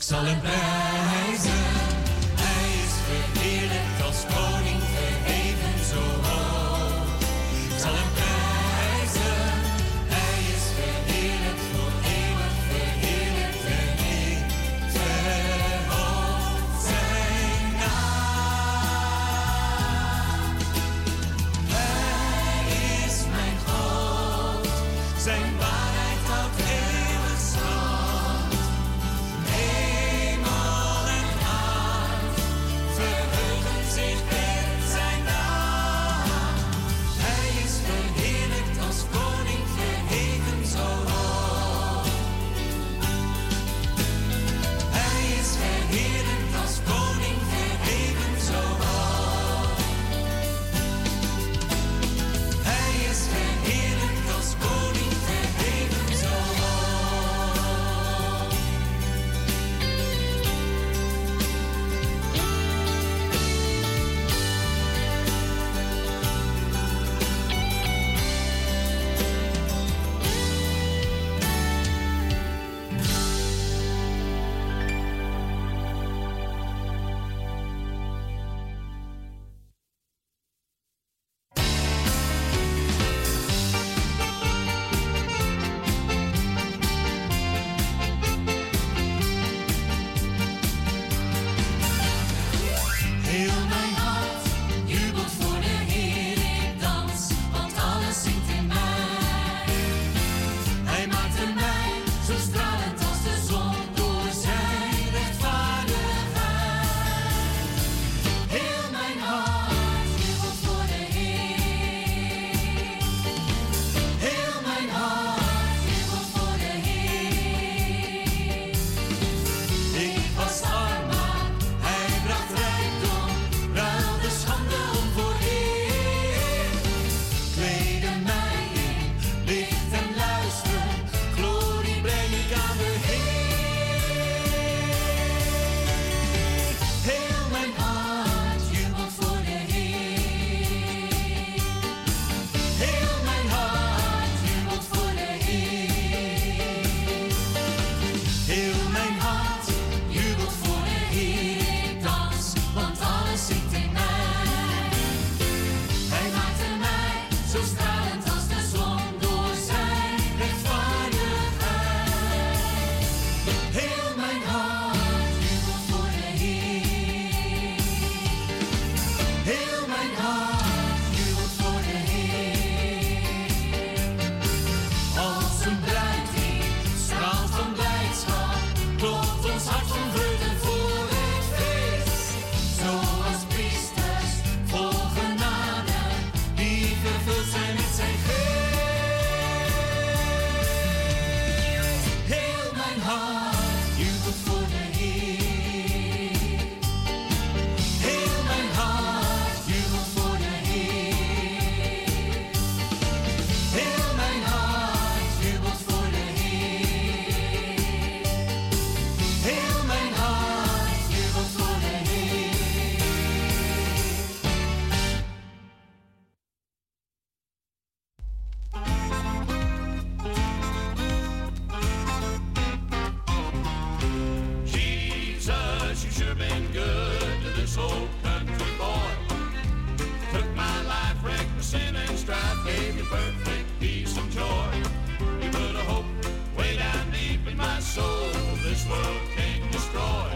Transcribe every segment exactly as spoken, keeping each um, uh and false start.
zal hem prijzen. Hij is verheerlijkt als koning, verheven zo hoog. Ik zal hem prijzen. Hij is verheerlijkt voor eeuwig, verheerlijkt en ik verhoog zijn naam. Hij is mijn God, zijn waarheid houdt eeuwig stand. Hemel en aard verheugen zich in zijn naam. Hij is verheerlijkt als koning, verheven zo hoog. Hij is verheerlijkt als koning, verheven zo hoog. Hij is verheerlijkt als koning, verheven zo hoog. Heel mijn hart jubelt voor de Heer, ik dans, want alles zingt in mij. Hij maakte mij zo stralend als de zon door zijn rechtvaardigheid. Heel mijn hart jubelt voor de Heer. Heel mijn hart jubelt voor de Heer. Ik was arm, maar hij bracht rijkdom, ruilde schande om voor eer. Kleedde mij in licht en luister, glorie breng ik aan de Heer. Heel mijn hart jubelt voor de Heer. Heel mijn hart jubelt voor de Heer. Heel mijn hart jubelt voor de Heer, ik dans, want alles zingt in mij. Hij maakte mij zo stralend als de zon door zijn rechtvaardigheid. Heel mijn hart jubelt voor de Heer. Heel mijn hart jubelt voor de Heer. Als een bruid die straalt van blijdschap, klopt ons hart van vreugde voor het feest. Zoals priesters vol genade, die vervuld zijn met zijn geest. Heel mijn hart jubelt voor de Heer. Heel mijn hart jubelt voor de Heer. Heel mijn hart jubelt voor de Heer. Heel mijn hart jubelt voor de Heer. Jesus, you sure been good to this old country boy. Took my life, wrecked my sin and strife, gave me perfect peace and joy. You put a hope way down deep in my soul, this world can't destroy.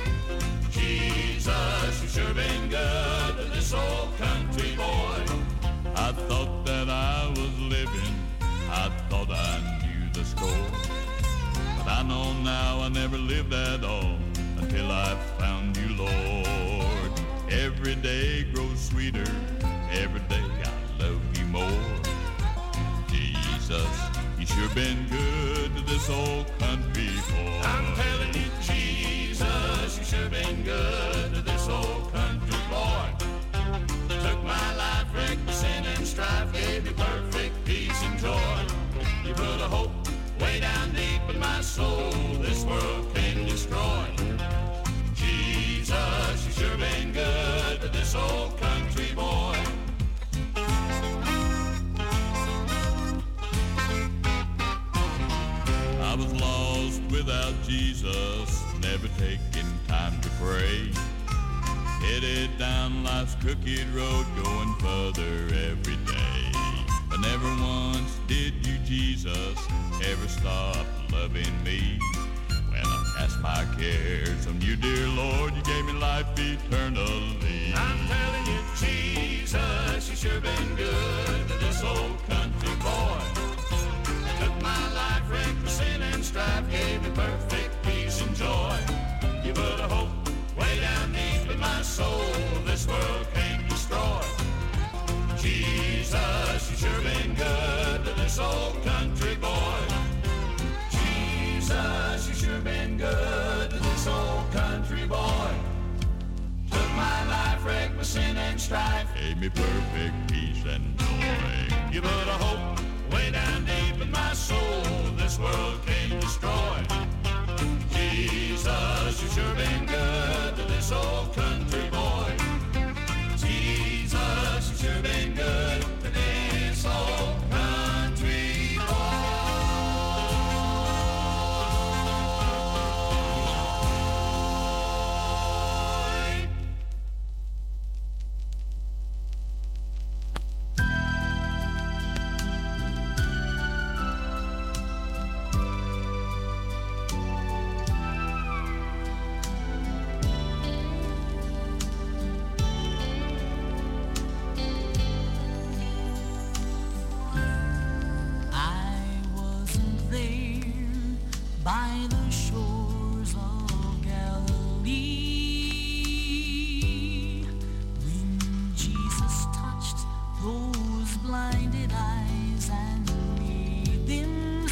Jesus, you sure been good to this old country boy. I thought that I was living, I thought I knew the score. But I know now I never lived at all until I found you, Lord. Every day grows sweeter, every day I love you more. Jesus, you sure been good to this old country boy. I'm telling you, Jesus, you sure been good to this old country boy. Took my life, wrecked my sin and strife, gave me perfect peace and joy. You put a hope way down deep in my soul, this world can't destroy. Jesus, you sure been good to this old country boy. I was lost without Jesus, never take headed down life's crooked road, going further every day. But never once did you, Jesus, ever stop loving me. When I cast my cares on you, dear Lord, you gave me life eternally. I'm telling you, Jesus, you sure been good to this old country boy. Took my life, wrecked for sin and strife, gave me perfect peace and joy. You put a hope way down deep in my soul, this world can't destroy. Jesus, you sure been good to this old country boy. Jesus, you sure been good to this old country boy. Took my life, wrecked my sin and strife, gave me perfect peace and joy. You put a hope way down deep in my soul, this world can't destroy. Jesus, you sure been good to this old country boy. Jesus, you sure been good to this old country boy. By the shores of Galilee, when Jesus touched those blinded eyes and made them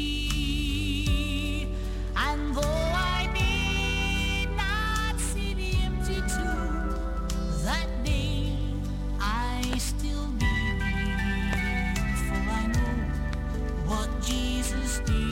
see, and though I did not see the empty tomb that day, I still believe, for I know what Jesus did.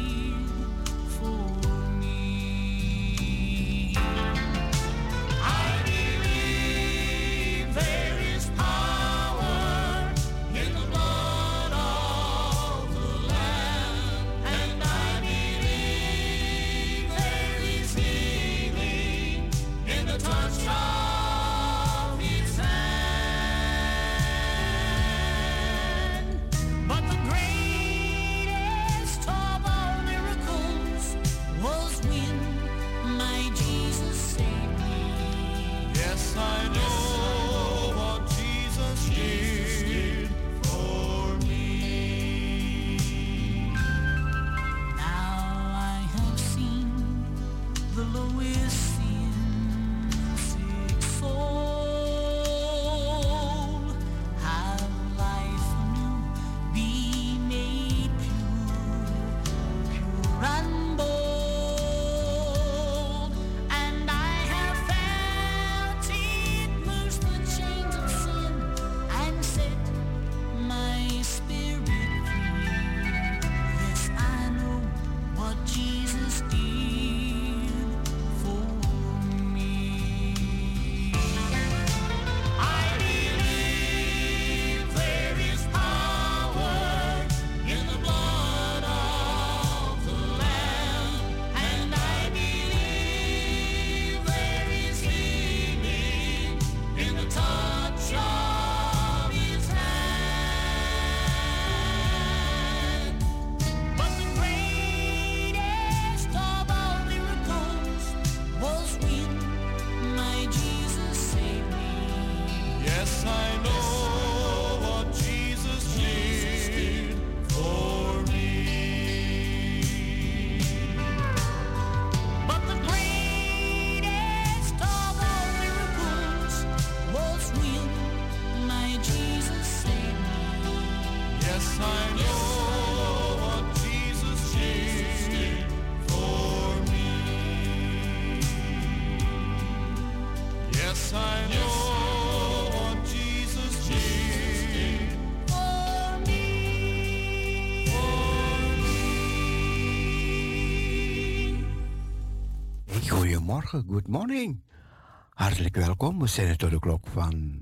Goedemorgen, good morning. Hartelijk welkom. We zijn tot de klok van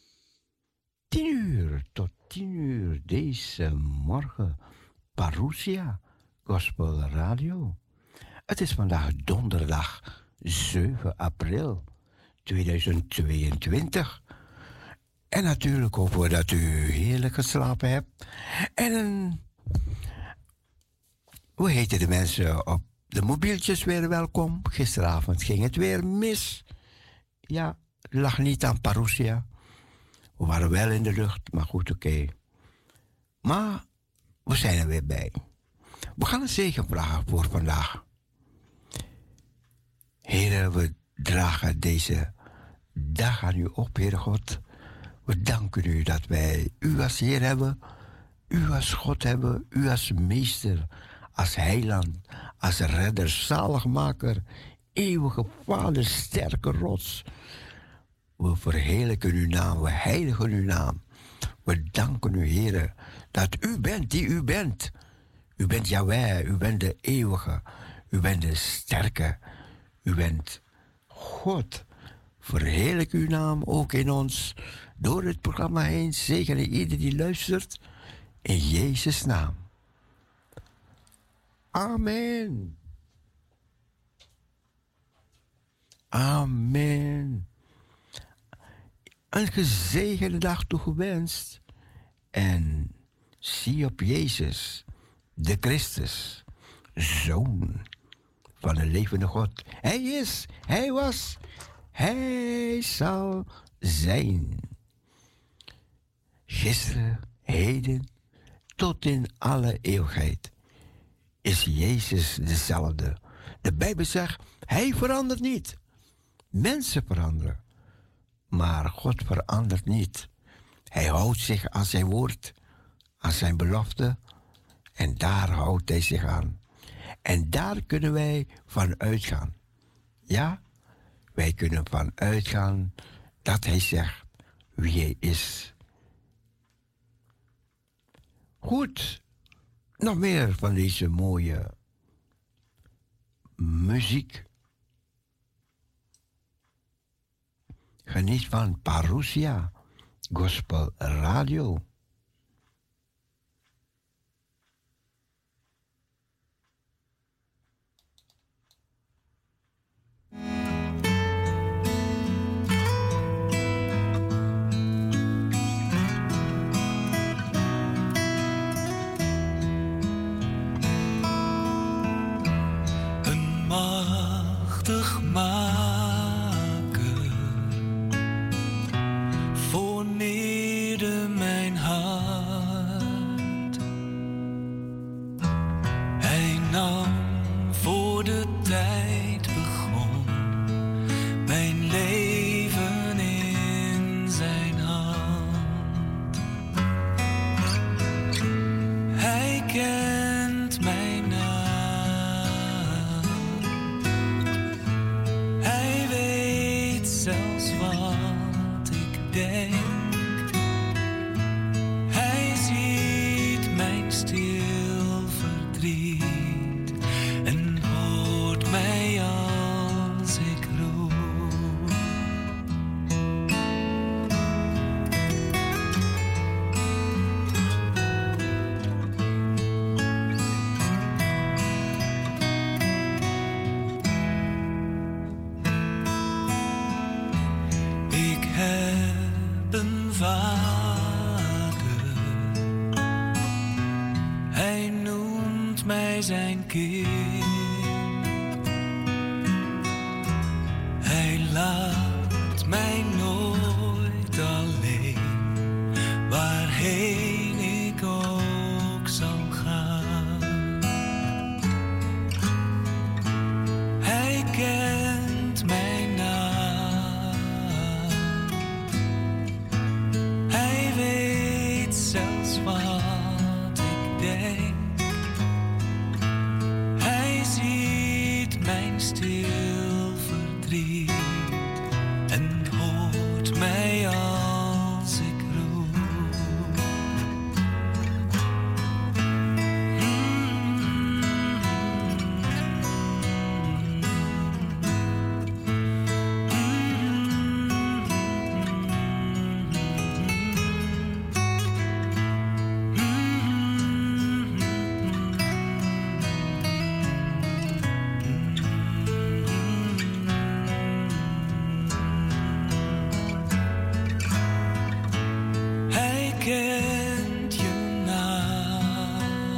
tien uur tot tien uur deze morgen. Parousia Gospel Radio. Het is vandaag donderdag zeven april tweeduizend tweeëntwintig. En natuurlijk hopen we dat u heerlijk geslapen hebt. En we heten de mensen op de mobieltjes weer welkom. Gisteravond ging het weer mis. Ja, het lag niet aan Parousia. We waren wel in de lucht, maar goed, oké. Okay. Maar we zijn er weer bij. We gaan een zegen vragen voor vandaag. Heren, we dragen deze dag aan u op, Heere God. We danken u dat wij u als Heer hebben, u als God hebben, u als meester, als heiland, als redder, zaligmaker, eeuwige Vader, sterke rots. We verheerlijken uw naam, we heiligen uw naam. We danken u, Heere, dat u bent die u bent. U bent Yahweh, u bent de eeuwige, u bent de sterke, u bent God. Verheerlijk uw naam ook in ons, door het programma heen. Zegene ieder die luistert, in Jezus' naam. Amen. Amen. Een gezegende dag toegewenst. En zie op Jezus, de Christus, Zoon van de levende God. Hij is, hij was, hij zal zijn. Gisteren, heden, tot in alle eeuwigheid is Jezus dezelfde. De Bijbel zegt, hij verandert niet. Mensen veranderen, maar God verandert niet. Hij houdt zich aan zijn woord, aan zijn belofte, en daar houdt hij zich aan. En daar kunnen wij van uitgaan. Ja, wij kunnen van uitgaan dat hij zegt wie hij is. Goed, nog meer van deze mooie muziek. Geniet van Parousia Gospel Radio. Een machtig maker verneerde mijn hart. Hij nam voor de tijd begon mijn leven in zijn hand. Hij kent mijn naam. Hij weet zelfs wat ik denk. Hij ziet mijn stil verdriet en hoort mij als ik roep. Ik heb een vader, hij noemt mij zijn kind. Hij laat mij nooit alleen, waarheen ik ook zal gaan. Hij kent mijn naam. Hij weet zelfs wat ik denk. Hij ziet mijn stil verdriet en hoort mij als ik roep. kent je naam.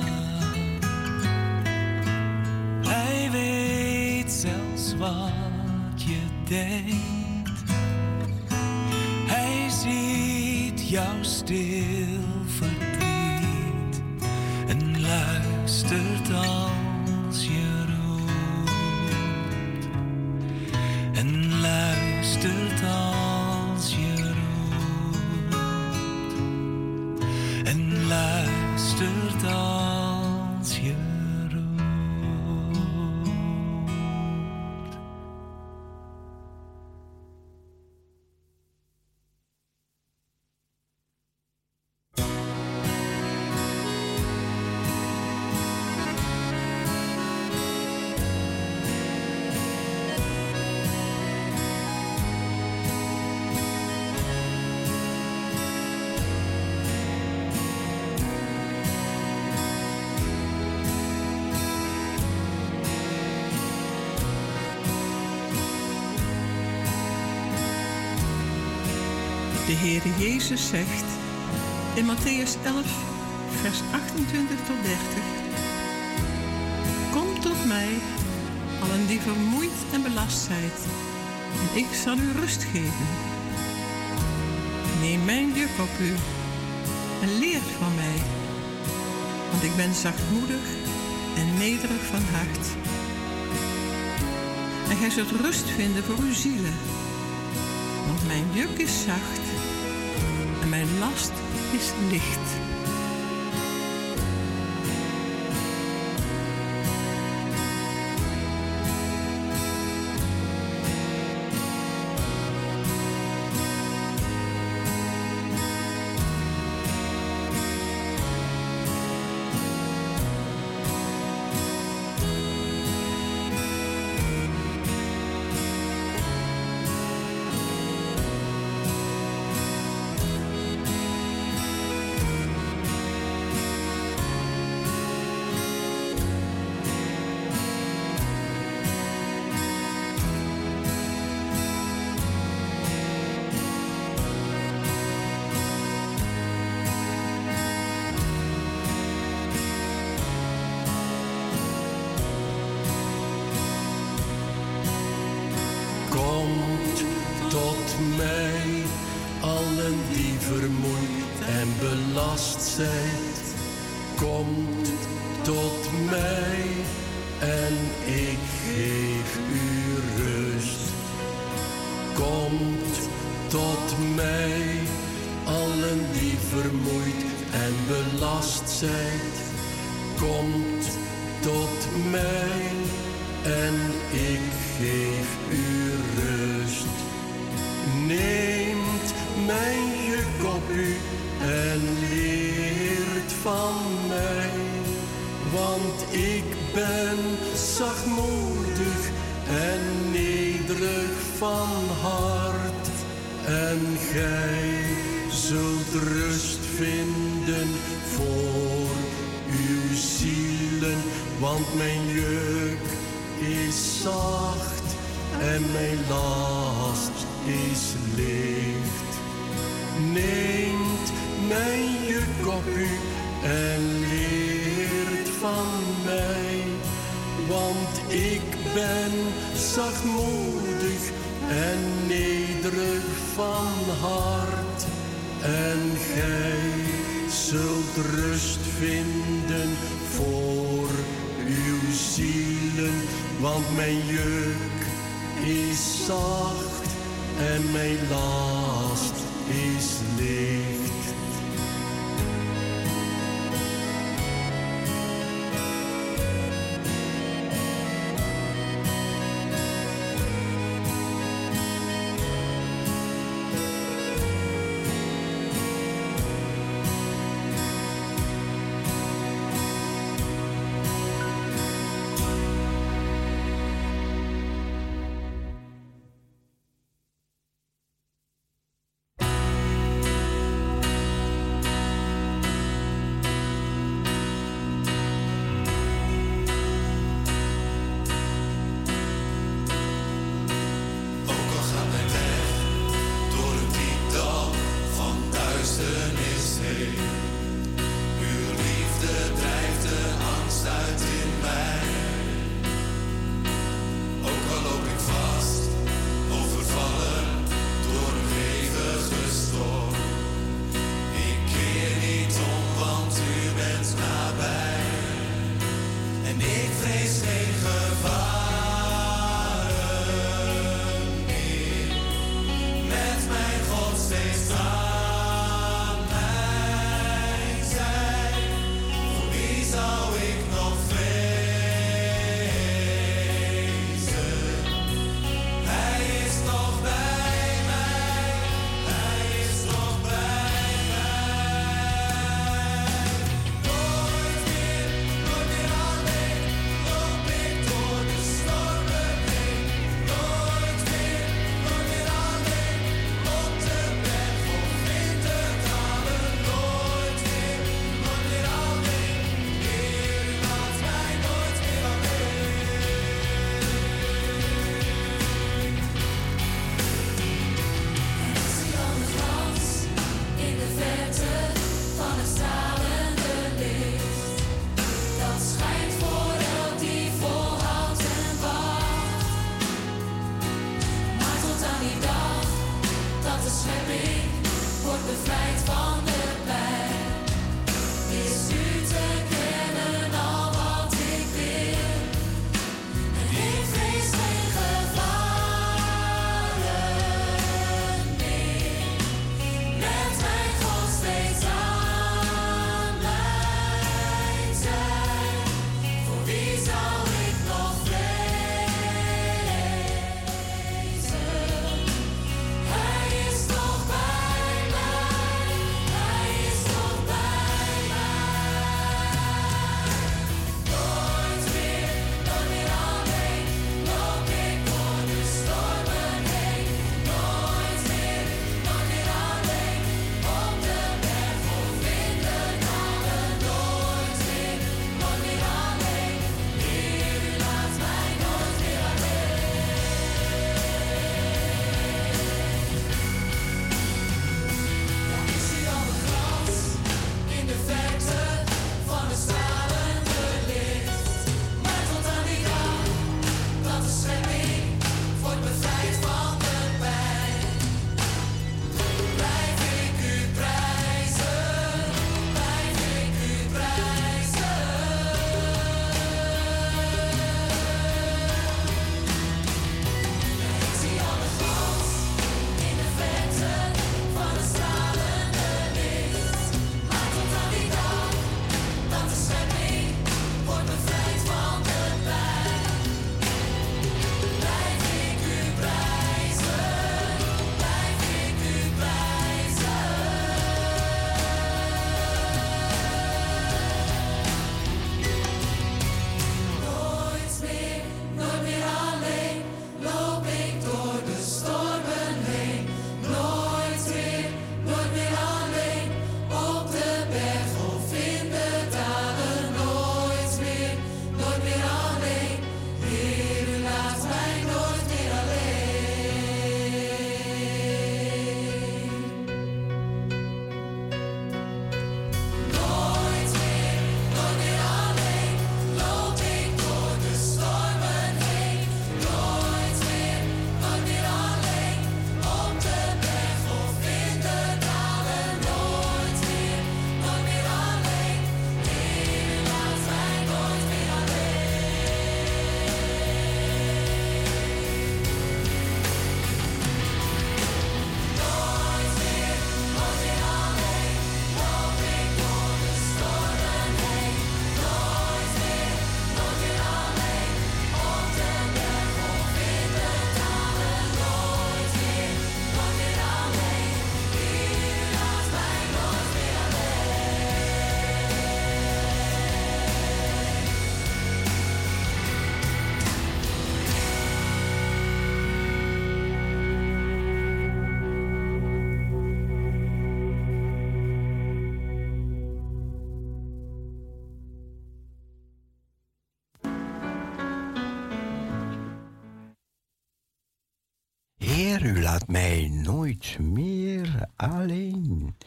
Hij weet zelfs wat je denkt. Hij ziet jou stil verdriet en luistert als je roept. En luistert als je roept. En luistert als je roept. De Heere Jezus zegt in Mattheüs elf, vers achtentwintig tot dertig. Kom tot mij, allen die vermoeid en belast zijt, en ik zal u rust geven. Neem mijn juk op u en leer van mij, want ik ben zachtmoedig en nederig van hart. En gij zult rust vinden voor uw zielen, want mijn juk is zacht en mijn last is licht. Komt tot mij, allen die vermoeid en belast zijt. Komt tot mij en ik geef u rust. Komt tot mij, allen die vermoeid en belast zijt. Komt tot mij en ik geef u rust. Neemt mijn juk op u en leert van mij, want ik ben zachtmoedig en nederig van hart. En gij zult rust vinden voor uw zielen, want mijn juk is zacht en mijn last is licht. Neemt mijn juk op u en leert van mij, want ik ben zachtmoedig en nederig van hart. En gij zult rust vinden voor uw zielen, want mijn juk is zacht en mijn last is licht. U laat mij nooit meer alleen.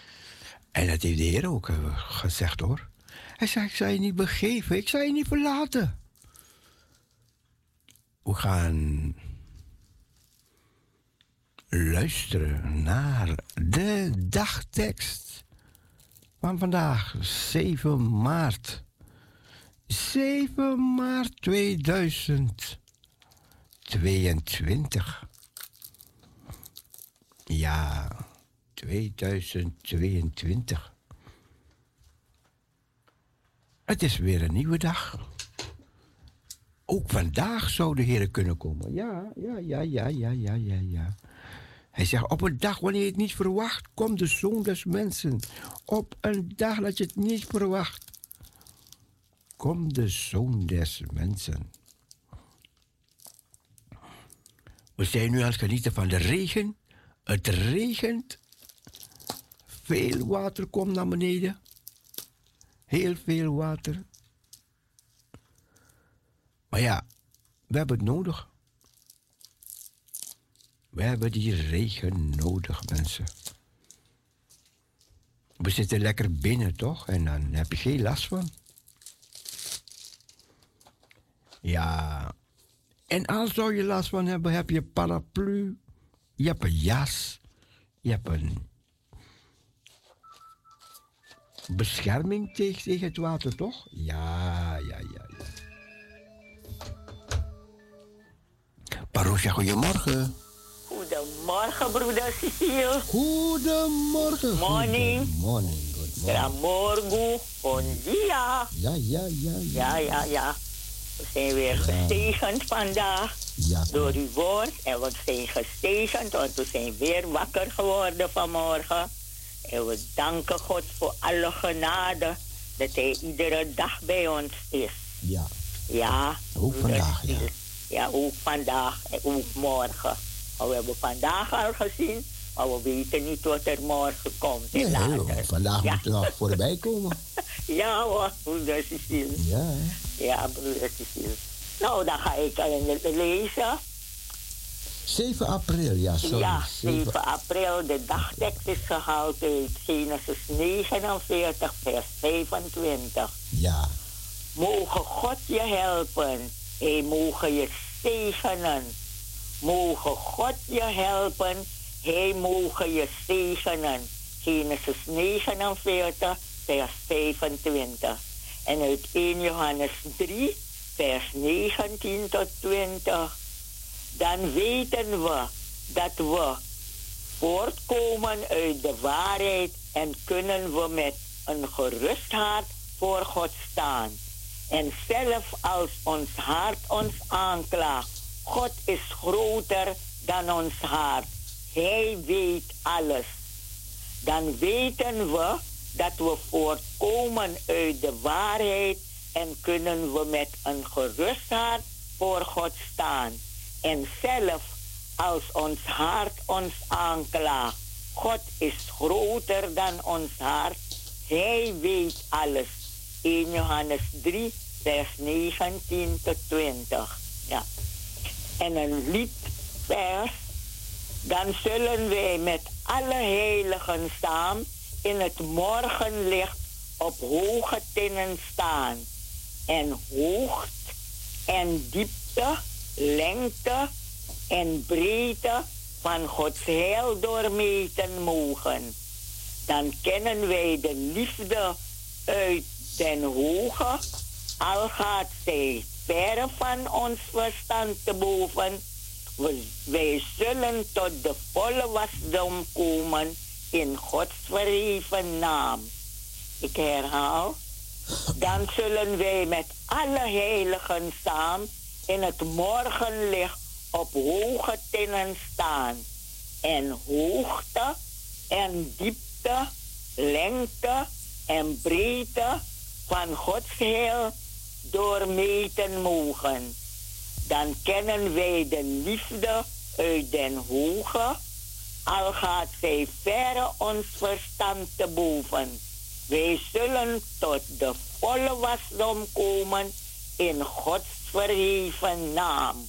En dat heeft de Heer ook uh, gezegd hoor. Hij zei, ik zal je niet begeven, ik zal je niet verlaten. We gaan luisteren naar de dagtekst van vandaag, zeven maart. zeven maart tweeduizend tweeëntwintig. Ja, tweeduizend tweeëntwintig. Het is weer een nieuwe dag. Ook vandaag zou de Heer kunnen komen. Ja, ja, ja, ja, ja, ja, ja, ja. Hij zegt, op een dag wanneer je het niet verwacht, komt de Zoon des Mensen. Op een dag dat je het niet verwacht, komt de Zoon des Mensen. We zijn nu aan het genieten van de regen. Het regent. Veel water komt naar beneden. Heel veel water. Maar ja, we hebben het nodig. We hebben die regen nodig, mensen. We zitten lekker binnen, toch? En dan heb je geen last van. Ja. En als zou je last van hebben, heb je paraplu. Je hebt een jas. Je hebt een bescherming tegen, tegen het water, toch? Ja, ja, ja, ja. Parousia, goedemorgen. Goedemorgen, broeder Cecile. Goedemorgen. Morning. Good morning. Good morning. Tramorgo. Bon dia. Ja, ja, ja. Ja, ja, ja. We zijn weer ja. gezegend vandaag ja, door uw woord. En we zijn gezegend, want we zijn weer wakker geworden vanmorgen. En we danken God voor alle genade dat Hij iedere dag bij ons is. Ja. Ja. Ook vandaag, ja. Ja, ook vandaag en ook morgen. Maar we hebben vandaag al gezien, maar we weten niet wat er morgen komt. Nee, later. Vandaag ja. moet er nog voorbij komen. Ja hoor, broeder Cecile. Ja. Ja, broeder Cecile. Nou, dan ga ik lezen. zeven april, ja, sorry. Ja, zeven april. De dagtekst is gehaald uit Genesis negenenveertig, vers vijfentwintig. Ja. Mogen God je helpen. Hij mogen je zegenen. Mogen God je helpen. Hij mogen je zegenen. Genesis negenenveertig, vers vijfentwintig. En uit eerste Johannes drie, vers negentien tot twintig. Dan weten we dat we voortkomen uit de waarheid en kunnen we met een gerust hart voor God staan. En zelf als ons hart ons aanklaagt, God is groter dan ons hart. Hij weet alles. Dan weten we dat we voortkomen uit de waarheid en kunnen we met een gerust hart voor God staan. En zelf als ons hart ons aanklaagt, God is groter dan ons hart. Hij weet alles. eerste Johannes drie, vers negentien tot twintig. Ja. En een liedvers. Dan zullen wij met alle heiligen samen in het morgenlicht op hoge tinnen staan. En hoogte en diepte, lengte en breedte van Gods heil doormeten mogen. Dan kennen wij de liefde uit den hoge, al gaat zij verre van ons verstand te boven. Wij zullen tot de volle wasdom komen in Gods verheven naam. Ik herhaal. Dan zullen wij met alle heiligen samen in het morgenlicht op hoge tinnen staan. En hoogte en diepte, lengte en breedte van Gods heil doormeten mogen. Dan kennen wij de liefde uit den hoge, al gaat zij verre ons verstand te boven. Wij zullen tot de volle wasdom komen in Gods verheven naam.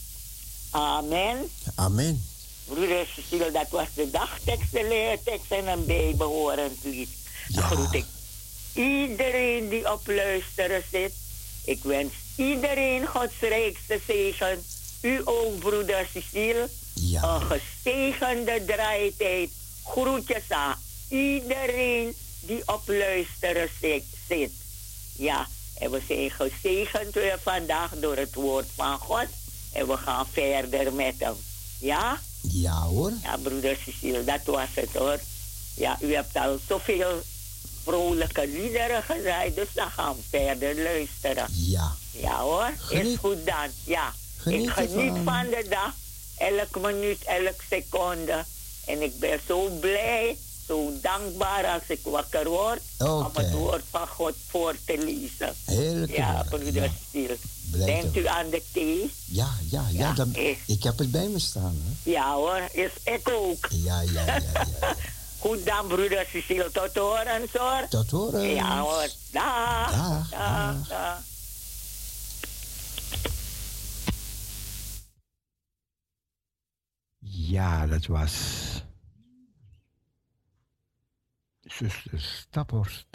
Amen. Amen. Broeder Cecile, dat was de dagtekst, de leertekst en een bijbehorend lied. Dan Ja. groet ik iedereen die op luisteren zit. Ik wens iedereen Gods rijkste zegen. U ook, broeder Cecile. Ja. Een gezegende draaitijd. Groetjes aan iedereen die op luisteren zit. zit. Ja, en we zijn gezegend weer vandaag door het woord van God. En we gaan verder met hem. Ja? Ja hoor. Ja, broeder Cecile, dat was het hoor. Ja, u hebt al zoveel vrolijke liederen gezegd, dus dan gaan we verder luisteren. Ja. Ja hoor, Geniet. is goed dan. Ja, Geniet ik geniet ervan. van de dag, elke minuut, elke seconde. En ik ben zo blij, zo dankbaar als ik wakker word om Oké. het woord van God voor te lezen. Heerlijk. Ja, woord. broeder Ja. Cecile. Blijf Denkt er. u aan de thee? Ja, ja, ja. Ja, dan, is. ik heb het bij me staan. Hè. Ja hoor, is ik ook. Ja, ja, ja, ja, ja. Goed dan, broeder Cecile, tot horens hoor. Tot horen. Ja hoor, dag. Dag, Dag, dag. dag. Ja, dat was zuster Staphorst.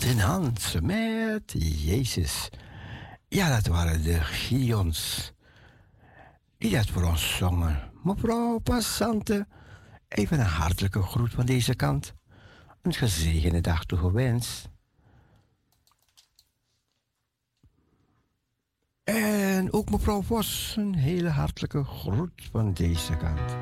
hand in hand met Jezus. Ja, dat waren de Gideons die dat voor ons zongen. Mevrouw Passante, even een hartelijke groet van deze kant. Een gezegende dag toegewenst. En ook mevrouw Vos, een hele hartelijke groet van deze kant.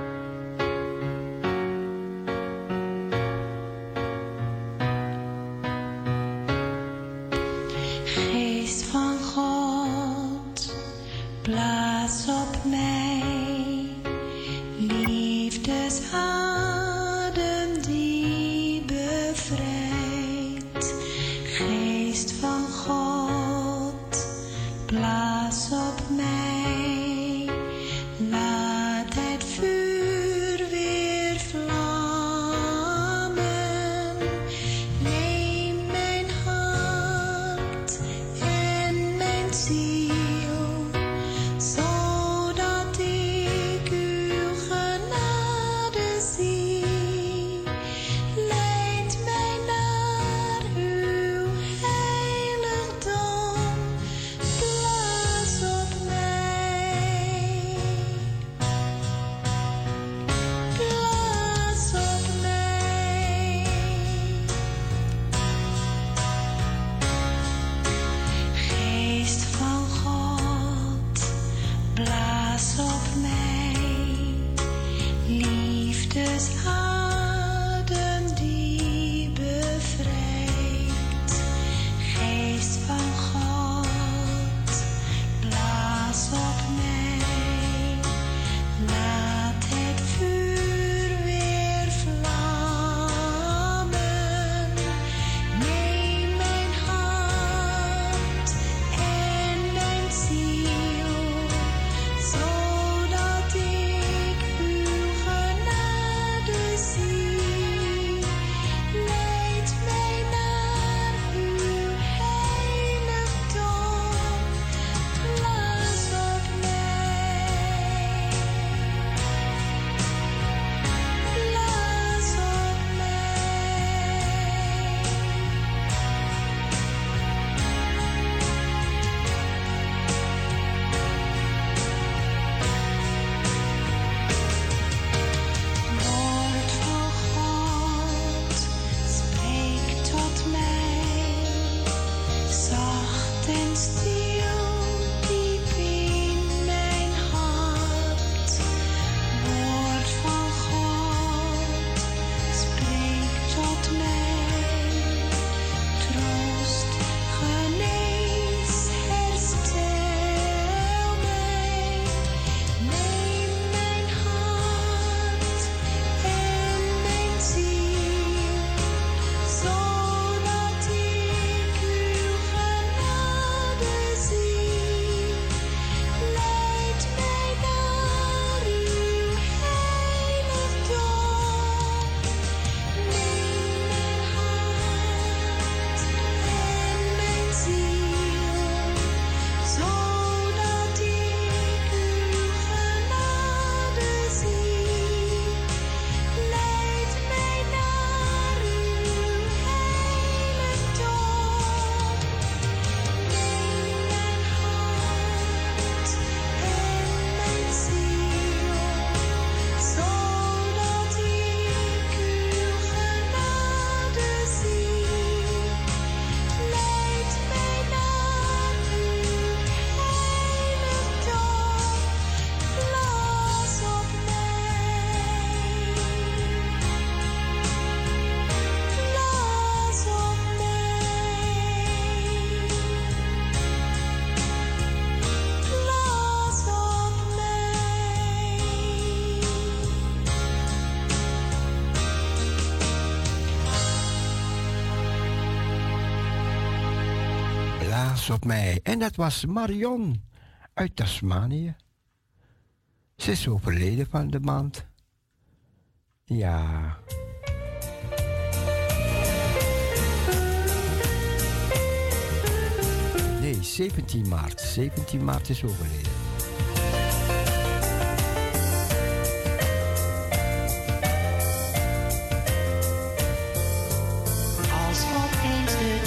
Geest van God, blaas op mij, liefdesadem die bevrijdt. Geest van God, blaas op mij, laat het vuur weer vlammen. Neem mijn hart en mijn ziel, zodat ik uw genade zie. Leid mij naar uw heiligdom, blaas op mij, blaas op mij. Geest van God, blaas op mij, liefdesadem die bevrijdt. Geest van God, blaas op mij, laat het vuur weer vlammen. Neem mijn hart en mijn ziel, zodat ik uw genade zie. Leid mij naar uw heiligdom, blaas op mij, blaas op Woord van God, spreek tot mij, zacht en stil, diep in mijn hart. Woord van God, spreek tot mij, troost, genees, herstel mij. Neem mijn hart en mijn ziel, zodat ik uw genade zie. Leid mij naar uw heiligdom. Neem mijn hart en mijn ziel, zodat ik uw genade zie. Leid mij naar uw heiligdom. Neem mijn hart en mijn ziel, zodat ik uw genade zie. Leid mij naar uw heiligdom, blaas op mij, blaas op mij, blaas op Blaas op mij. En dat was Marion uit Tasmanië. Ze is overleden van de maand. Ja. Nee, zeventien maart. zeventien maart is overleden. Als opeens de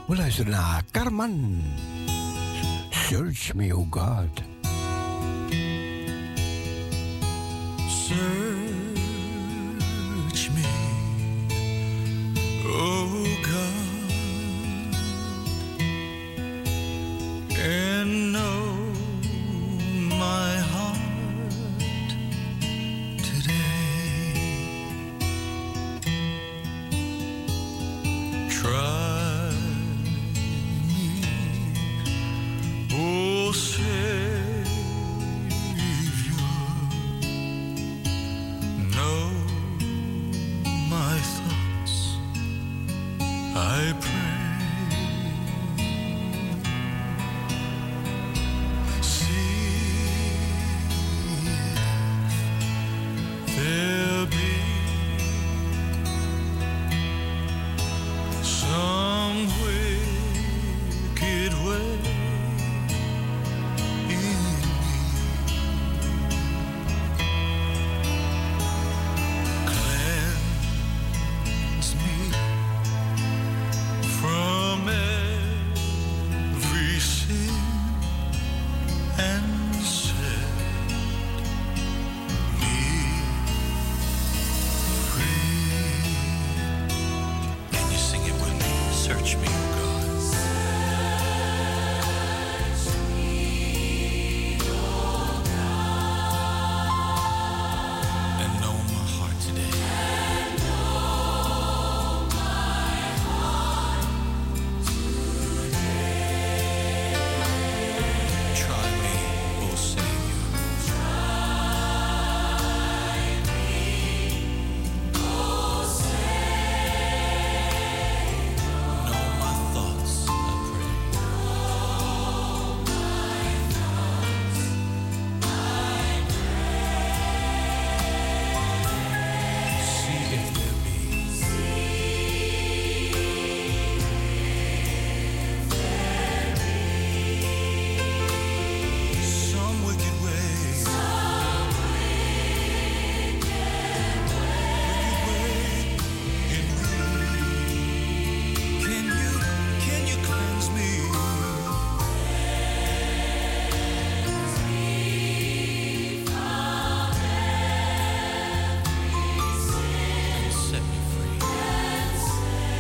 We luisteren naar Carmen. Search me, oh God. Search me, oh God, and know my heart today. Try me, oh Savior, know my thoughts, I pray. There be some wicked way in me. Cleanse me from every sin and set me free. Can you sing it with me? Search me, oh God. Search me, oh God. And know my heart today. And know my heart today. Try me, oh Savior. Try me, oh Savior. Know my thoughts, I pray. Know my thoughts, I pray. See if there be. See if there be some wicked way. Some wicked way in me. Can you, can you cleanse me? Cleanse me from every sin and set me free. And set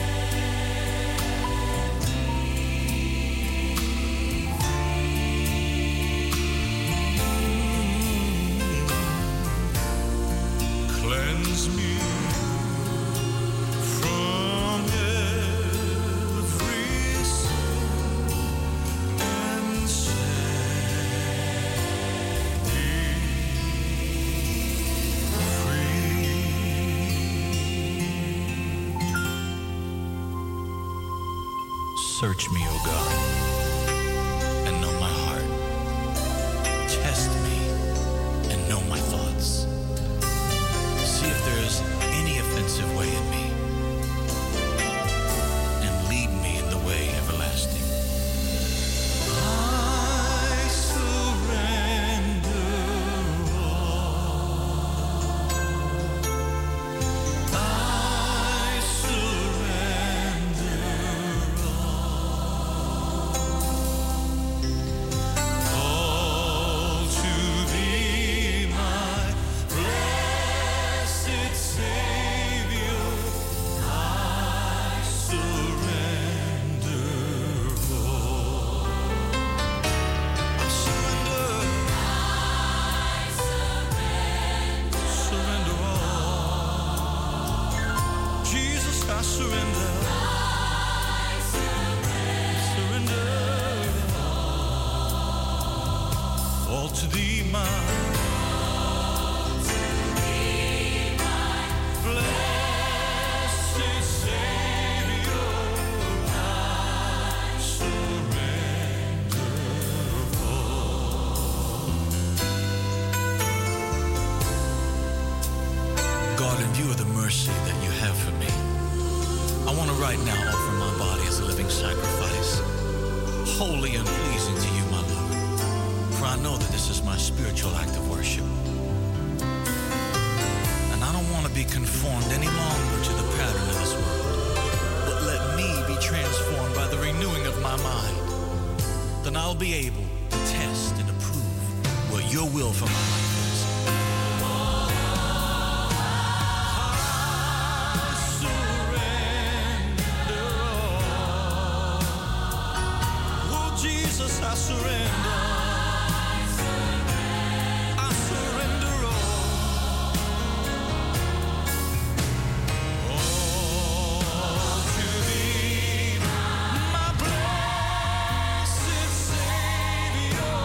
Cleanse me from every sin and set me free. Search me, O God, and know my heart. Test me and know my thoughts. See if there is any offensive way in me, and lead me in the way everlasting. I surrender all. I surrender all. All to Thee, my blessed Savior. I surrender all. I surrender. Surrender all. Jesus, I surrender. Surrender all to Thee, my blessed Savior. I surrender all. God, in view of the mercy that you have for me, I want to right now offer my body as a living sacrifice, holy and pleasing to you, my Lord. For I know that this is my spiritual act of worship. And I don't want to be conformed any longer to the pattern of this world, but let me be transformed by the renewing then I'll be able to test and approve what your will for my life is. Jesus, I surrender. I surrender all. All to thee, my blessed Savior.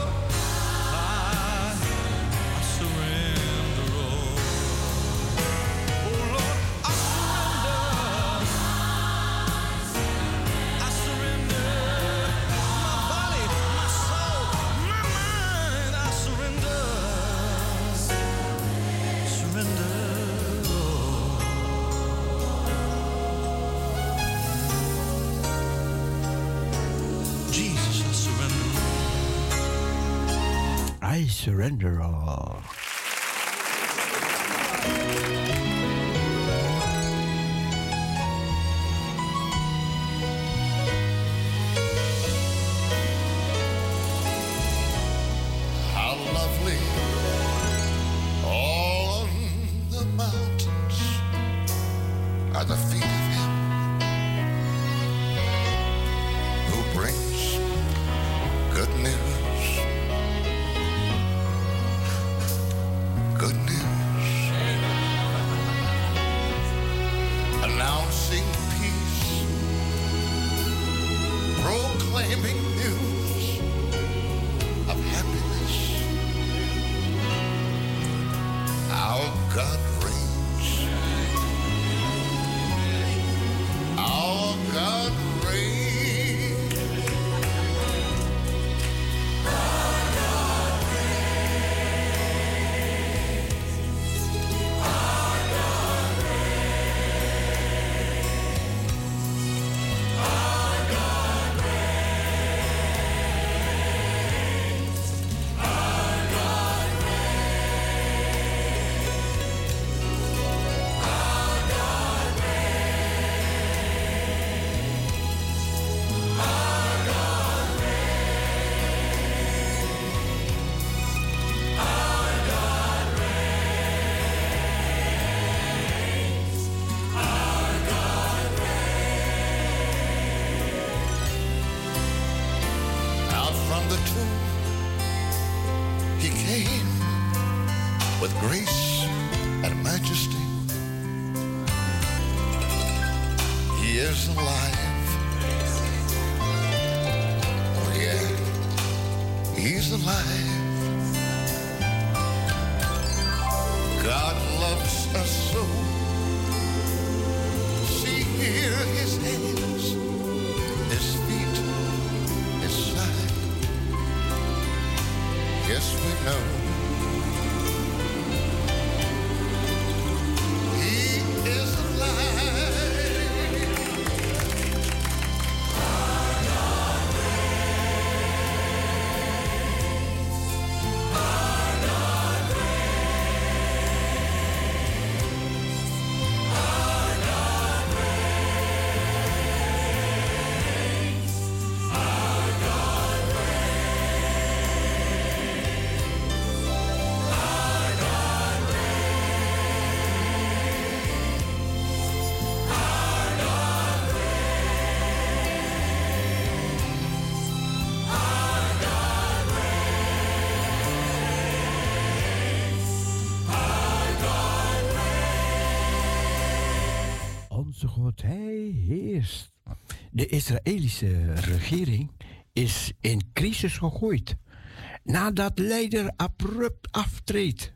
I, I surrender all. Oh Lord, I surrender. I surrender. I surrender all. How lovely on the mountains are the feet of him who brings good news. Good news, announcing peace, proclaiming news of happiness. Our God reigns. Our God reigns. Our God grace and majesty. He is alive. Oh yeah, he's alive. God loves us so. See here his hands, his feet, his side. Yes, we know. Onze God, hij heerst. De Israëlische regering is in crisis gegooid nadat leider abrupt aftreedt.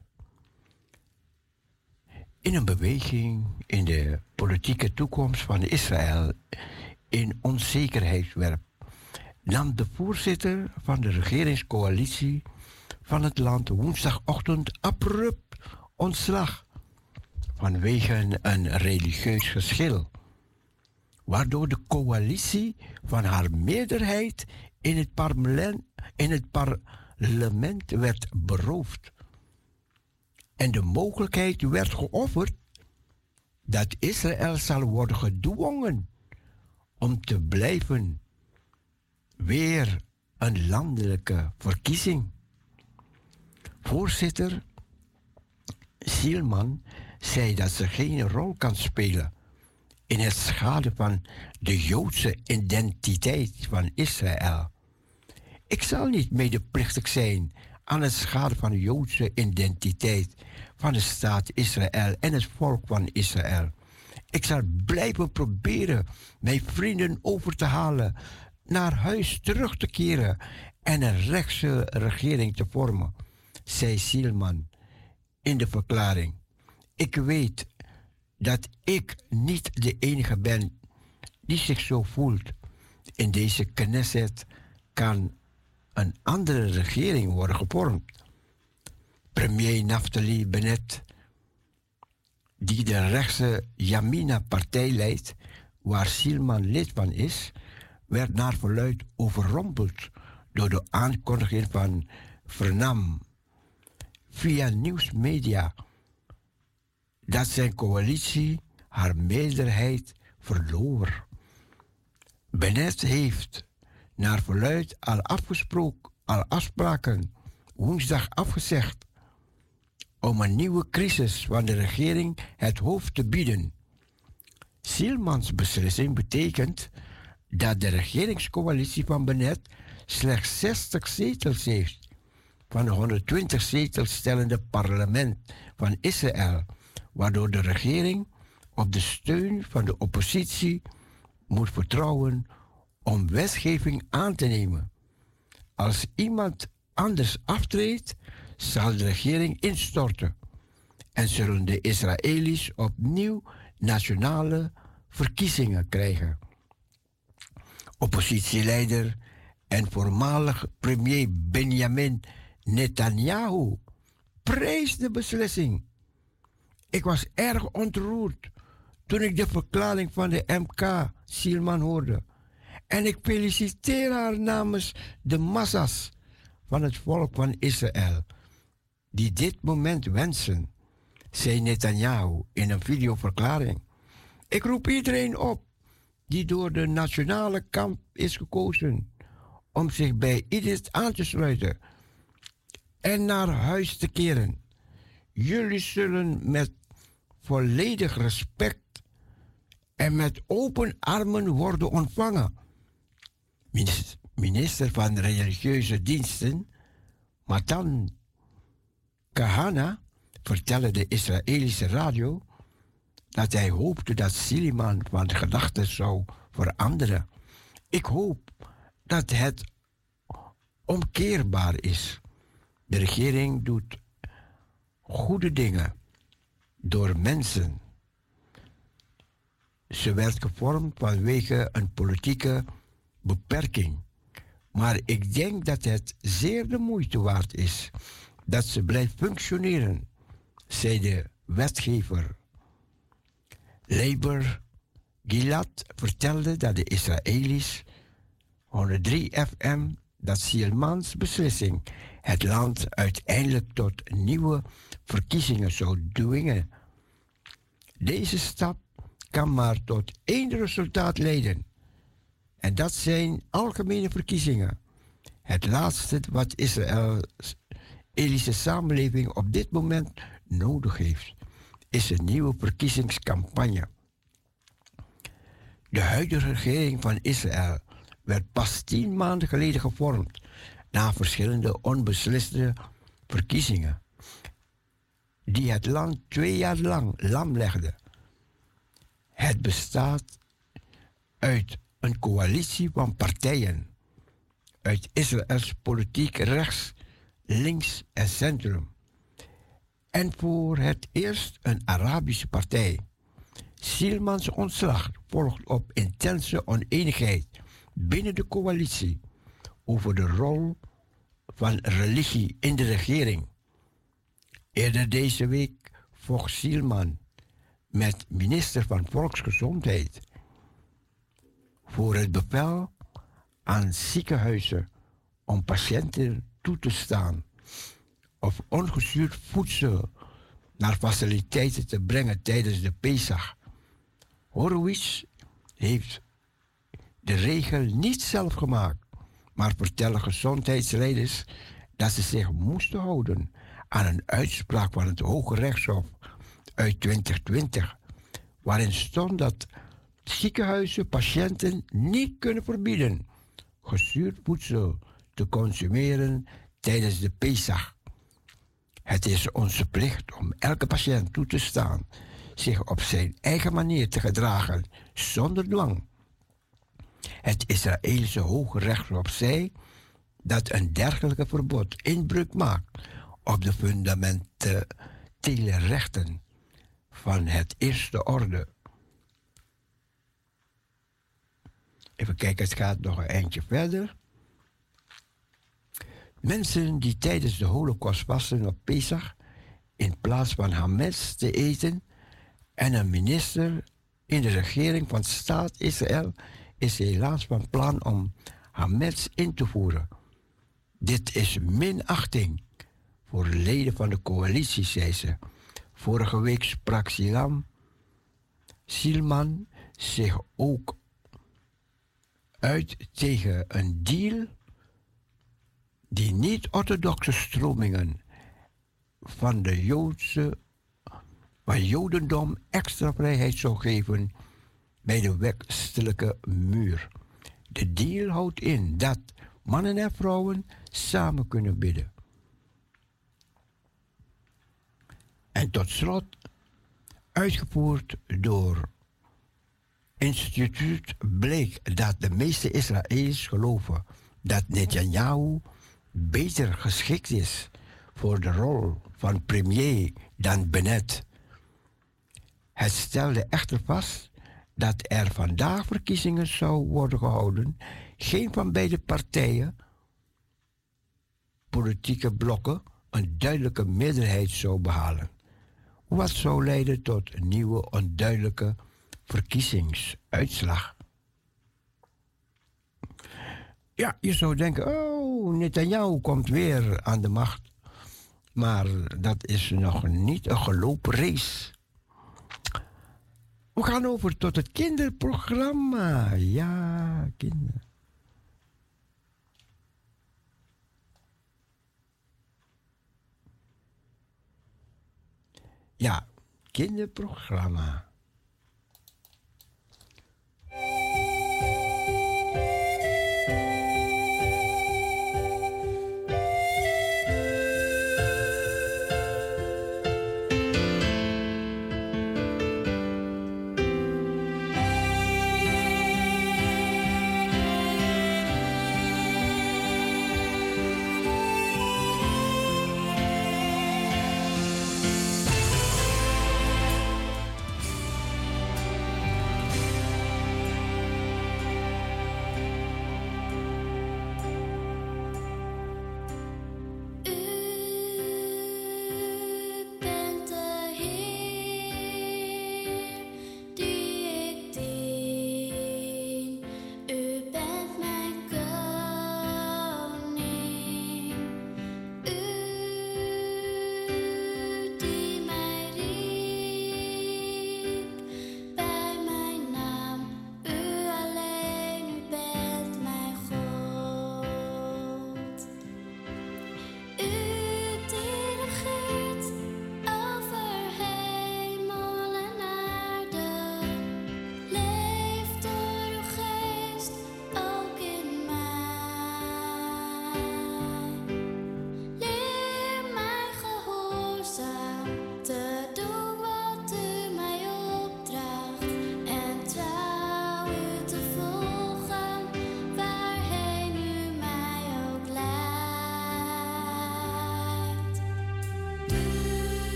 In een beweging in de politieke toekomst van Israël in onzekerheid werpt, nam de voorzitter van de regeringscoalitie van het land woensdagochtend abrupt ontslag vanwege een religieus geschil, waardoor de coalitie van haar meerderheid in het parlement, in het parlement werd beroofd en de mogelijkheid werd geofferd dat Israël zal worden gedwongen om te blijven weer een landelijke verkiezing. Voorzitter Zielman zei dat ze geen rol kan spelen in het schaden van de Joodse identiteit van Israël. Ik zal niet medeplichtig zijn aan het schaden van de Joodse identiteit van de staat Israël en het volk van Israël. Ik zal blijven proberen mijn vrienden over te halen naar huis terug te keren en een rechtse regering te vormen, zei Zielman in de verklaring. Ik weet dat ik niet de enige ben die zich zo voelt. In deze Knesset kan een andere regering worden gevormd. Premier Naftali Bennett, die de rechtse Yamina-partij leidt, waar Zielman lid van is, werd naar verluidt overrompeld door de aankondiging van Vernam via nieuwsmedia dat zijn coalitie haar meerderheid verloor. Bennett heeft naar verluidt al afgesproken, al afspraken woensdag afgezegd om een nieuwe crisis van de regering het hoofd te bieden. Zielmans beslissing betekent dat de regeringscoalitie van Bennett slechts zestig zetels heeft van de honderdtwintig zetels stellende parlement van Israël, waardoor de regering op de steun van de oppositie moet vertrouwen om wetgeving aan te nemen. Als iemand anders aftreedt, zal de regering instorten en zullen de Israëli's opnieuw nationale verkiezingen krijgen. Oppositieleider en voormalig premier Benjamin Netanyahu prees de beslissing. Ik was erg ontroerd toen ik de verklaring van de M K Zielman hoorde. En ik feliciteer haar namens de massa's van het volk van Israël, die dit moment wensen, zei Netanyahu in een videoverklaring. Ik roep iedereen op die door de nationale kamp is gekozen om zich bij ieder aan te sluiten en naar huis te keren. Jullie zullen met volledig respect en met open armen worden ontvangen. Minister van Religieuze Diensten, Matan Kahana, vertelde de Israëlische radio dat hij hoopte dat Zielman van gedachten zou veranderen. Ik hoop dat het omkeerbaar is. De regering doet goede dingen door mensen. Ze werd gevormd vanwege een politieke beperking. Maar ik denk dat het zeer de moeite waard is dat ze blijft functioneren, zei de wetgever. Labour Gilad vertelde dat de Israëli's honderd drie F M dat Zielmans beslissing het land uiteindelijk tot nieuwe verkiezingen zou dwingen. Deze stap kan maar tot één resultaat leiden. En dat zijn algemene verkiezingen. Het laatste wat Israëlische samenleving op dit moment nodig heeft, is een nieuwe verkiezingscampagne. De huidige regering van Israël werd pas tien maanden geleden gevormd na verschillende onbesliste verkiezingen, die het land twee jaar lang lam legden. Het bestaat uit een coalitie van partijen uit Israëls politiek rechts, links en centrum. En voor het eerst een Arabische partij. Zielmans ontslag volgt op intense oneenigheid binnen de coalitie over de rol van religie in de regering. Eerder deze week vocht Zielman met minister van Volksgezondheid voor het bevel aan ziekenhuizen om patiënten toe te staan of ongezuurd voedsel naar faciliteiten te brengen tijdens de Pesach. Horowitz heeft de regel niet zelf gemaakt, maar vertellen gezondheidsleiders dat ze zich moesten houden aan een uitspraak van het Hoge Rechtshof uit twintig twintig, waarin stond dat ziekenhuizen patiënten niet kunnen verbieden gezuurd voedsel te consumeren tijdens de Pesach. Het is onze plicht om elke patiënt toe te staan zich op zijn eigen manier te gedragen, zonder dwang. Het Israëlische Hoge Rechtshof zei dat een dergelijke verbod inbreuk maakt op de fundamentele rechten van het eerste orde. Even kijken, het gaat nog een eindje verder. Mensen die tijdens de Holocaust vasten op Pesach in plaats van hamets te eten, en een minister in de regering van staat Israël is helaas van plan om hamets in te voeren. Dit is minachting voor leden van de coalitie, zei ze. Vorige week sprak Silam Silman zich ook uit tegen een deal die niet-orthodoxe stromingen van de Joodse, van Jodendom extra vrijheid zou geven bij de westelijke muur. De deal houdt in dat mannen en vrouwen samen kunnen bidden. En tot slot, uitgevoerd door instituut bleek dat de meeste Israëli's geloven dat Netanyahu beter geschikt is voor de rol van premier dan Bennett. Het stelde echter vast dat er vandaag verkiezingen zou worden gehouden. Geen van beide partijen, politieke blokken, een duidelijke meerderheid zou behalen. Wat zou leiden tot een nieuwe onduidelijke verkiezingsuitslag. Ja, je zou denken, oh, Netanyahu komt weer aan de macht. Maar dat is nog niet een gelopen race. We gaan over tot het kinderprogramma. Ja, kinderen. Ja, kinderprogramma.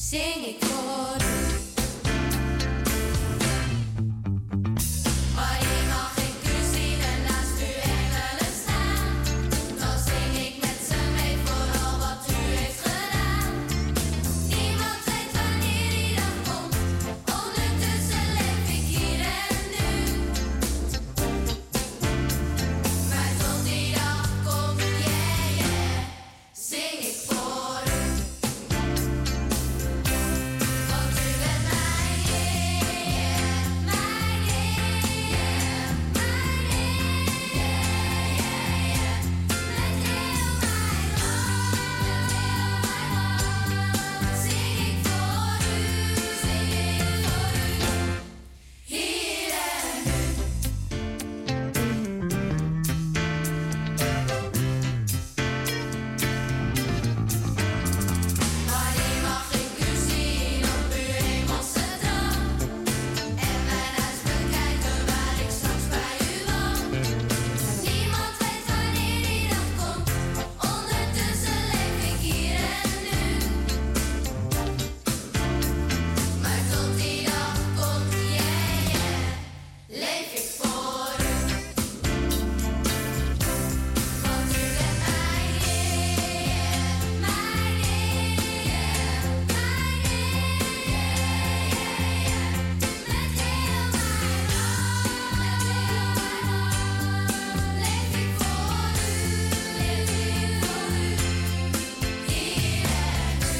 zing ik voor u. Wanneer mag ik u zien en naast uw engelen staan? Dan zing ik met ze mee voor al wat u heeft gedaan. Niemand weet wanneer die dag komt, ondertussen leef ik hier en nu. Maar tot die dag komt, yeah, yeah, zing ik voor u. Want u bent mijn Heer, mijn Heer, mijn Heer, yeah, yeah, yeah. Met heel mijn hart zing ik voor u, zing ik voor u. Hier en nu. Wanneer mag ik u zien op uw hemelse troon en mijn huis bekijken waar ik straks bij u woon? Niemand weet wanneer die dag komt, ondertussen leef ik hier en nu. Maar tot die dag komt, yeah, yeah, leef ik voor u. Want u bent mijn Heer, mijn Heer, mijn Heer, yeah, yeah, yeah. Met heel mijn hart, met heel mijn hart leef ik voor u, leef ik voor u, hier en nu.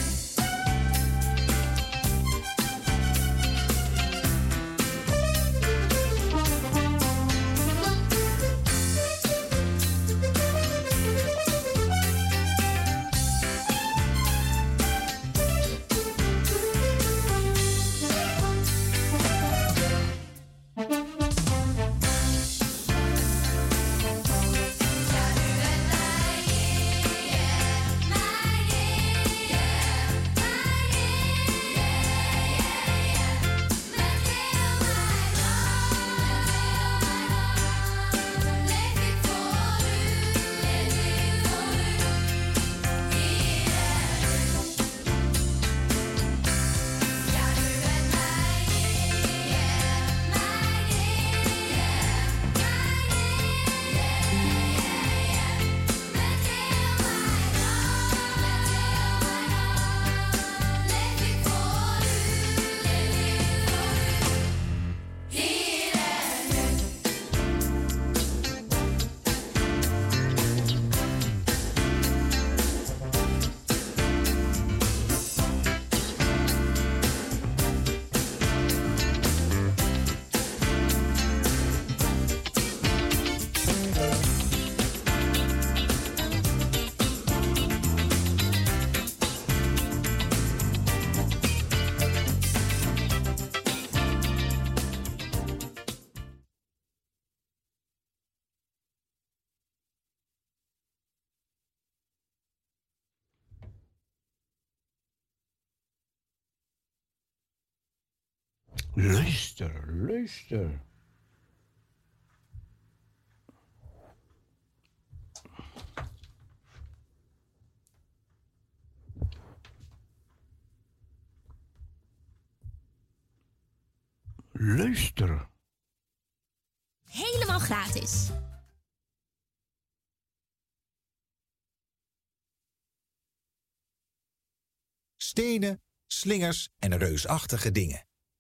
Ja, u bent mijn Heer, mijn Heer, mijn Heer, yeah, yeah, yeah. Met heel mijn hart, met heel mijn hart leef ik voor u, leef ik voor u, hier en nu. Ja, u bent mijn Heer, mijn Heer, mijn Heer, yeah, yeah, yeah. Met heel mijn hart, met heel mijn hart leef ik voor u, leef ik voor u, hier en nu. Luister, luister. Luister. Helemaal gratis. Stenen, slingers en reusachtige dingen.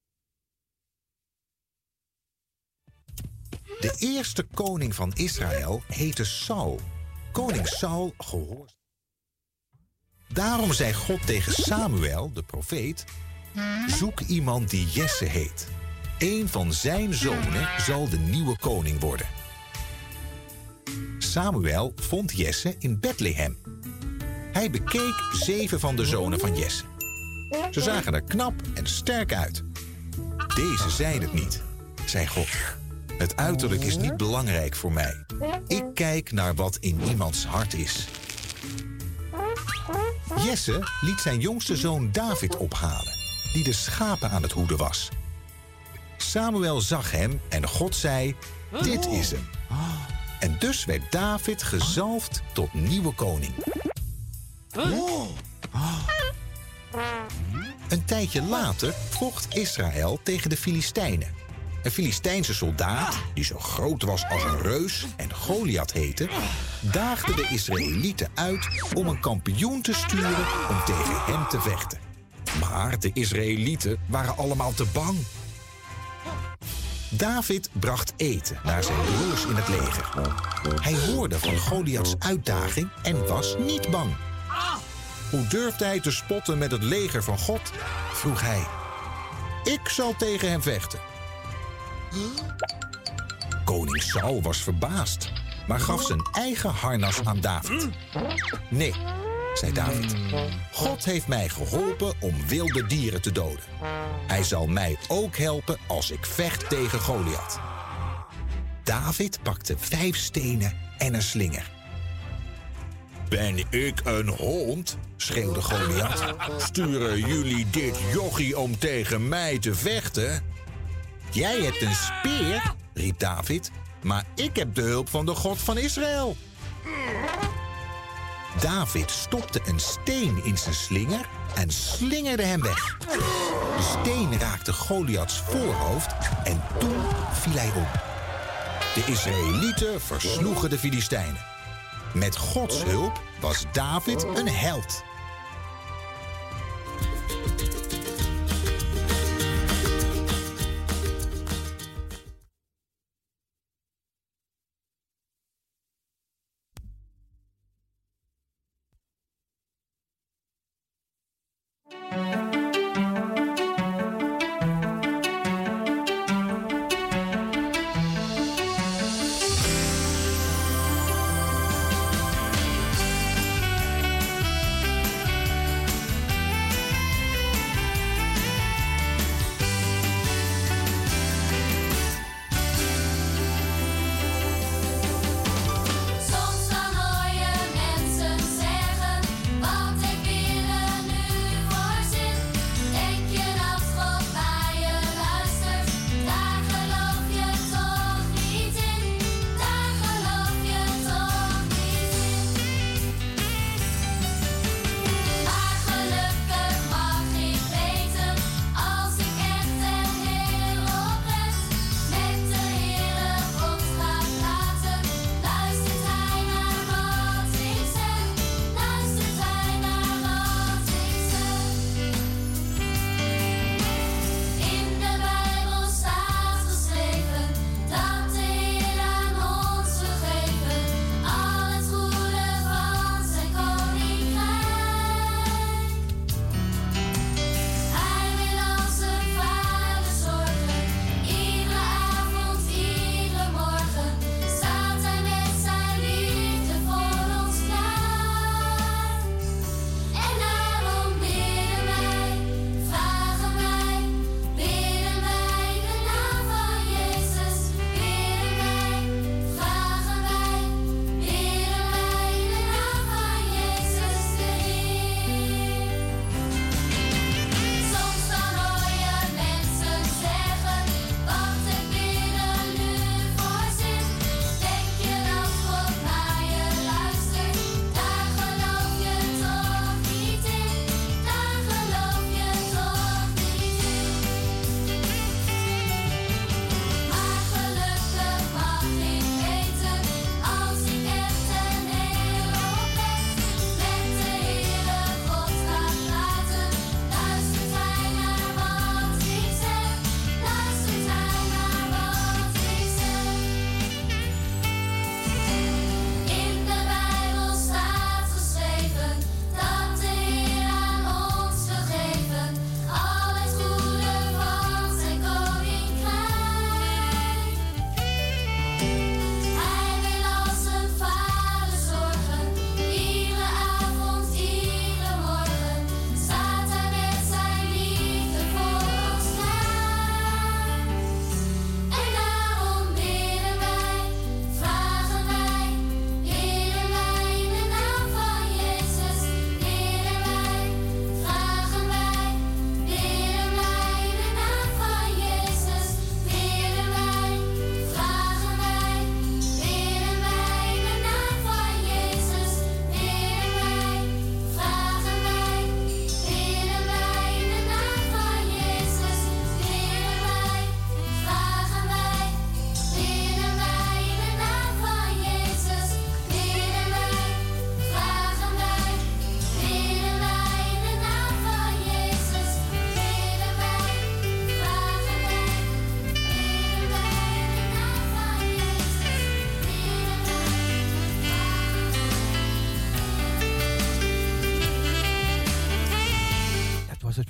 De eerste koning van Israël heette Saul. Koning Saul gehoorzaamde. Daarom zei God tegen Samuel, de profeet: zoek iemand die Jesse heet. Eén van zijn zonen zal de nieuwe koning worden. Samuel vond Jesse in Bethlehem. Hij bekeek zeven van de zonen van Jesse. Ze zagen er knap en sterk uit. Deze zijn het niet, zei God. Het uiterlijk is niet belangrijk voor mij. Ik kijk naar wat in iemands hart is. Jesse liet zijn jongste zoon David ophalen, die de schapen aan het hoeden was. Samuel zag hem en God zei: dit is hem. En dus werd David gezalfd tot nieuwe koning. Een tijdje later vocht Israël tegen de Filistijnen. Een Filistijnse soldaat, die zo groot was als een reus en Goliath heette, daagde de Israëlieten uit om een kampioen te sturen om tegen hem te vechten. Maar de Israëlieten waren allemaal te bang. David bracht eten naar zijn broers in het leger. Hij hoorde van Goliaths uitdaging en was niet bang. Hoe durfde hij te spotten met het leger van God? Vroeg hij. Ik zal tegen hem vechten. Koning Saul was verbaasd, maar gaf zijn eigen harnas aan David. Nee, zei David. God heeft mij geholpen om wilde dieren te doden. Hij zal mij ook helpen als ik vecht tegen Goliath. David pakte vijf stenen en een slinger. Ben ik een hond? Schreeuwde Goliath. Sturen jullie dit jochie om tegen mij te vechten? Jij hebt een speer, riep David, maar ik heb de hulp van de God van Israël. David stopte een steen in zijn slinger en slingerde hem weg. De steen raakte Goliaths voorhoofd en toen viel hij om. De Israëlieten versloegen de Filistijnen. Met Gods hulp was David een held.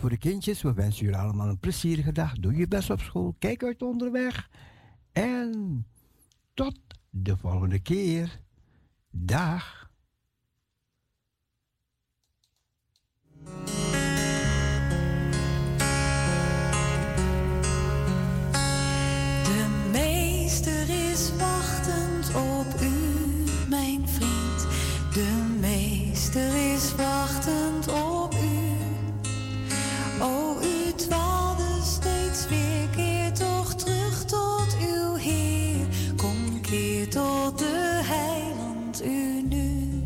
voor de kindjes. We wensen jullie allemaal een plezierige dag. Doe je best op school. Kijk uit onderweg. En tot de volgende keer. Dag. De meester is wachtend op u, mijn vriend. De meester is wachtend op u. O, u dwaalde steeds weer, keer toch terug tot uw Heer. Kom, keer tot de Heiland u nu.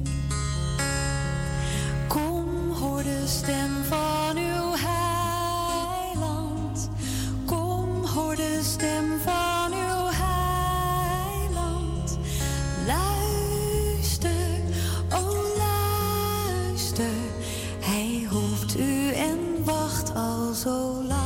Kom, hoor de stem van uw Heiland. Kom, hoor de stem van uw Heiland. Luister, o luister. Hij roept u en wacht al zo lang.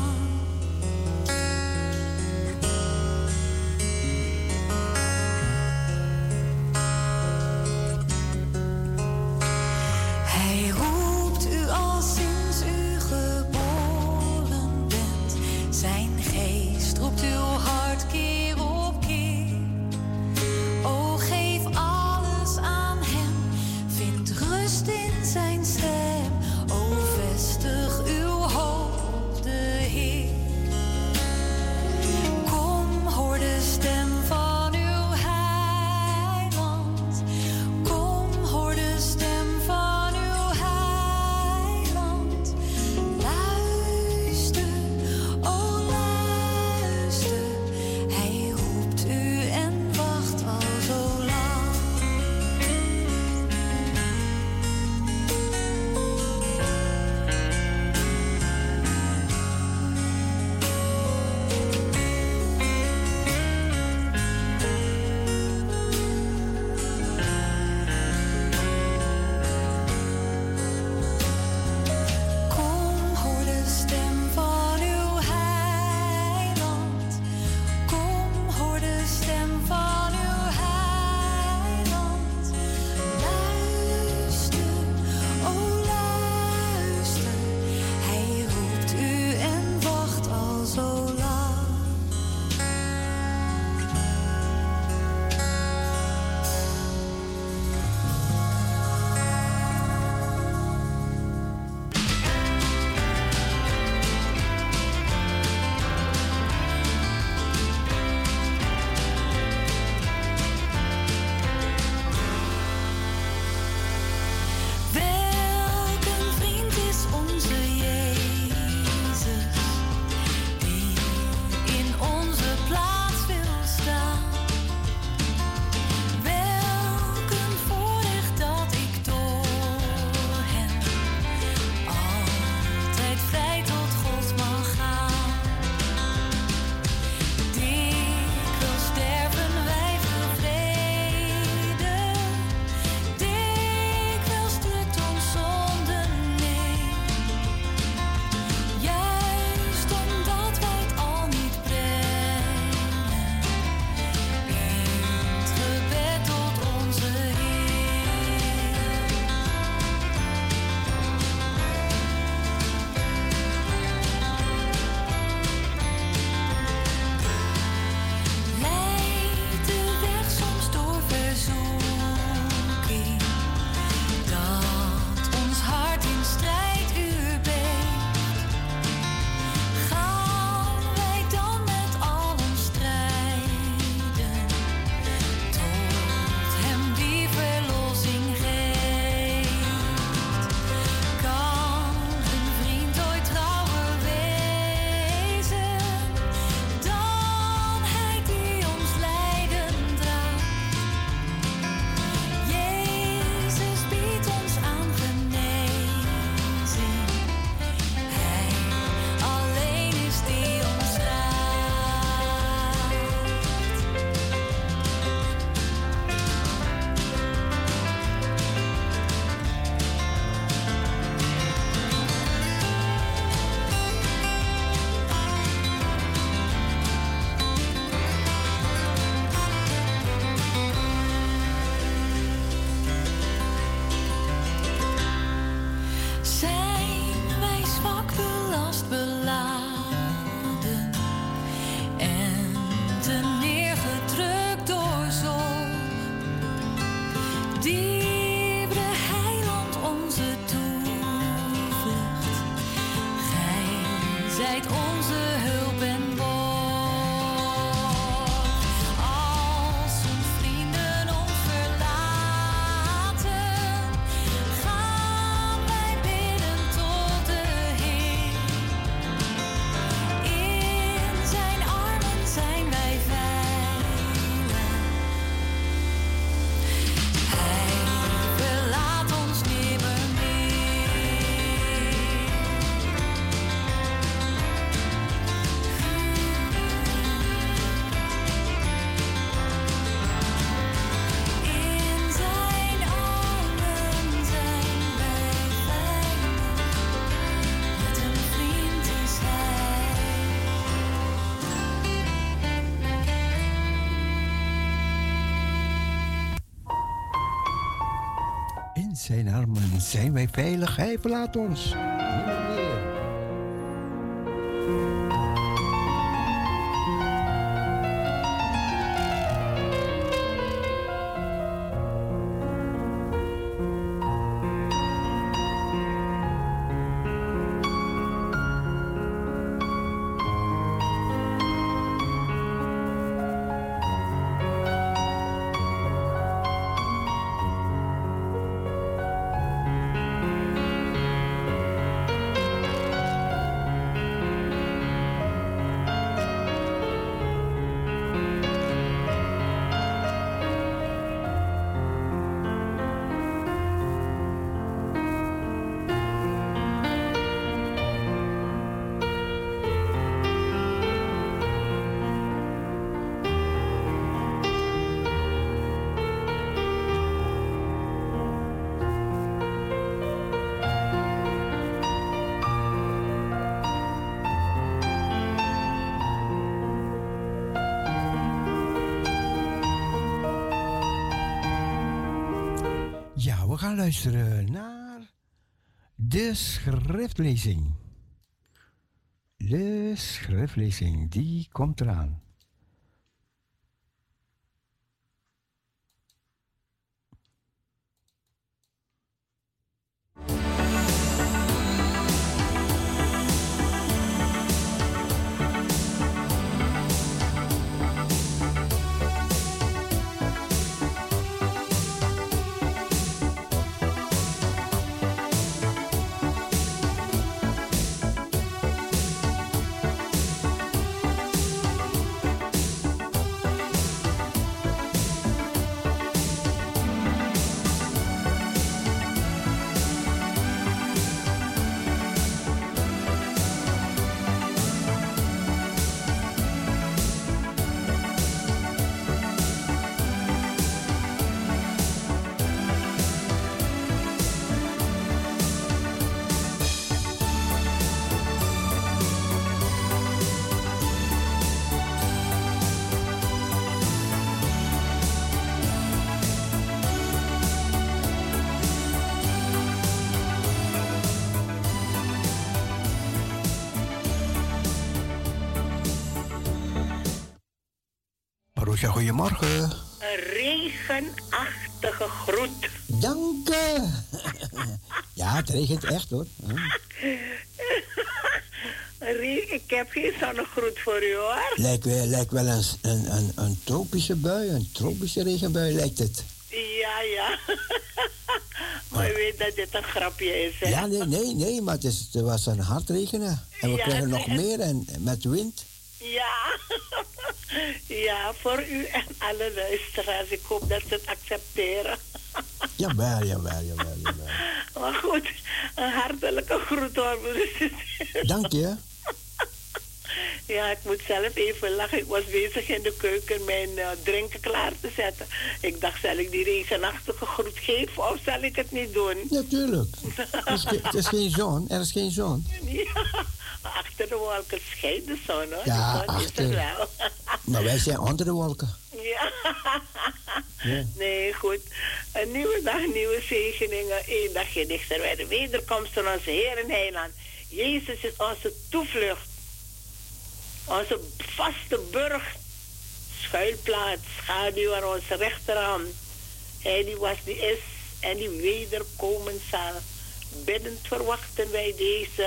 Hij roept u al sinds u geboren bent. Zijn geest roept uw hart keer op keer. O, geef alles aan hem. Vind rust in zijn stem. O, vestig uw hoop op de altijd onze hulp en borg. Als een vrienden ons verlaten, gaan wij bidden tot de Heer. In zijn armen zijn wij veilig. Hij verlaat ons nimmer In zijn armen zijn wij veilig. Wat een vriend is hij. In zijn armen zijn wij veilig. Hij verlaat ons nimmer meer. Ja, we gaan luisteren naar de schriftlezing. De schriftlezing, die komt eraan. Marusha, goedemorgen. Een regenachtige groet. Dank je. Ja, het regent echt hoor. Re- Ik heb geen zonnegroet voor u hoor. Lijkt wel, lijkt wel een, een, een, een tropische bui, een tropische regenbui lijkt het. Ja, ja. Maar u weet dat dit een grapje is, hè? Ja, nee, nee, nee, maar het, is, het was een hard regenen. En we Ja, krijgen nog nee. meer en met wind. Ja. Ja, voor u en alle luisteraars. Ik hoop dat ze het accepteren. Jawel, jawel, jawel, jawel. Maar goed, een hartelijke groet hoor. Dank je. Ja, ik moet zelf even lachen. Ik was bezig in de keuken mijn uh, drinken klaar te zetten. Ik dacht, zal ik die regenachtige groet geven of zal ik het niet doen? Natuurlijk. Het is, ge- het is geen zon, er is geen zon. Ja, achter de wolken schijnt de zon hoor. Ja, de zon is achter. er wel. Maar wij zijn onder de wolken. Ja. Ja. Nee, goed. Een nieuwe dag, nieuwe zegeningen. Eén dagje dichter bij de wederkomst van onze Heer en Heiland. Jezus is onze toevlucht. Onze vaste burcht. Schuilplaats, schaduw aan onze rechterhand. Hij die was, die is en die wederkomen zal. Biddend verwachten wij deze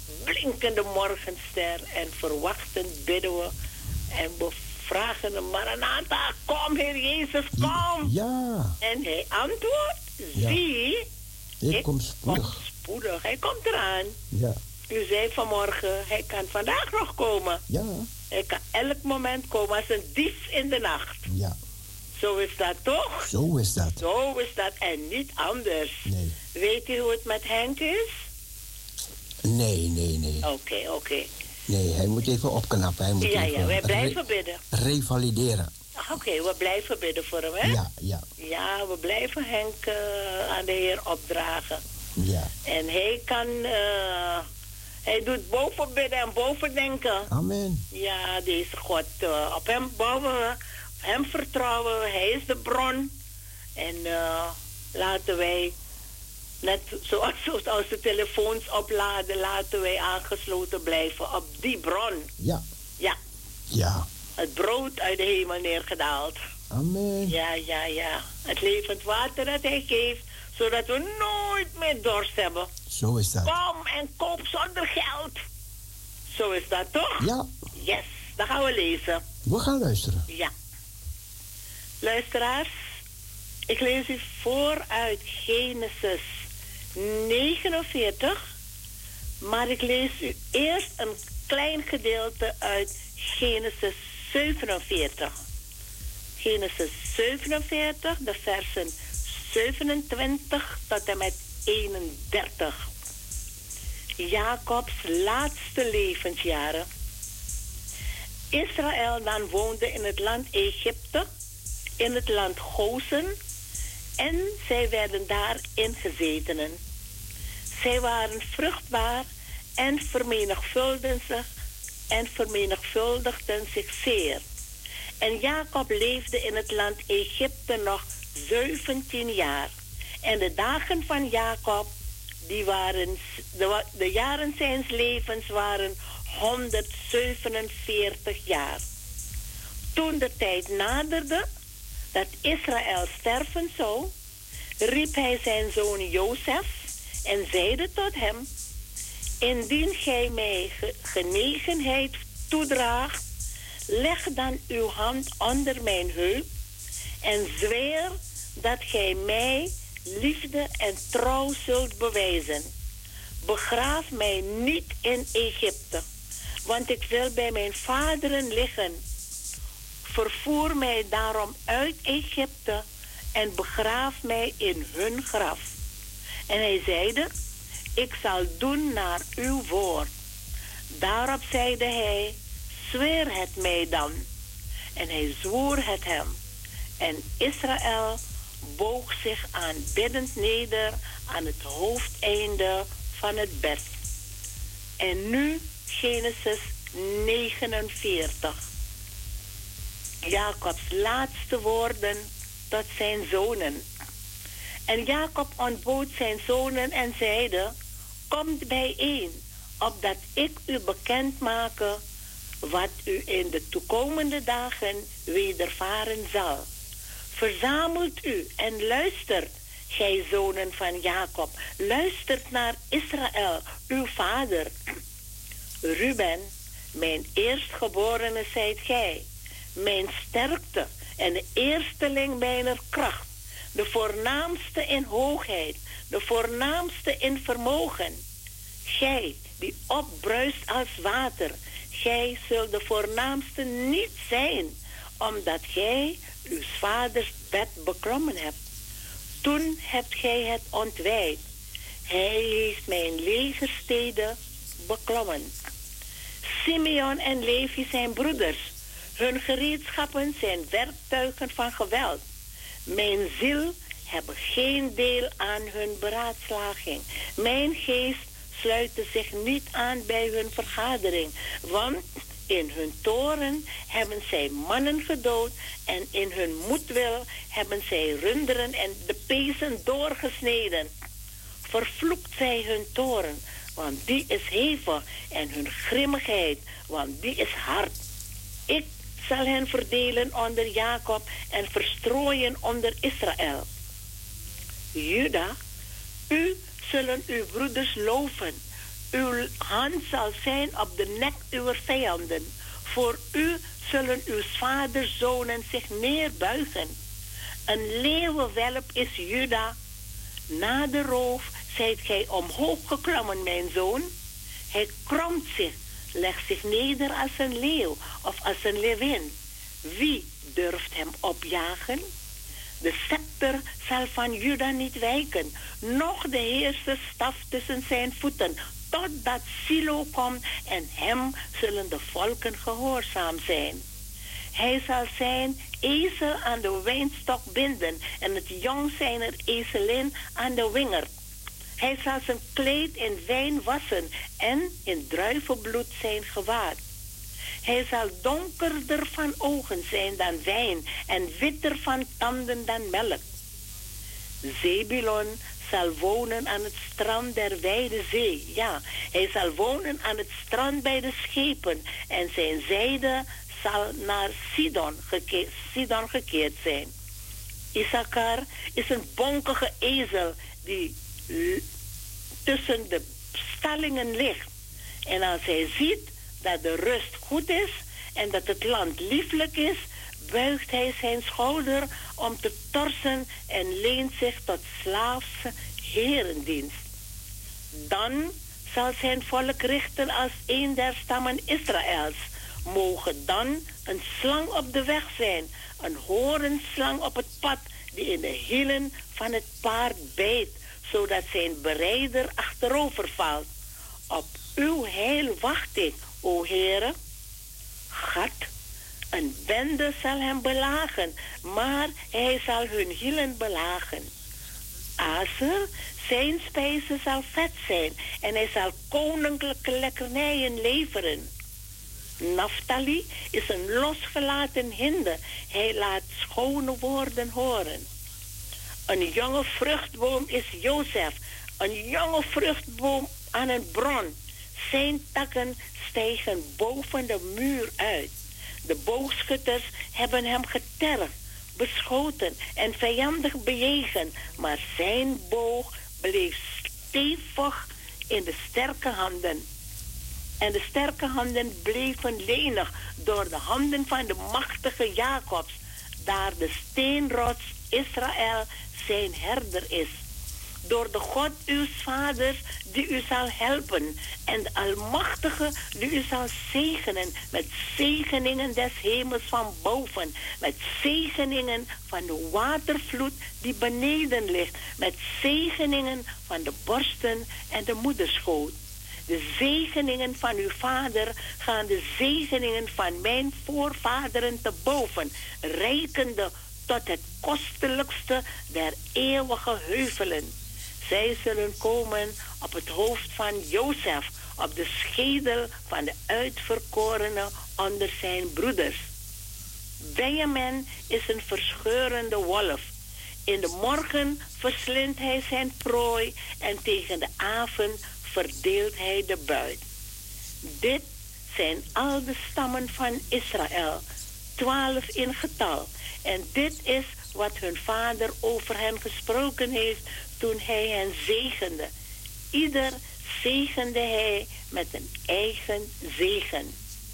blinkende morgenster. En verwachtend bidden we. En we vragen de Maranatha, kom Heer Jezus, kom. Ja. En hij antwoordt, Ja. zie, Ik ik kom spoedig. kom spoedig. Hij komt eraan. Ja. U zei vanmorgen, hij kan vandaag nog komen. Ja. Hij kan elk moment komen als een dief in de nacht. Ja. Zo is dat toch? Zo is dat. Zo is dat en niet anders. Nee. Weet u hoe het met Henk is? Nee, nee, nee. Oké, okay, oké. Okay. Nee, hij moet even opknappen. Hij moet Ja, even ja, wij blijven re- bidden. Revalideren. Oké, okay, we blijven bidden voor hem, hè? Ja, ja. Ja, we blijven Henk uh, aan de Heer opdragen. Ja. En hij kan, uh, hij doet boven bidden en boven denken. Amen. Ja, deze God, uh, op hem bouwen we, op hem vertrouwen we. Hij is de bron. En uh, laten wij, net zoals als de telefoons opladen, laten wij aangesloten blijven op die bron. Ja. Ja. Ja. Het brood uit de hemel neergedaald. Amen. Ja, ja, ja. Het levend water dat hij geeft, zodat we nooit meer dorst hebben. Zo is dat. Kom en koop zonder geld. Zo is dat toch? Ja. Yes, dan gaan we lezen. We gaan luisteren. Ja. Luisteraars, ik lees u voor uit Genesis negenenveertig. Maar ik lees u eerst een klein gedeelte uit Genesis zevenenveertig. Genesis zevenenveertig, de versen zevenentwintig tot en met eenendertig. Jacobs laatste levensjaren. Israël dan woonde in het land Egypte, in het land Gozen, en zij werden daar ingezetenen. Zij waren vruchtbaar en vermenigvuldigden zich en vermenigvuldigden zich zeer. En Jacob leefde in het land Egypte nog zeventien jaar. En de dagen van Jacob, die waren, de, de jaren zijns levens waren honderdzevenenveertig jaar. Toen de tijd naderde dat Israël sterven zou, riep hij zijn zoon Jozef en zeide tot hem: indien gij mij genegenheid toedraagt, leg dan uw hand onder mijn heup en zweer dat gij mij liefde en trouw zult bewijzen. Begraaf mij niet in Egypte, want ik wil bij mijn vaderen liggen. Vervoer mij daarom uit Egypte en begraaf mij in hun graf. En hij zeide: ik zal doen naar uw woord. Daarop zeide hij: zweer het mij dan. En hij zwoer het hem. En Israël boog zich aanbiddend neder aan het hoofdeinde van het bed. En nu Genesis negenenveertig. Jacobs laatste woorden tot zijn zonen. En Jacob ontbood zijn zonen en zeide: komt bijeen, opdat ik u bekend make wat u in de toekomende dagen wedervaren zal. Verzamelt u en luistert, gij zonen van Jacob. Luistert naar Israël, uw vader. Ruben, mijn eerstgeborene zijt gij, mijn sterkte en de eersteling mijner kracht, de voornaamste in hoogheid, de voornaamste in vermogen. Gij, die opbruist als water, gij zult de voornaamste niet zijn, omdat gij uw vaders bed beklommen hebt. Toen hebt gij het ontwijd. Hij heeft mijn legersteden beklommen. Simeon en Levi zijn broeders. Hun gereedschappen zijn werktuigen van geweld. Mijn ziel hebben geen deel aan hun beraadslaging. Mijn geest sluiten zich niet aan bij hun vergadering, want in hun toren hebben zij mannen gedood en in hun moedwil hebben zij runderen en de pezen doorgesneden. Vervloekt zij hun toren, want die is hevig, en hun grimmigheid, want die is hard. Ik zal hen verdelen onder Jacob en verstrooien onder Israël. Juda, u zullen uw broeders loven. Uw hand zal zijn op de nek uw vijanden. Voor u zullen uw vaders zonen zich neerbuigen. Een leeuwenwelp is Juda. Na de roof zijt gij omhoog geklommen, mijn zoon. Hij kromt zich, legt zich neder als een leeuw of als een leeuwin. Wie durft hem opjagen? De scepter zal van Juda niet wijken, noch de heerserstaf tussen zijn voeten, totdat Silo komt en hem zullen de volken gehoorzaam zijn. Hij zal zijn ezel aan de wijnstok binden en het jong zijner ezelin aan de winger. Hij zal zijn kleed in wijn wassen en in druivenbloed zijn gewaad. Hij zal donkerder van ogen zijn dan wijn en witter van tanden dan melk. Zebulon zal wonen aan het strand der wijde zee. Ja, hij zal wonen aan het strand bij de schepen en zijn zijde zal naar Sidon, geke- Sidon gekeerd zijn. Issachar is een bonkige ezel die l- tussen de stallingen ligt. En als hij ziet dat de rust goed is en dat het land lieflijk is, buigt hij zijn schouder om te torsen en leent zich tot slaafse herendienst. Dan zal zijn volk richten als een der stammen Israëls. Mogen dan een slang op de weg zijn, een horenslang op het pad die in de hielen van het paard bijt, zodat zijn berijder achterover valt. Op uw heil wacht ik, o Heere. Gat, een bende zal hem belagen, maar hij zal hun hielen belagen. Aser, zijn spijze zal vet zijn en hij zal koninklijke lekkernijen leveren. Naphtali is een losgelaten hinde, hij laat schone woorden horen. Een jonge vruchtboom is Jozef, een jonge vruchtboom aan een bron. Zijn takken stijgen boven de muur uit. De boogschutters hebben hem getergd, beschoten en vijandig bejegend, maar zijn boog bleef stevig in de sterke handen. En de sterke handen bleven lenig door de handen van de machtige Jacobs, daar de steenrots Israël zijn herder is. Door de God uw vaders die u zal helpen en de Almachtige die u zal zegenen met zegeningen des hemels van boven, met zegeningen van de watervloed die beneden ligt, met zegeningen van de borsten en de moederschoot. De zegeningen van uw vader gaan de zegeningen van mijn voorvaderen te boven, reikende tot het kostelijkste der eeuwige heuvelen. Zij zullen komen op het hoofd van Jozef, op de schedel van de uitverkorene onder zijn broeders. Benjamin is een verscheurende wolf. In de morgen verslindt hij zijn prooi en tegen de avond verdeelt hij de buit. Dit zijn al de stammen van Israël, twaalf in getal. En dit is wat hun vader over hen gesproken heeft toen hij hen zegende. Ieder zegende hij met een eigen zegen.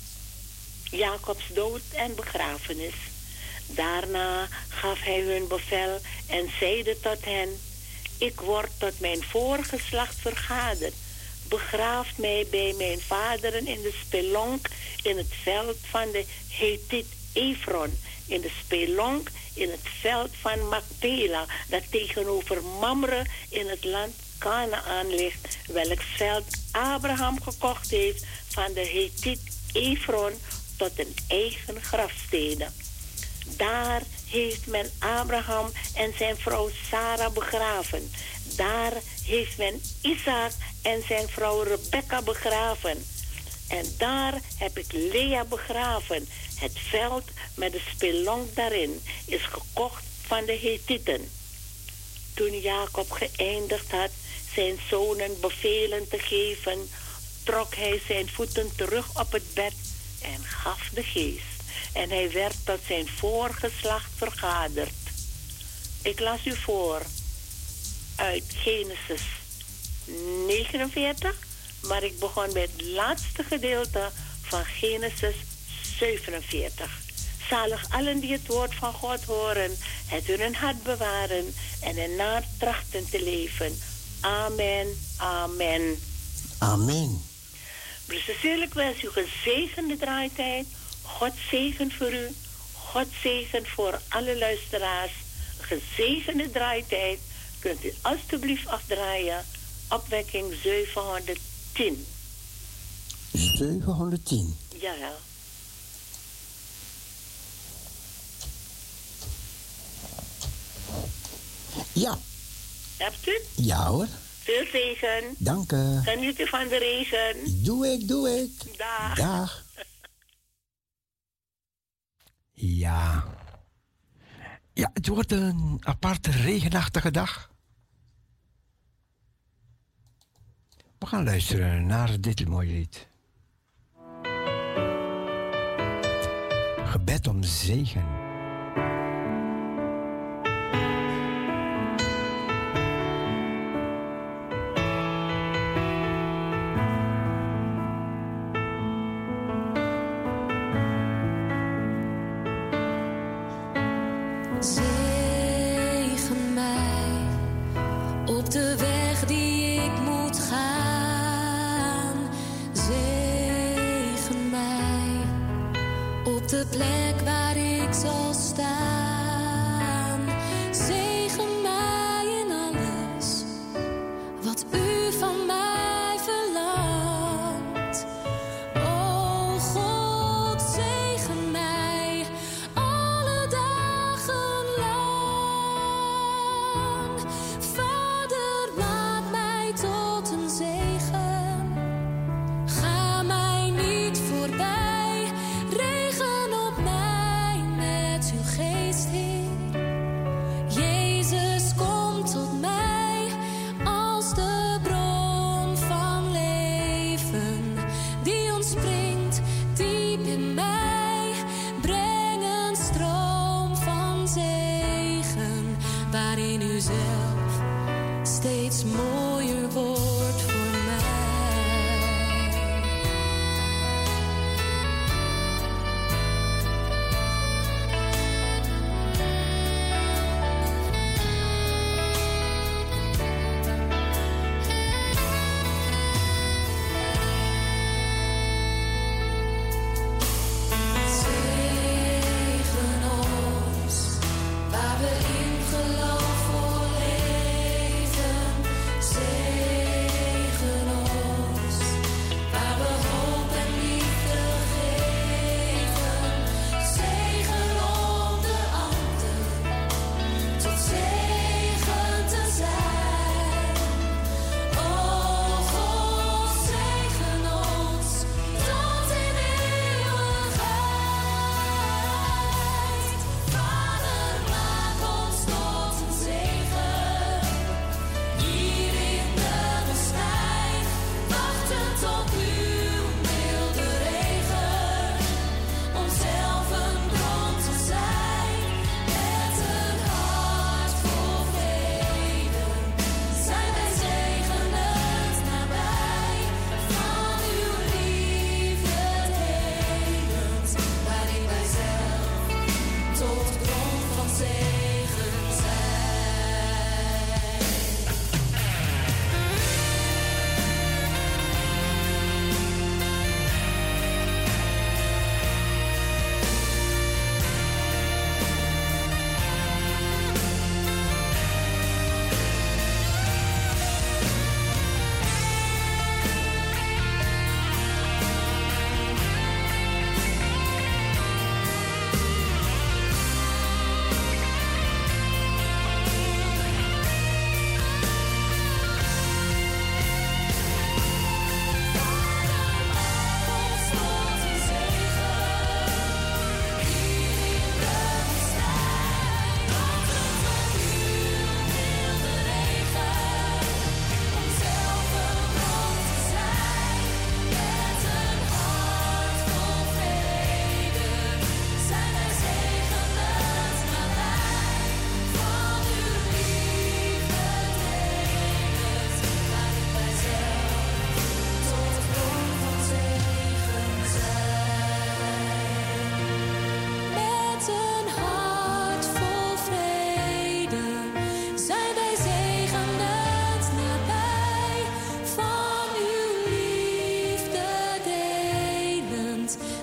Jacobs dood en begrafenis. Daarna gaf hij hun bevel en zeide tot hen: ik word tot mijn voorgeslacht vergaderd. Begraaft mij bij mijn vaderen in de spelonk in het veld van de Hethiet Efron, in de spelonk in het veld van Macpela, dat tegenover Mamre in het land Kanaan ligt, welk veld Abraham gekocht heeft van de Hethiet Efron tot een eigen grafstede. Daar heeft men Abraham en zijn vrouw Sarah begraven. Daar heeft men Isaac en zijn vrouw Rebecca begraven. En daar heb ik Lea begraven. Het veld met de spelonk daarin is gekocht van de Hethieten. Toen Jacob geëindigd had zijn zonen bevelen te geven, trok hij zijn voeten terug op het bed en gaf de geest. En hij werd tot zijn voorgeslacht vergaderd. Ik las u voor uit Genesis negenenveertig, Maar ik begon bij het laatste gedeelte van Genesis zevenenveertig. Zalig allen die het woord van God horen, het in hun hart bewaren en ernaar trachten te leven. Amen, amen. Amen. Broeder, ik wens u gezegende draaitijd. God zegen voor u. God zegen voor alle luisteraars. Gezegende draaitijd. Kunt u alstublieft afdraaien. Opwekking zevenhonderdtien. zevenhonderdtien. Ja, ja. Ja. Hebt u? Ja hoor. Veel zegen. Dank u. Geniet u van de regen. Doe ik, doe ik. Dag. Dag. Ja. Ja, het wordt een aparte regenachtige dag. We gaan luisteren naar dit mooie lied. Gebed om zegen. Zegen mij op de weg die ik moet gaan. Zegen mij op de plek waar ik zal staan. Zegen mij in alles wat u van mij verlangt. O God, zegen mij alle dagen lang. Vader, maak mij tot een zegen. Ga mij niet voorbij. Regen op mij met uw geest, Heer. Jezus, kom tot mij als de bron van leven die ontspringt diep in mij. Breng een stroom van zegen waarin u zelf steeds mooier wordt voor mij. Zegen ons waar we in geloof voor leven. Zegen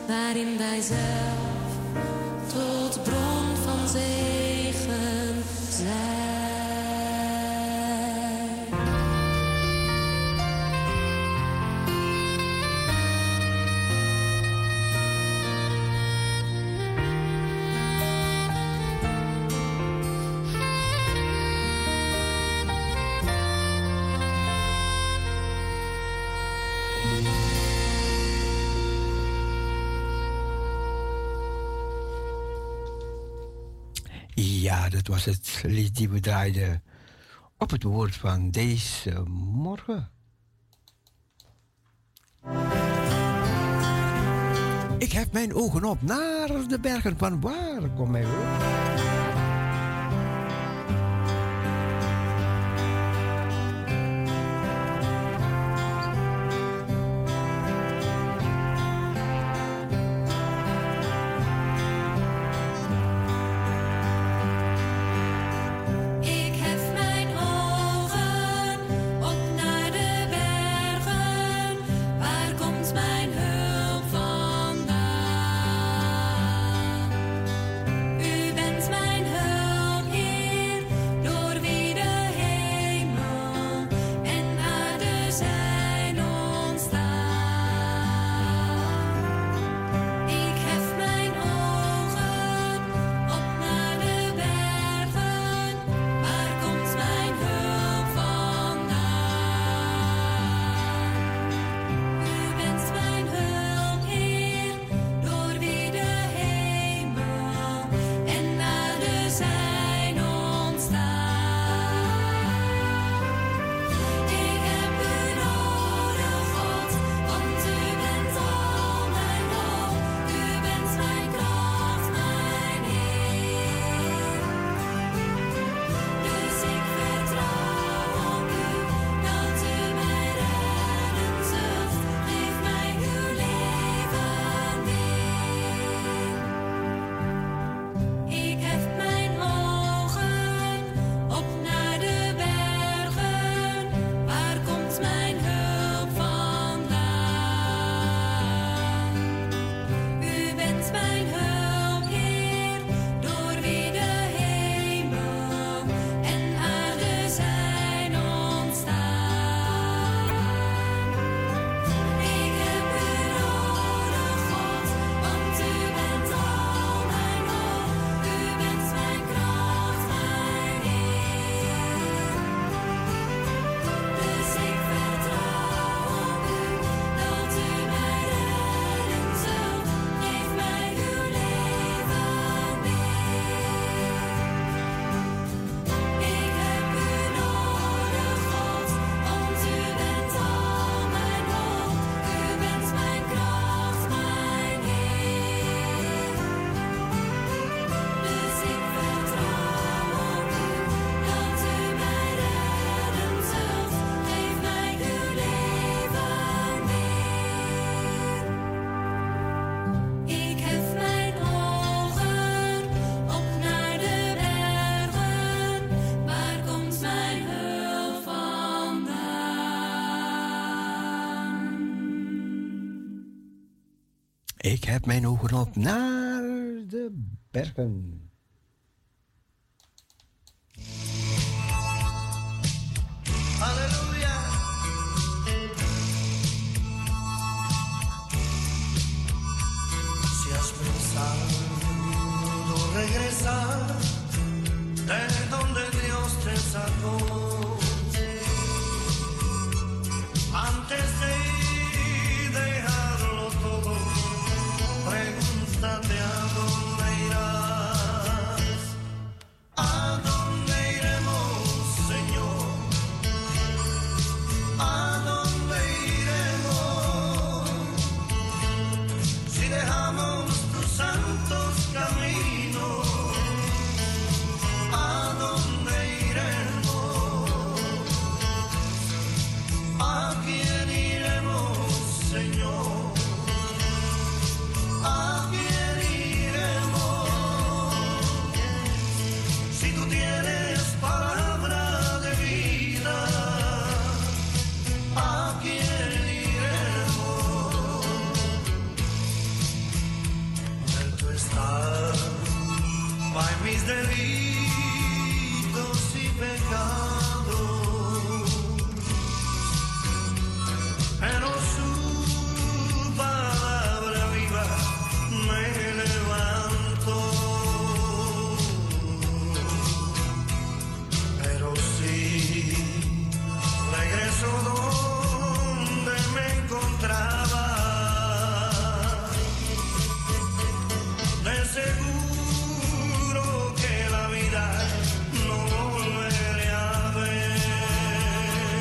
waarin wij zelf tot bron van zegen zijn. Ja, dat was het lied die we draaiden op het woord van deze morgen. Ik heb mijn ogen op naar de bergen van waar komt mijn hulp? Ik hef mijn ogen op naar de bergen, waar komt mijn hulp vandaan? U bent mijn hulp, Heer, door wie de hemel en aarde zijn ontstaan. Ik hef mijn ogen op naar de bergen, waar komt mijn hulp vandaan? U bent mijn hulp, Heer, door wie de hemel en aarde zijn ontstaan. Ik heb u nodig, God, want u bent al mijn hoop. U bent mijn kracht, mijn Heer. Dus ik vertrouw op u, dat u mij redden zult. Geef mij uw leven weer. Ik hef mijn ogen op naar de bergen, waar komt mijn hulp vandaan? U bent mijn hulp, Heer, door wie de hemel en aarde zijn ontstaan. Ik heb u nodig, God, want u bent al mijn hoop. U bent mijn kracht, mijn Heer. Dus ik vertrouw op u, dat u mij redden zult. Geef mij uw leven weer. Ik heb u nodig, God, want u bent al mijn hoop. U bent mijn kracht, mijn Heer. Dus ik vertrouw op u, dat u mij redden zult. Geef mij uw leven weer. Ik hef mijn ogen op naar de bergen, waar komt mijn hulp vandaan? Ik heb mijn ogen op naar de bergen. Aleluya. Si has pensado regresar de donde Dios te sacó, antes de dejarlo todo, pregúntate a dónde irás. ¿A dónde iremos, Señor? ¿A dónde iremos? Si dejamos tus santos caminos, ¿a dónde iremos? mis delitos y pecados, pero su palabra viva me levantó. Pero si regreso donde me encontraba, de seguro que la vida no volveré a ver.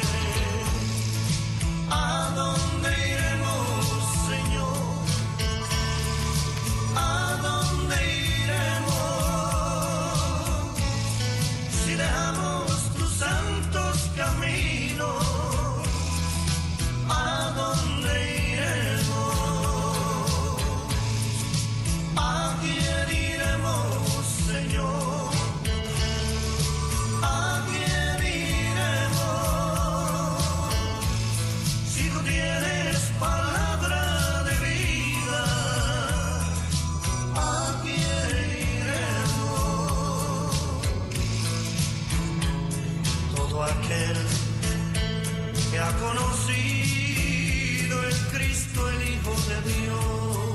¿A dónde iremos, Señor? ¿A dónde iremos si dejamos tus santos caminos? ¿A dónde iremos? ¿A quién iremos, Señor? ¿A quién iremos? Si tú tienes palabra de vida, ¿a quién iremos? Todo aquel que ha conocido el Cristo, el Hijo de Dios,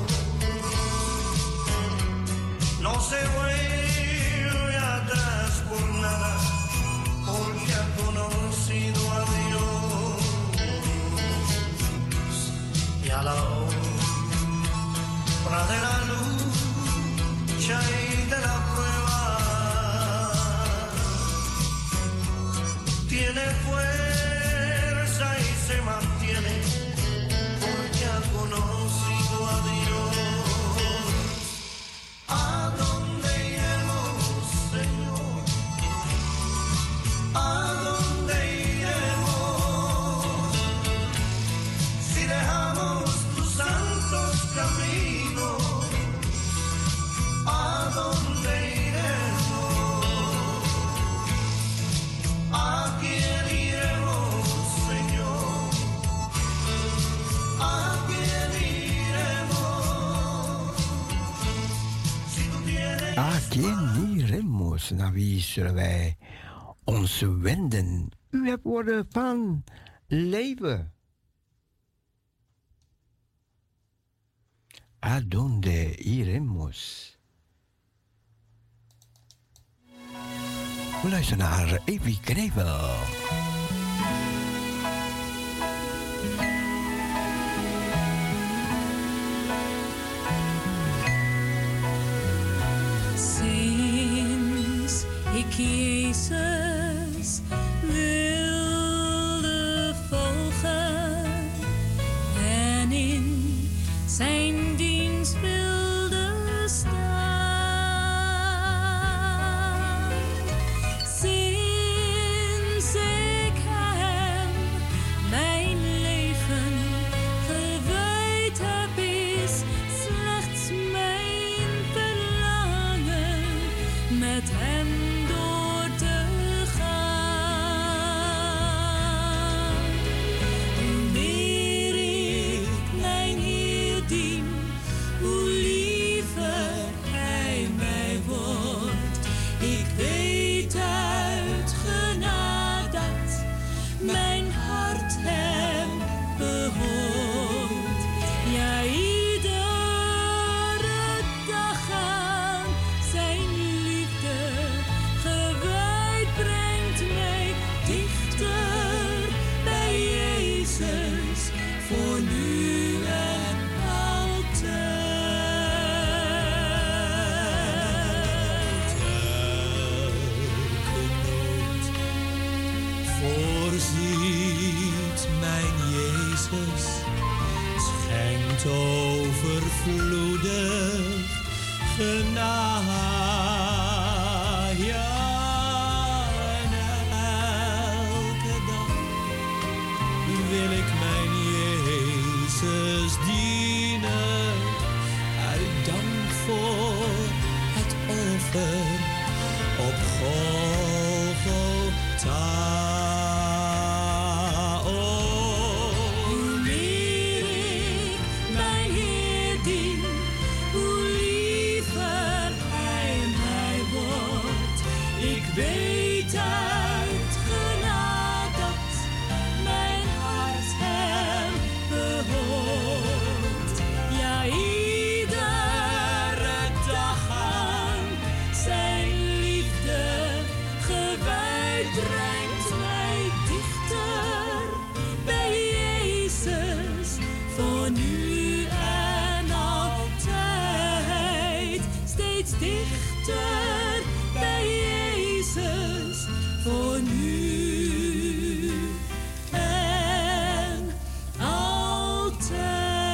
no se vuelve atrás por nada, porque ha conocido a Dios. Y a la hora de la lucha y de la prueba, tiene fuerza y se mantiene, porque ha conocido a Dios. ¿A dónde iremos, Señor? ¿A dónde iremos si dejamos tus santos caminos? ¿A dónde iremos? ¿A quién iremos, Señor? ¿A quién iremos? Si tú tienes A quién iremos? Naar wie zullen wij ons wenden? U hebt woorden van leven. A donde iremos? We luisteren naar Evie Knevel. Sinds ik Jezus wilde volgen en in zijn dienst wilde staan. Sinds ik hem mijn leven gewijd heb, is slechts mijn verlangen met hem door te gaan. Hoe meer ik mijn Heer dien, hoe liever hij mij wordt. Ik weet uit genade dat mijn hart hem behoort. Ja, iedere dag aan zijn liefde gewijd brengt mij dichter bij Jezus voor nu en Voorziet mijn Jezus, schenkt overvloedig genade. Ja, en elke dag wil ik mijn Jezus dienen, uit dank voor het offer op Golgotha. Hoe meer ik mijn Heer dien, hoe liever hij mij wordt. dichter bij Jezus voor nu en altijd.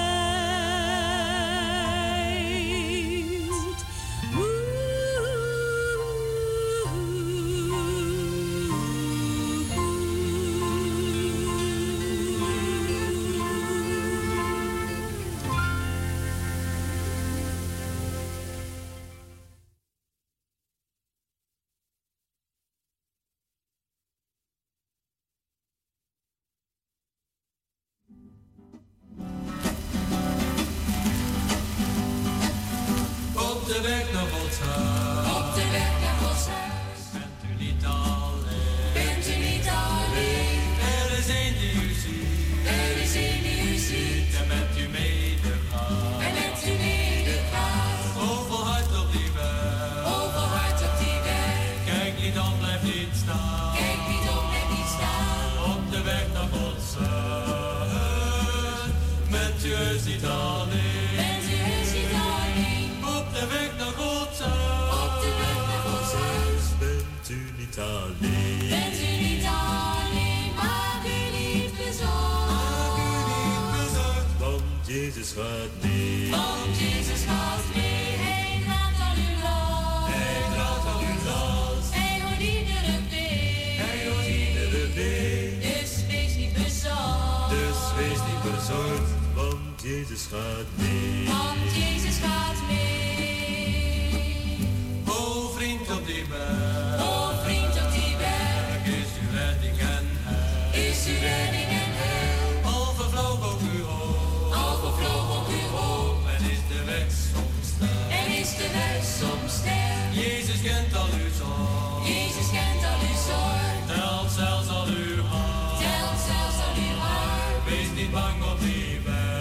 Op de weg naar Gods huis. Op de weg naar Gods huis. Bent u niet alleen. Bent u niet alleen. Er is een die u ziet. Er is een die u ziet. En met u medegaat. En met u medegaat. Overhard op die weg. Overhard op die weg. Kijk niet om, blijf niet staan. Kijk niet op, blijf niet staan. Op de weg naar Gods huis. Bent u heus niet alleen. Bent u heus niet alleen. Op de weg naar Gods huis. Op de weg naar Gods huis. Bent u niet alleen. Bent u niet alleen. Maak u niet bezorgd. Maak u niet bezorgd. Want Jezus gaat mee. Want Jezus gaat mee. Hij draagt al uw last. Hij draagt al uw last. Hij hoort iedere been. Hij hoort iedere been. Dus wees niet bezorgd. Dus wees niet bezorgd. Want Jezus gaat mee. Want Jezus gaat mee. O vriend op die berg. O vriend op die berg. Is uw redding en heil. Is uw redding en heil. Al vervloog ook uw hoop. Al vervloog ook uw hoop. En is de weg soms ster. En is de weg soms sterk. Jezus kent al uw zorg. Jezus kent al uw zorg. Telt zelfs al uw hart. Telt zelfs al uw hart. Wees niet bang op die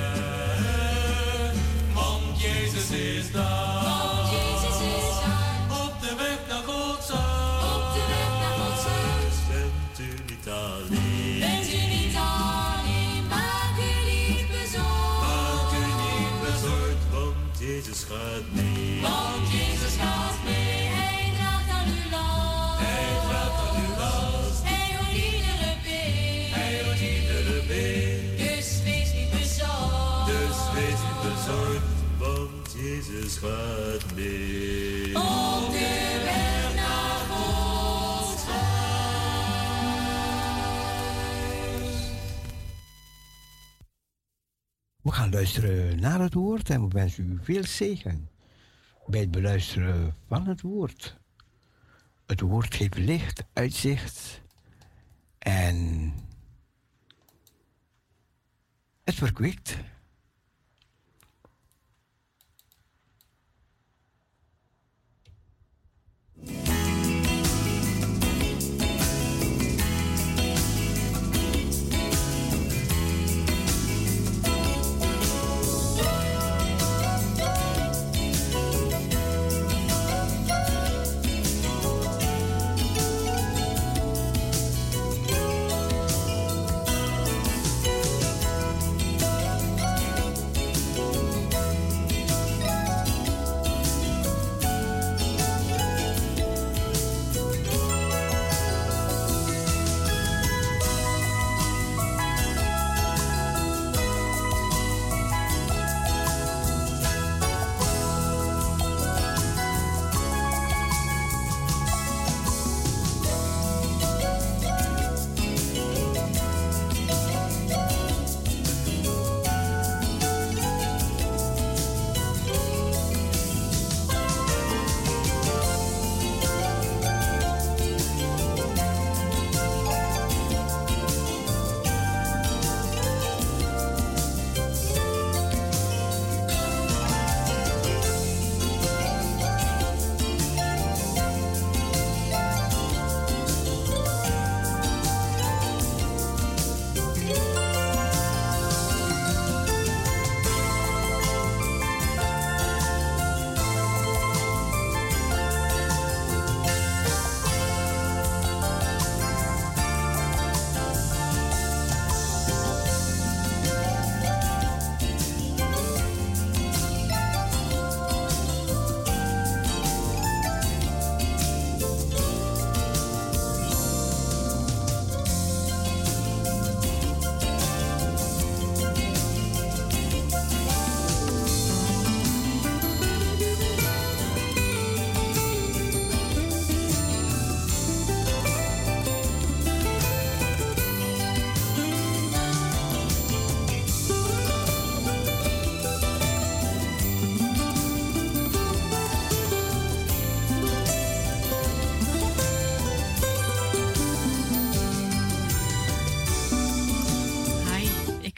weg. Want Jezus is daar. Want Jezus is daar. Op de weg naar Gods huis. Op de weg naar Gods huis. Bent u niet alleen. Bent u niet alleen. Maak u niet bezorgd. Maak u niet bezorgd. Want Jezus gaat mee. Want Jezus gaat mee. Hij draagt al uw last. Hij draagt al uw last. Hij hoort iedere been. Hij hoort iedere been. Dus wees niet bezorgd. Dus wees niet bezorgd. Want Jezus gaat mee. Op de weg naar Gods huis. We gaan luisteren naar het woord en we wensen u veel zegen bij het beluisteren van het woord. Het woord geeft licht, uitzicht en het verkwikt. Op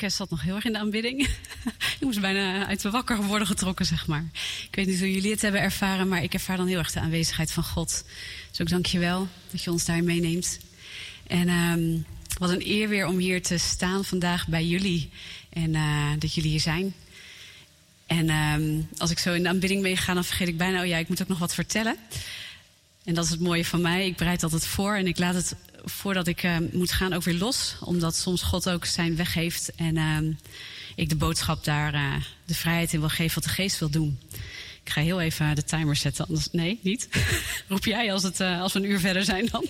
orkest zat nog heel erg in de aanbidding. Ik moest bijna uit de wakker worden getrokken, zeg maar. Ik weet niet hoe jullie het hebben ervaren, maar ik ervaar dan heel erg de aanwezigheid van God. Dus ook dank je wel dat je ons daarin meeneemt. En um, wat een eer weer om hier te staan vandaag bij jullie. En uh, dat jullie hier zijn. En um, als ik zo in de aanbidding meega, dan vergeet ik bijna... oh ja, ik moet ook nog wat vertellen. En dat is het mooie van mij. Ik bereid altijd voor en ik laat het, voordat ik uh, moet gaan, ook weer los. Omdat soms God ook zijn weg heeft. En uh, ik de boodschap daar uh, de vrijheid in wil geven wat de geest wil doen. Ik ga heel even de timer zetten. Anders, nee, niet. Roep jij als, het, uh, als we een uur verder zijn dan.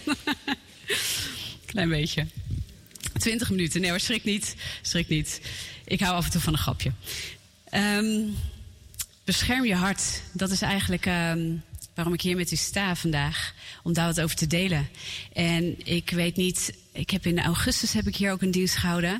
Klein beetje. Twintig minuten. Nee hoor, schrik niet. Schrik niet. Ik hou af en toe van een grapje. Um, bescherm je hart. Dat is eigenlijk... Um, waarom ik hier met u sta vandaag, om daar wat over te delen. En ik weet niet, ik heb in augustus heb ik hier ook een dienst gehouden.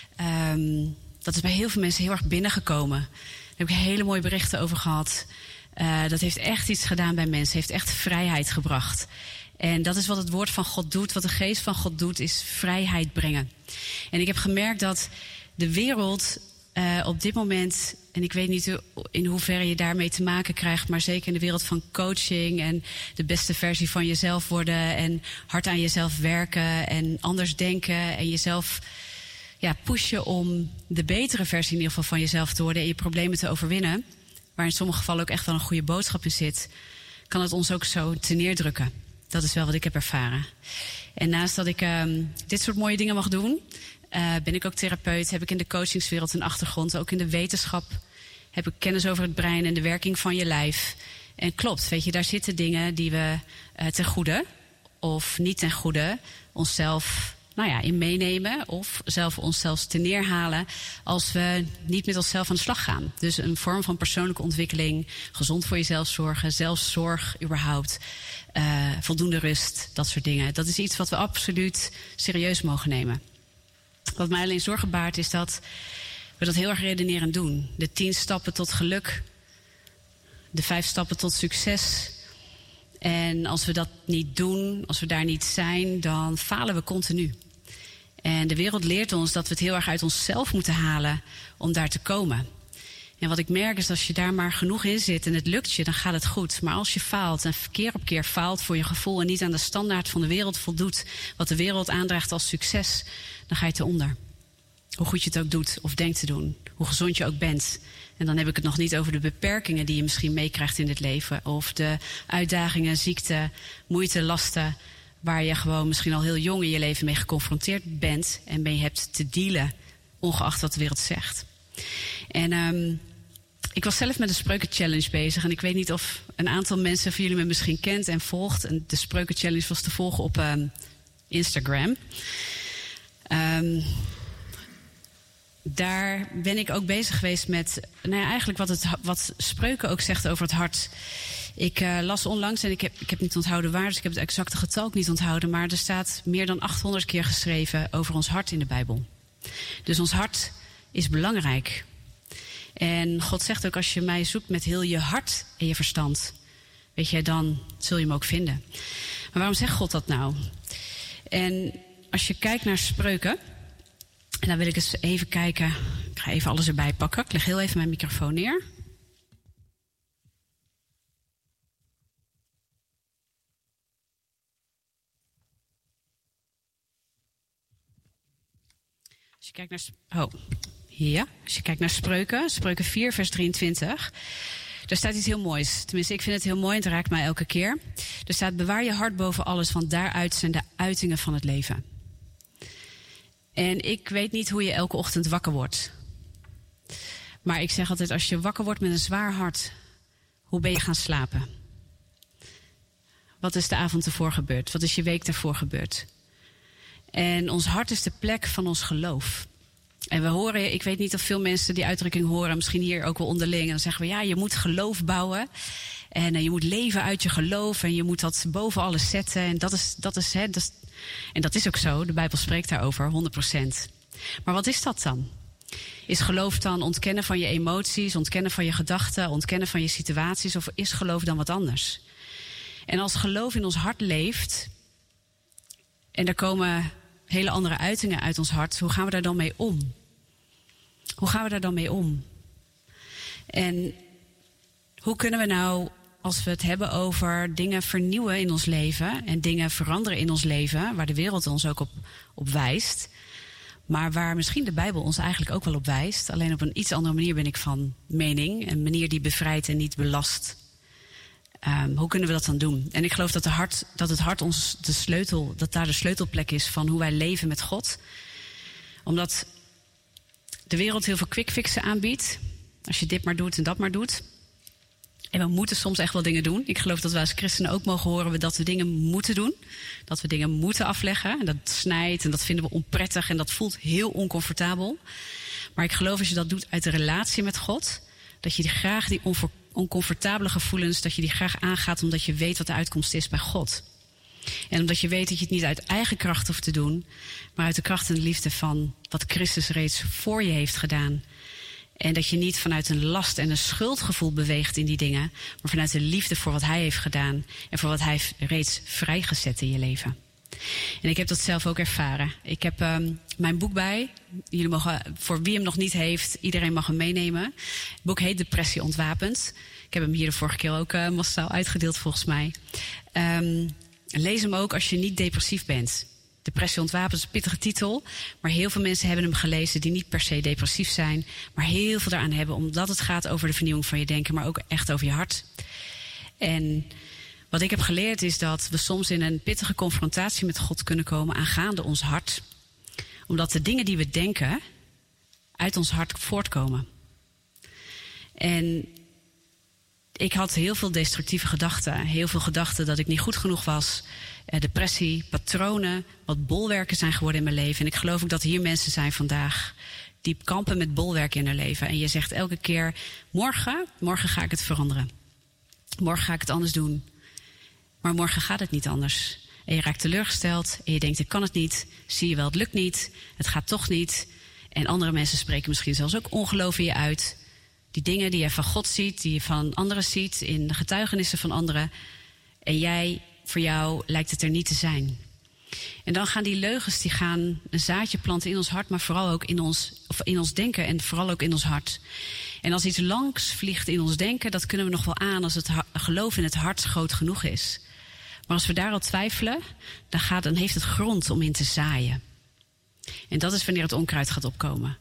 Um, dat is bij heel veel mensen heel erg binnengekomen. Daar heb ik hele mooie berichten over gehad. Uh, dat heeft echt iets gedaan bij mensen, heeft echt vrijheid gebracht. En dat is wat het woord van God doet, wat de geest van God doet, is vrijheid brengen. En ik heb gemerkt dat de wereld uh, op dit moment... en ik weet niet in hoeverre je daarmee te maken krijgt... maar zeker in de wereld van coaching en de beste versie van jezelf worden... en hard aan jezelf werken en anders denken... en jezelf ja, pushen om de betere versie in ieder geval van jezelf te worden... en je problemen te overwinnen, waar in sommige gevallen ook echt wel een goede boodschap in zit... kan het ons ook zo te neerdrukken. Dat is wel wat ik heb ervaren. En naast dat ik um, dit soort mooie dingen mag doen... Uh, ben ik ook therapeut, heb ik in de coachingswereld een achtergrond... ook in de wetenschap heb ik kennis over het brein en de werking van je lijf. En klopt, weet je, daar zitten dingen die we uh, ten goede... of niet ten goede onszelf nou ja, in meenemen... of zelf onszelf te neerhalen als we niet met onszelf aan de slag gaan. Dus een vorm van persoonlijke ontwikkeling... gezond voor jezelf zorgen, zelfzorg überhaupt... Uh, voldoende rust, dat soort dingen. Dat is iets wat we absoluut serieus mogen nemen. Wat mij alleen zorgen baart is dat we dat heel erg redenerend doen. De tien stappen tot geluk. De vijf stappen tot succes. En als we dat niet doen, als we daar niet zijn, dan falen we continu. En de wereld leert ons dat we het heel erg uit onszelf moeten halen om daar te komen. En wat ik merk is dat als je daar maar genoeg in zit en het lukt je, dan gaat het goed. Maar als je faalt en keer op keer faalt voor je gevoel... en niet aan de standaard van de wereld voldoet... wat de wereld aandraagt als succes, dan ga je te onder. Hoe goed je het ook doet of denkt te doen. Hoe gezond je ook bent. En dan heb ik het nog niet over de beperkingen die je misschien meekrijgt in het leven. Of de uitdagingen, ziekte, moeite, lasten... waar je gewoon misschien al heel jong in je leven mee geconfronteerd bent... en mee hebt te dealen, ongeacht wat de wereld zegt. En um, ik was zelf met de Spreuken-challenge bezig. En ik weet niet of een aantal mensen van jullie me misschien kent en volgt. En de Spreuken-challenge was te volgen op um, Instagram. Um, daar ben ik ook bezig geweest met... nou ja, eigenlijk wat, het, wat Spreuken ook zegt over het hart. Ik uh, las onlangs, en ik heb, ik heb niet onthouden waar... dus ik heb het exacte getal ook niet onthouden... maar er staat meer dan achthonderd keer geschreven over ons hart in de Bijbel. Dus ons hart is belangrijk. En God zegt ook, als je mij zoekt met heel je hart en je verstand... weet je, dan zul je hem ook vinden. Maar waarom zegt God dat nou? En als je kijkt naar Spreuken... en dan wil ik eens even kijken... ik ga even alles erbij pakken. Ik leg heel even mijn microfoon neer. Als je kijkt naar... Oh, ja. Als je kijkt naar Spreuken, Spreuken vier, vers drieëntwintig... daar staat iets heel moois. Tenminste, ik vind het heel mooi en het raakt mij elke keer. Er staat, bewaar je hart boven alles, want daaruit zijn de uitingen van het leven. En ik weet niet hoe je elke ochtend wakker wordt. Maar ik zeg altijd, als je wakker wordt met een zwaar hart... hoe ben je gaan slapen? Wat is de avond ervoor gebeurd? Wat is je week daarvoor gebeurd? En ons hart is de plek van ons geloof. En we horen, ik weet niet of veel mensen die uitdrukking horen... misschien hier ook wel onderling. En dan zeggen we, ja, je moet geloof bouwen. En uh, je moet leven uit je geloof. En je moet dat boven alles zetten. En dat is, dat is, hè, dat is, en dat is ook zo. De Bijbel spreekt daarover, honderd procent. Maar wat is dat dan? Is geloof dan ontkennen van je emoties... ontkennen van je gedachten, ontkennen van je situaties... of is geloof dan wat anders? En als geloof in ons hart leeft... en er komen hele andere uitingen uit ons hart... hoe gaan we daar dan mee om? Hoe gaan we daar dan mee om? En hoe kunnen we nou, als we het hebben over dingen vernieuwen in ons leven en dingen veranderen in ons leven, waar de wereld ons ook op, op wijst, maar waar misschien de Bijbel ons eigenlijk ook wel op wijst, alleen op een iets andere manier ben ik van mening, een manier die bevrijdt en niet belast. Um, hoe kunnen we dat dan doen? En ik geloof dat, de hart, dat het hart ons de sleutel, dat daar de sleutelplek is van hoe wij leven met God. Omdat de wereld heel veel quickfixen aanbiedt. Als je dit maar doet en dat maar doet. En we moeten soms echt wel dingen doen. Ik geloof dat wij als christenen ook mogen horen dat we dingen moeten doen. Dat we dingen moeten afleggen. En dat snijdt en dat vinden we onprettig en dat voelt heel oncomfortabel. Maar ik geloof als je dat doet uit de relatie met God, dat je die graag die onver, oncomfortabele gevoelens, dat je die graag aangaat omdat je weet wat de uitkomst is bij God. En omdat je weet dat je het niet uit eigen kracht hoeft te doen, maar uit de kracht en de liefde van wat Christus reeds voor je heeft gedaan. En dat je niet vanuit een last en een schuldgevoel beweegt in die dingen, maar vanuit de liefde voor wat hij heeft gedaan en voor wat hij heeft reeds vrijgezet in je leven. En ik heb dat zelf ook ervaren. Ik heb um, mijn boek bij. Jullie mogen, voor wie hem nog niet heeft, iedereen mag hem meenemen. Het boek heet Depressie Ontwapend. Ik heb hem hier de vorige keer ook uh, massaal uitgedeeld volgens mij. Um, lees hem ook als je niet depressief bent. Depressie Ontwapend is een pittige titel, maar heel veel mensen hebben hem gelezen die niet per se depressief zijn, maar heel veel daaraan hebben, omdat het gaat over de vernieuwing van je denken, maar ook echt over je hart. En wat ik heb geleerd is dat we soms in een pittige confrontatie met God kunnen komen aangaande ons hart. Omdat de dingen die we denken uit ons hart voortkomen. En ik had heel veel destructieve gedachten. Heel veel gedachten dat ik niet goed genoeg was. Eh, depressie, patronen, wat bolwerken zijn geworden in mijn leven. En ik geloof ook dat hier mensen zijn vandaag die kampen met bolwerken in hun leven. En je zegt elke keer, morgen, morgen ga ik het veranderen. Morgen ga ik het anders doen. Maar morgen gaat het niet anders. En je raakt teleurgesteld en je denkt, ik kan het niet. Zie je wel, het lukt niet. Het gaat toch niet. En andere mensen spreken misschien zelfs ook ongeloof in je uit. Die dingen die je van God ziet, die je van anderen ziet, in de getuigenissen van anderen. En jij, voor jou lijkt het er niet te zijn. En dan gaan die leugens, die gaan een zaadje planten in ons hart, maar vooral ook in ons, of in ons denken en vooral ook in ons hart. En als iets langs vliegt in ons denken, dat kunnen we nog wel aan als het geloof in het hart groot genoeg is. Maar als we daar al twijfelen, dan, gaat, dan heeft het grond om in te zaaien. En dat is wanneer het onkruid gaat opkomen.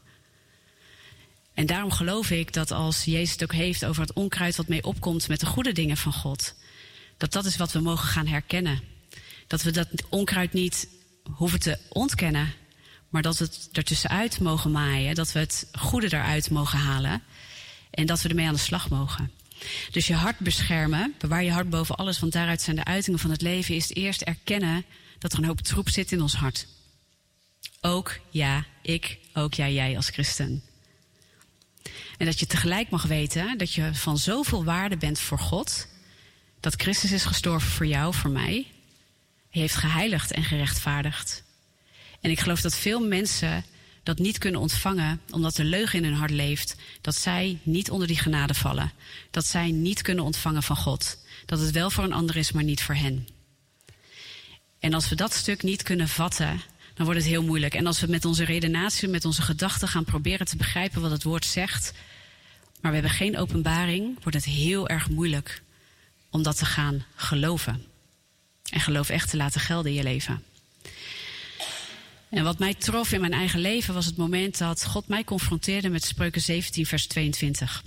En daarom geloof ik dat als Jezus het ook heeft over het onkruid wat mee opkomt met de goede dingen van God, dat dat is wat we mogen gaan herkennen. Dat we dat onkruid niet hoeven te ontkennen, maar dat we het ertussenuit mogen maaien, dat we het goede eruit mogen halen en dat we ermee aan de slag mogen. Dus je hart beschermen, bewaar je hart boven alles, want daaruit zijn de uitingen van het leven, is het eerst erkennen dat er een hoop troep zit in ons hart. Ook ja, ik, ook ja, jij als christen. En dat je tegelijk mag weten dat je van zoveel waarde bent voor God, dat Christus is gestorven voor jou, voor mij. Hij heeft geheiligd en gerechtvaardigd. En ik geloof dat veel mensen dat niet kunnen ontvangen, omdat de leugen in hun hart leeft, dat zij niet onder die genade vallen. Dat zij niet kunnen ontvangen van God. Dat het wel voor een ander is, maar niet voor hen. En als we dat stuk niet kunnen vatten, dan wordt het heel moeilijk. En als we met onze redenatie, met onze gedachten gaan proberen te begrijpen wat het woord zegt, maar we hebben geen openbaring, wordt het heel erg moeilijk om dat te gaan geloven. En geloof echt te laten gelden in je leven. En wat mij trof in mijn eigen leven was het moment dat God mij confronteerde met Spreuken zeventien vers tweeëntwintig.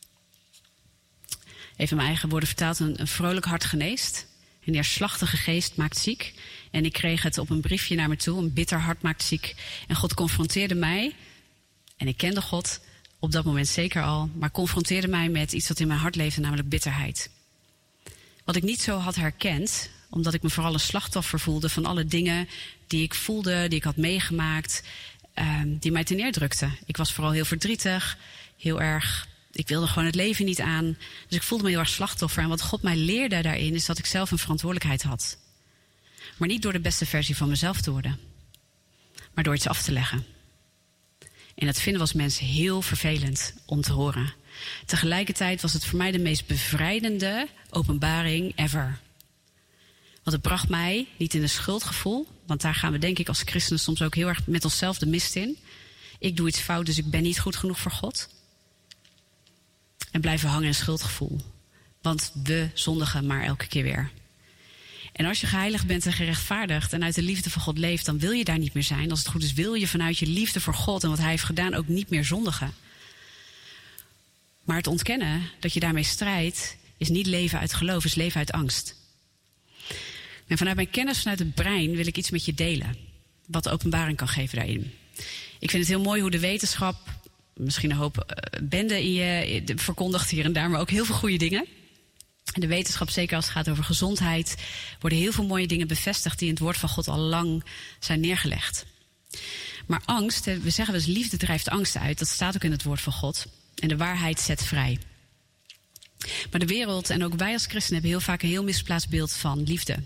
Even mijn eigen woorden vertaald, een, een vrolijk hart geneest. Een neerslachtige geest maakt ziek. En ik kreeg het op een briefje naar me toe, een bitter hart maakt ziek. En God confronteerde mij, en ik kende God op dat moment zeker al, maar confronteerde mij met iets wat in mijn hart leefde, namelijk bitterheid. Wat ik niet zo had herkend, omdat ik me vooral een slachtoffer voelde van alle dingen die ik voelde, die ik had meegemaakt, uh, die mij ten neerdrukten. Ik was vooral heel verdrietig, heel erg, ik wilde gewoon het leven niet aan. Dus ik voelde me heel erg slachtoffer. En wat God mij leerde daarin is dat ik zelf een verantwoordelijkheid had. Maar niet door de beste versie van mezelf te worden, maar door iets af te leggen. En dat vinden we als mensen heel vervelend om te horen. Tegelijkertijd was het voor mij de meest bevrijdende openbaring ever. Want het bracht mij niet in een schuldgevoel, want daar gaan we denk ik als christenen soms ook heel erg met onszelf de mist in. Ik doe iets fout, dus ik ben niet goed genoeg voor God. En blijven hangen in schuldgevoel. Want we zondigen maar elke keer weer. En als je geheiligd bent en gerechtvaardigd en uit de liefde van God leeft, dan wil je daar niet meer zijn. Als het goed is, wil je vanuit je liefde voor God en wat hij heeft gedaan ook niet meer zondigen. Maar het ontkennen dat je daarmee strijdt, is niet leven uit geloof, is leven uit angst. En vanuit mijn kennis vanuit het brein wil ik iets met je delen. Wat openbaring kan geven daarin. Ik vind het heel mooi hoe de wetenschap, misschien een hoop uh, bende in je uh, verkondigt hier en daar, maar ook heel veel goede dingen. En de wetenschap, zeker als het gaat over gezondheid, worden heel veel mooie dingen bevestigd die in het woord van God al lang zijn neergelegd. Maar angst, we zeggen wel eens liefde drijft angst uit. Dat staat ook in het woord van God. En de waarheid zet vrij. Maar de wereld en ook wij als christenen hebben heel vaak een heel misplaatst beeld van liefde.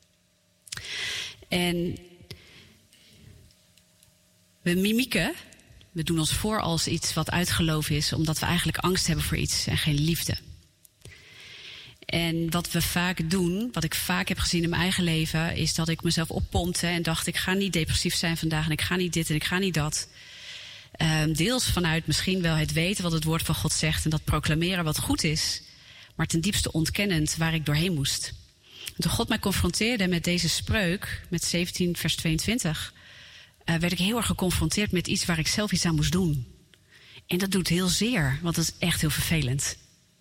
En we mimieken, we doen ons voor als iets wat uitgeloof is, omdat we eigenlijk angst hebben voor iets en geen liefde. En wat we vaak doen, wat ik vaak heb gezien in mijn eigen leven, is dat ik mezelf oppompte en dacht, ik ga niet depressief zijn vandaag en ik ga niet dit en ik ga niet dat. Um, deels vanuit misschien wel het weten wat het woord van God zegt en dat proclameren wat goed is, maar ten diepste ontkennend waar ik doorheen moest. En toen God mij confronteerde met deze spreuk, met zeventien vers tweeëntwintig, uh, werd ik heel erg geconfronteerd met iets waar ik zelf iets aan moest doen. En dat doet heel zeer, want dat is echt heel vervelend.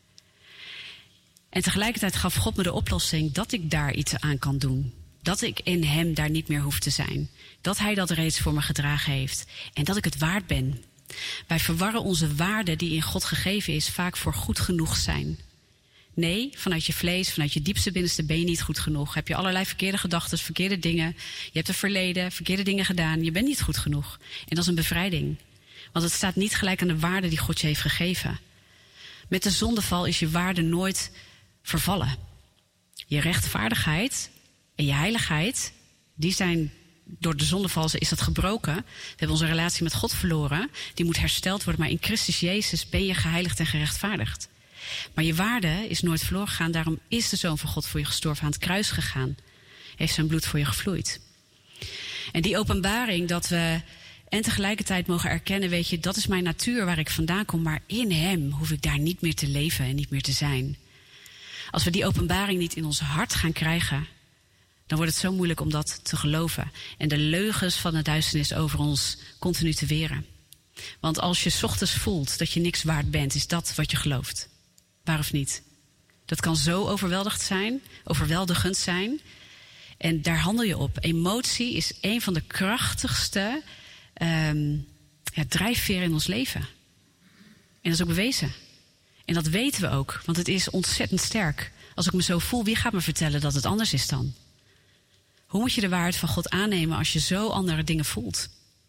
En tegelijkertijd gaf God me de oplossing dat ik daar iets aan kan doen. Dat ik in hem daar niet meer hoef te zijn. Dat hij dat reeds voor me gedragen heeft. En dat ik het waard ben. Wij verwarren onze waarde die in God gegeven is vaak voor goed genoeg zijn. Nee, vanuit je vlees, vanuit je diepste binnenste ben je niet goed genoeg. Heb je allerlei verkeerde gedachten, verkeerde dingen. Je hebt een verleden, verkeerde dingen gedaan. Je bent niet goed genoeg. En dat is een bevrijding. Want het staat niet gelijk aan de waarde die God je heeft gegeven. Met de zondeval is je waarde nooit vervallen. Je rechtvaardigheid en je heiligheid, die zijn door de zondeval is dat gebroken. We hebben onze relatie met God verloren. Die moet hersteld worden, maar in Christus Jezus ben je geheiligd en gerechtvaardigd. Maar je waarde is nooit verloren gegaan. Daarom is de Zoon van God voor je gestorven, aan het kruis gegaan. Heeft zijn bloed voor je gevloeid. En die openbaring dat we en tegelijkertijd mogen erkennen, weet je, dat is mijn natuur waar ik vandaan kom. Maar in hem hoef ik daar niet meer te leven en niet meer te zijn. Als we die openbaring niet in ons hart gaan krijgen, dan wordt het zo moeilijk om dat te geloven. En de leugens van de duisternis over ons continu te weren. Want als je 's ochtends voelt dat je niks waard bent, is dat wat je gelooft. Waar of niet? Dat kan zo overweldigd zijn, overweldigend zijn. En daar handel je op. Emotie is een van de krachtigste um, ja, drijfveren in ons leven. En dat is ook bewezen. En dat weten we ook, want het is ontzettend sterk. Als ik me zo voel, wie gaat me vertellen dat het anders is dan? Hoe moet je de waarheid van God aannemen als je zo andere dingen voelt?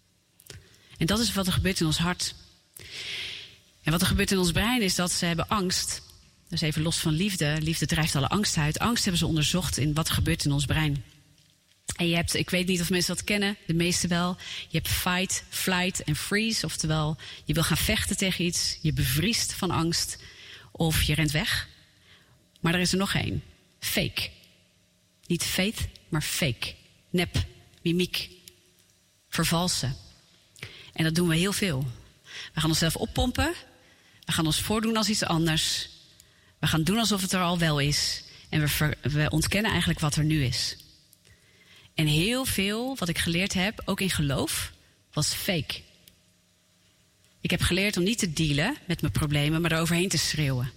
En dat is wat er gebeurt in ons hart. En wat er gebeurt in ons brein is dat ze hebben angst. Dus even los van liefde. Liefde drijft alle angst uit. Angst hebben ze onderzocht in wat er gebeurt in ons brein. En je hebt, ik weet niet of mensen dat kennen, de meesten wel. Je hebt fight, flight en freeze. Oftewel, je wil gaan vechten tegen iets. Je bevriest van angst. Of je rent weg. Maar er is er nog één. Fake. Niet faith, maar fake. Nep, mimiek, vervalsen. En dat doen we heel veel. We gaan onszelf oppompen. We gaan ons voordoen als iets anders. We gaan doen alsof het er al wel is. En we, ver, we ontkennen eigenlijk wat er nu is. En heel veel wat ik geleerd heb, ook in geloof, was fake. Ik heb geleerd om niet te dealen met mijn problemen, maar eroverheen te schreeuwen.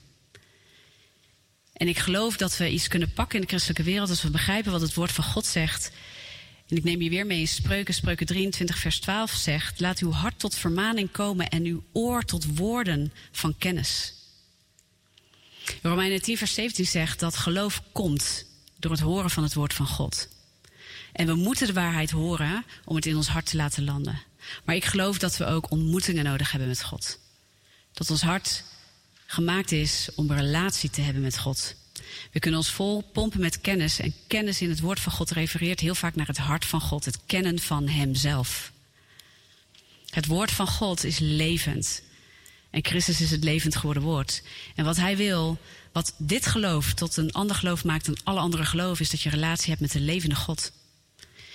En ik geloof dat we iets kunnen pakken in de christelijke wereld als we begrijpen wat het woord van God zegt. En ik neem je weer mee in Spreuken. Spreuken drieëntwintig vers twaalf zegt: laat uw hart tot vermaning komen en uw oor tot woorden van kennis. Romeinen tien vers zeventien zegt dat geloof komt door het horen van het woord van God. En we moeten de waarheid horen om het in ons hart te laten landen. Maar ik geloof dat we ook ontmoetingen nodig hebben met God. Dat ons hart gemaakt is om een relatie te hebben met God. We kunnen ons vol pompen met kennis. En kennis in het woord van God refereert heel vaak naar het hart van God. Het kennen van hemzelf. Het woord van God is levend. En Christus is het levend geworden woord. En wat hij wil, wat dit geloof tot een ander geloof maakt dan alle andere geloven, is dat je een relatie hebt met de levende God.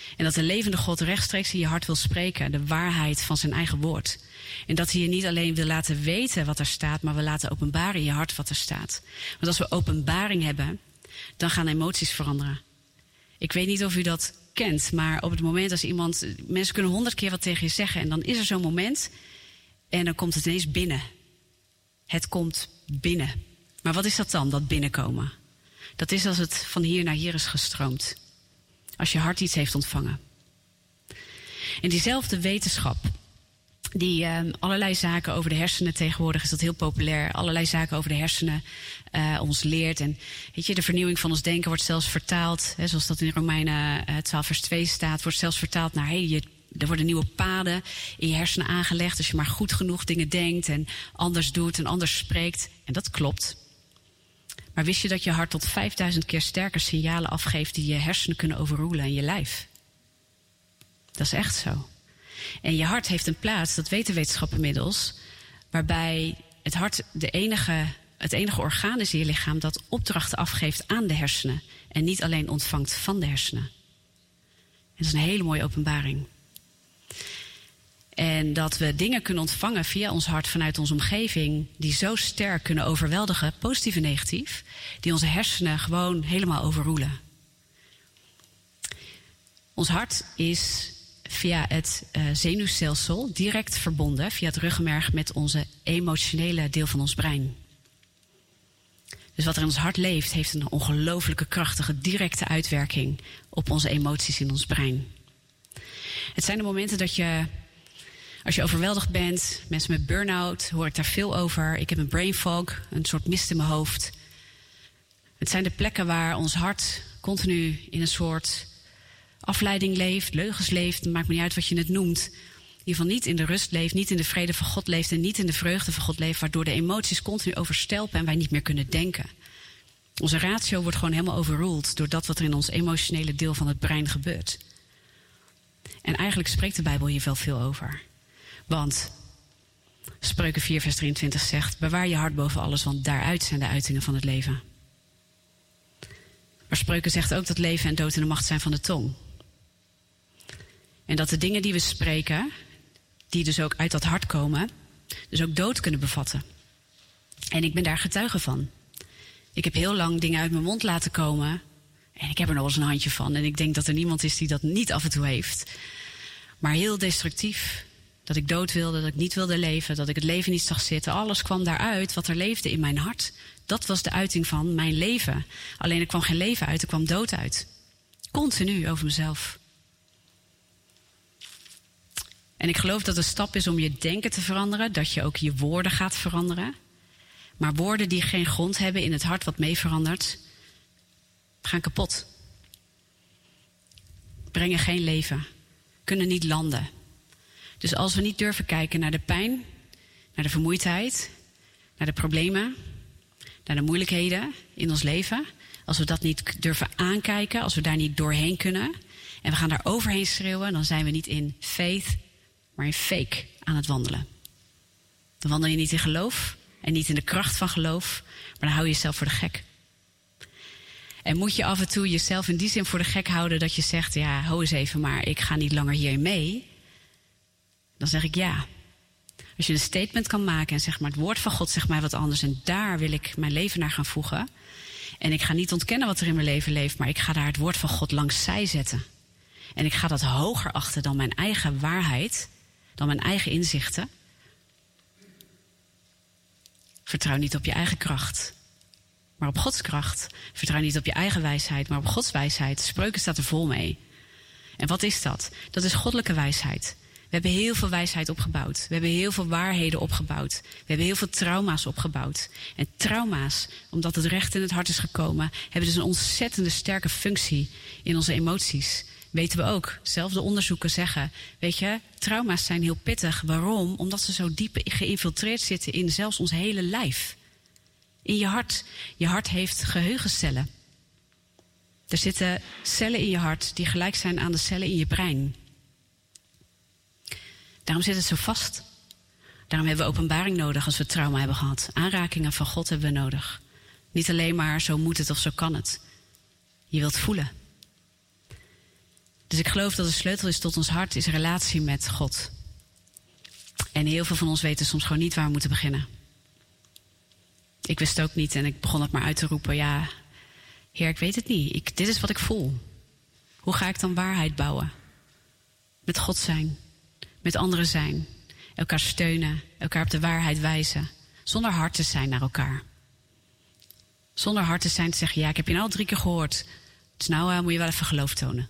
En dat de levende God rechtstreeks in je hart wil spreken. De waarheid van zijn eigen woord. En dat hij je niet alleen wil laten weten wat er staat, maar wil laten openbaren in je hart wat er staat. Want als we openbaring hebben, dan gaan emoties veranderen. Ik weet niet of u dat kent, maar op het moment als iemand... Mensen kunnen honderd keer wat tegen je zeggen en dan is er zo'n moment en dan komt het ineens binnen. Het komt binnen. Maar wat is dat dan, dat binnenkomen? Dat is als het van hier naar hier is gestroomd. Als je hart iets heeft ontvangen. En diezelfde wetenschap, die uh, allerlei zaken over de hersenen, tegenwoordig is dat heel populair, allerlei zaken over de hersenen uh, ons leert. En weet je, de vernieuwing van ons denken wordt zelfs vertaald, hè, zoals dat in Romeinen uh, twaalf vers twee staat, wordt zelfs vertaald naar, hey, je, er worden nieuwe paden in je hersenen aangelegd als je maar goed genoeg dingen denkt en anders doet en anders spreekt. En dat klopt. Maar wist je dat je hart tot vijfduizend keer sterker signalen afgeeft die je hersenen kunnen overroelen in je lijf? Dat is echt zo. En je hart heeft een plaats, dat weten wetenschappen inmiddels, waarbij het hart de enige, het enige orgaan is in je lichaam dat opdrachten afgeeft aan de hersenen en niet alleen ontvangt van de hersenen. En dat is een hele mooie openbaring. En dat we dingen kunnen ontvangen via ons hart vanuit onze omgeving die zo sterk kunnen overweldigen, positief en negatief, die onze hersenen gewoon helemaal overroelen. Ons hart is via het uh, zenuwstelsel direct verbonden, via het ruggenmerg, met onze emotionele deel van ons brein. Dus wat er in ons hart leeft, heeft een ongelooflijke krachtige directe uitwerking op onze emoties in ons brein. Het zijn de momenten dat je, als je overweldigd bent, mensen met burn-out, hoor ik daar veel over. Ik heb een brain fog, een soort mist in mijn hoofd. Het zijn de plekken waar ons hart continu in een soort afleiding leeft, leugens leeft, het maakt me niet uit wat je het noemt. In ieder geval niet in de rust leeft, niet in de vrede van God leeft en niet in de vreugde van God leeft, waardoor de emoties continu overstelpen en wij niet meer kunnen denken. Onze ratio wordt gewoon helemaal overruled door dat wat er in ons emotionele deel van het brein gebeurt. En eigenlijk spreekt de Bijbel hier wel veel over. Want Spreuken vier vers drieëntwintig zegt, bewaar je hart boven alles, want daaruit zijn de uitingen van het leven. Maar Spreuken zegt ook dat leven en dood in de macht zijn van de tong. En dat de dingen die we spreken, die dus ook uit dat hart komen, dus ook dood kunnen bevatten. En ik ben daar getuige van. Ik heb heel lang dingen uit mijn mond laten komen. En ik heb er nog eens een handje van. En ik denk dat er niemand is die dat niet af en toe heeft. Maar heel destructief. Dat ik dood wilde, dat ik niet wilde leven, dat ik het leven niet zag zitten. Alles kwam daaruit wat er leefde in mijn hart. Dat was de uiting van mijn leven. Alleen er kwam geen leven uit, er kwam dood uit. Continu over mezelf. En ik geloof dat de stap is om je denken te veranderen, dat je ook je woorden gaat veranderen. Maar woorden die geen grond hebben in het hart wat mee verandert, gaan kapot. Brengen geen leven. Kunnen niet landen. Dus als we niet durven kijken naar de pijn, naar de vermoeidheid, naar de problemen, naar de moeilijkheden in ons leven. Als we dat niet durven aankijken, als we daar niet doorheen kunnen en we gaan daar overheen schreeuwen, dan zijn we niet in faith, maar in fake aan het wandelen. Dan wandel je niet in geloof en niet in de kracht van geloof, maar dan hou je jezelf voor de gek. En moet je af en toe jezelf in die zin voor de gek houden dat je zegt, ja, hou eens even, maar ik ga niet langer hierin mee. Dan zeg ik ja. Als je een statement kan maken en zeg maar het woord van God zegt mij wat anders en daar wil ik mijn leven naar gaan voegen. En ik ga niet ontkennen wat er in mijn leven leeft, maar ik ga daar het woord van God langs zij zetten. En ik ga dat hoger achten dan mijn eigen waarheid, dan mijn eigen inzichten. Vertrouw niet op je eigen kracht, maar op Gods kracht. Vertrouw niet op je eigen wijsheid, maar op Gods wijsheid. Spreuken staat er vol mee. En wat is dat? Dat is goddelijke wijsheid. We hebben heel veel wijsheid opgebouwd. We hebben heel veel waarheden opgebouwd. We hebben heel veel trauma's opgebouwd. En trauma's, omdat het recht in het hart is gekomen, hebben dus een ontzettende sterke functie in onze emoties. Weten we ook. Zelfs de onderzoeken zeggen, weet je, trauma's zijn heel pittig. Waarom? Omdat ze zo diep geïnfiltreerd zitten in zelfs ons hele lijf. In je hart. Je hart heeft geheugencellen. Er zitten cellen in je hart die gelijk zijn aan de cellen in je brein. Daarom zit het zo vast. Daarom hebben we openbaring nodig als we trauma hebben gehad. Aanrakingen van God hebben we nodig. Niet alleen maar zo moet het of zo kan het. Je wilt voelen. Dus ik geloof dat de sleutel is tot ons hart, is een relatie met God. En heel veel van ons weten soms gewoon niet waar we moeten beginnen. Ik wist het ook niet en ik begon het maar uit te roepen. Ja, Heer, ik weet het niet. Ik, dit is wat ik voel. Hoe ga ik dan waarheid bouwen? Met God zijn. Met anderen zijn. Elkaar steunen. Elkaar op de waarheid wijzen. Zonder hard te zijn naar elkaar. Zonder hard te zijn te zeggen, ja, ik heb je nou al drie keer gehoord. Dus nou uh, moet je wel even geloof tonen.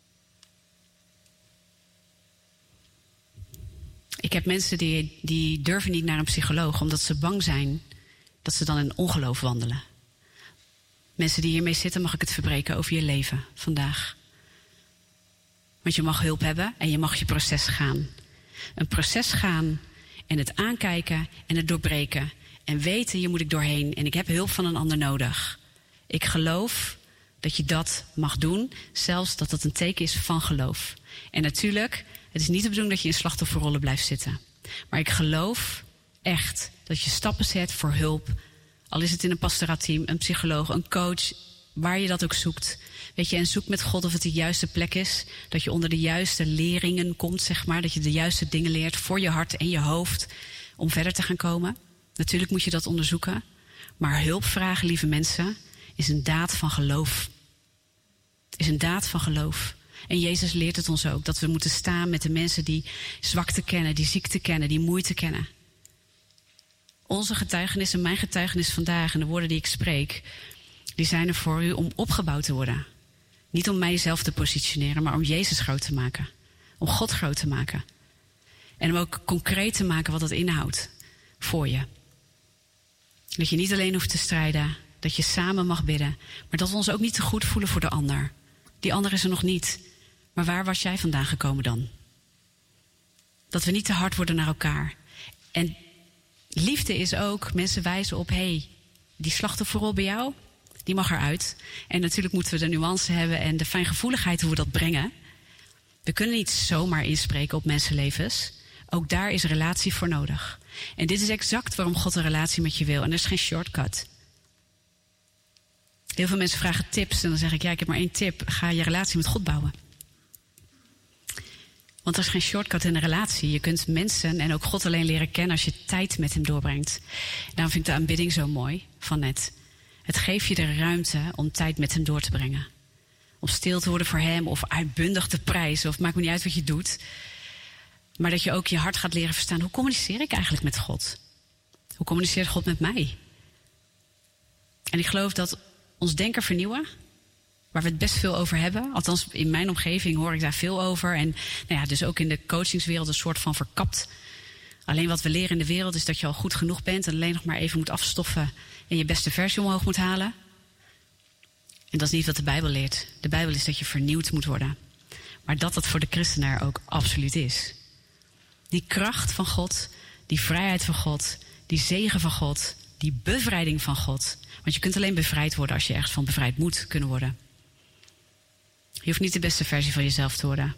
Ik heb mensen die, die durven niet naar een psycholoog, omdat ze bang zijn dat ze dan in ongeloof wandelen. Mensen die hiermee zitten, mag ik het verbreken over je leven vandaag. Want je mag hulp hebben en je mag je proces gaan. Een proces gaan en het aankijken en het doorbreken. En weten, hier moet ik doorheen en ik heb hulp van een ander nodig. Ik geloof dat je dat mag doen, zelfs dat dat een teken is van geloof. En natuurlijk, het is niet de bedoeling dat je in slachtofferrollen blijft zitten. Maar ik geloof echt dat je stappen zet voor hulp. Al is het in een pastoraatteam, een psycholoog, een coach, waar je dat ook zoekt. Weet je, en zoek met God of het de juiste plek is. Dat je onder de juiste leringen komt, zeg maar. Dat je de juiste dingen leert voor je hart en je hoofd om verder te gaan komen. Natuurlijk moet je dat onderzoeken. Maar hulp vragen, lieve mensen, is een daad van geloof. Is een daad van geloof. En Jezus leert het ons ook. Dat we moeten staan met de mensen die zwakte kennen, die ziekte kennen, die moeite kennen. Onze getuigenis en mijn getuigenis vandaag en de woorden die ik spreek, die zijn er voor u om opgebouwd te worden. Niet om mijzelf te positioneren, maar om Jezus groot te maken. Om God groot te maken. En om ook concreet te maken wat dat inhoudt voor je. Dat je niet alleen hoeft te strijden, dat je samen mag bidden. Maar dat we ons ook niet te goed voelen voor de ander. Die ander is er nog niet. Maar waar was jij vandaan gekomen dan? Dat we niet te hard worden naar elkaar. En liefde is ook mensen wijzen op, hé, hey, die slachtofferrol bij jou, die mag eruit. En natuurlijk moeten we de nuance hebben en de fijngevoeligheid hoe we dat brengen. We kunnen niet zomaar inspreken op mensenlevens. Ook daar is relatie voor nodig. En dit is exact waarom God een relatie met je wil. En er is geen shortcut. Heel veel mensen vragen tips en dan zeg ik, ja, ik heb maar één tip. Ga je relatie met God bouwen. Want er is geen shortcut in een relatie. Je kunt mensen en ook God alleen leren kennen als je tijd met hem doorbrengt. Daarom vind ik de aanbidding zo mooi van net. Het geeft je de ruimte om tijd met hem door te brengen. Om stil te worden voor hem of uitbundig te prijzen. Of het maakt me niet uit wat je doet. Maar dat je ook je hart gaat leren verstaan. Hoe communiceer ik eigenlijk met God? Hoe communiceert God met mij? En ik geloof dat ons denken vernieuwen, waar we het best veel over hebben. Althans, in mijn omgeving hoor ik daar veel over. En nou ja, dus ook in de coachingswereld een soort van verkapt. Alleen wat we leren in de wereld is dat je al goed genoeg bent en alleen nog maar even moet afstoffen en je beste versie omhoog moet halen. En dat is niet wat de Bijbel leert. De Bijbel is dat je vernieuwd moet worden. Maar dat dat voor de christenaar ook absoluut is. Die kracht van God, die vrijheid van God, die zegen van God, die bevrijding van God. Want je kunt alleen bevrijd worden als je ergens van bevrijd moet kunnen worden. Je hoeft niet de beste versie van jezelf te worden.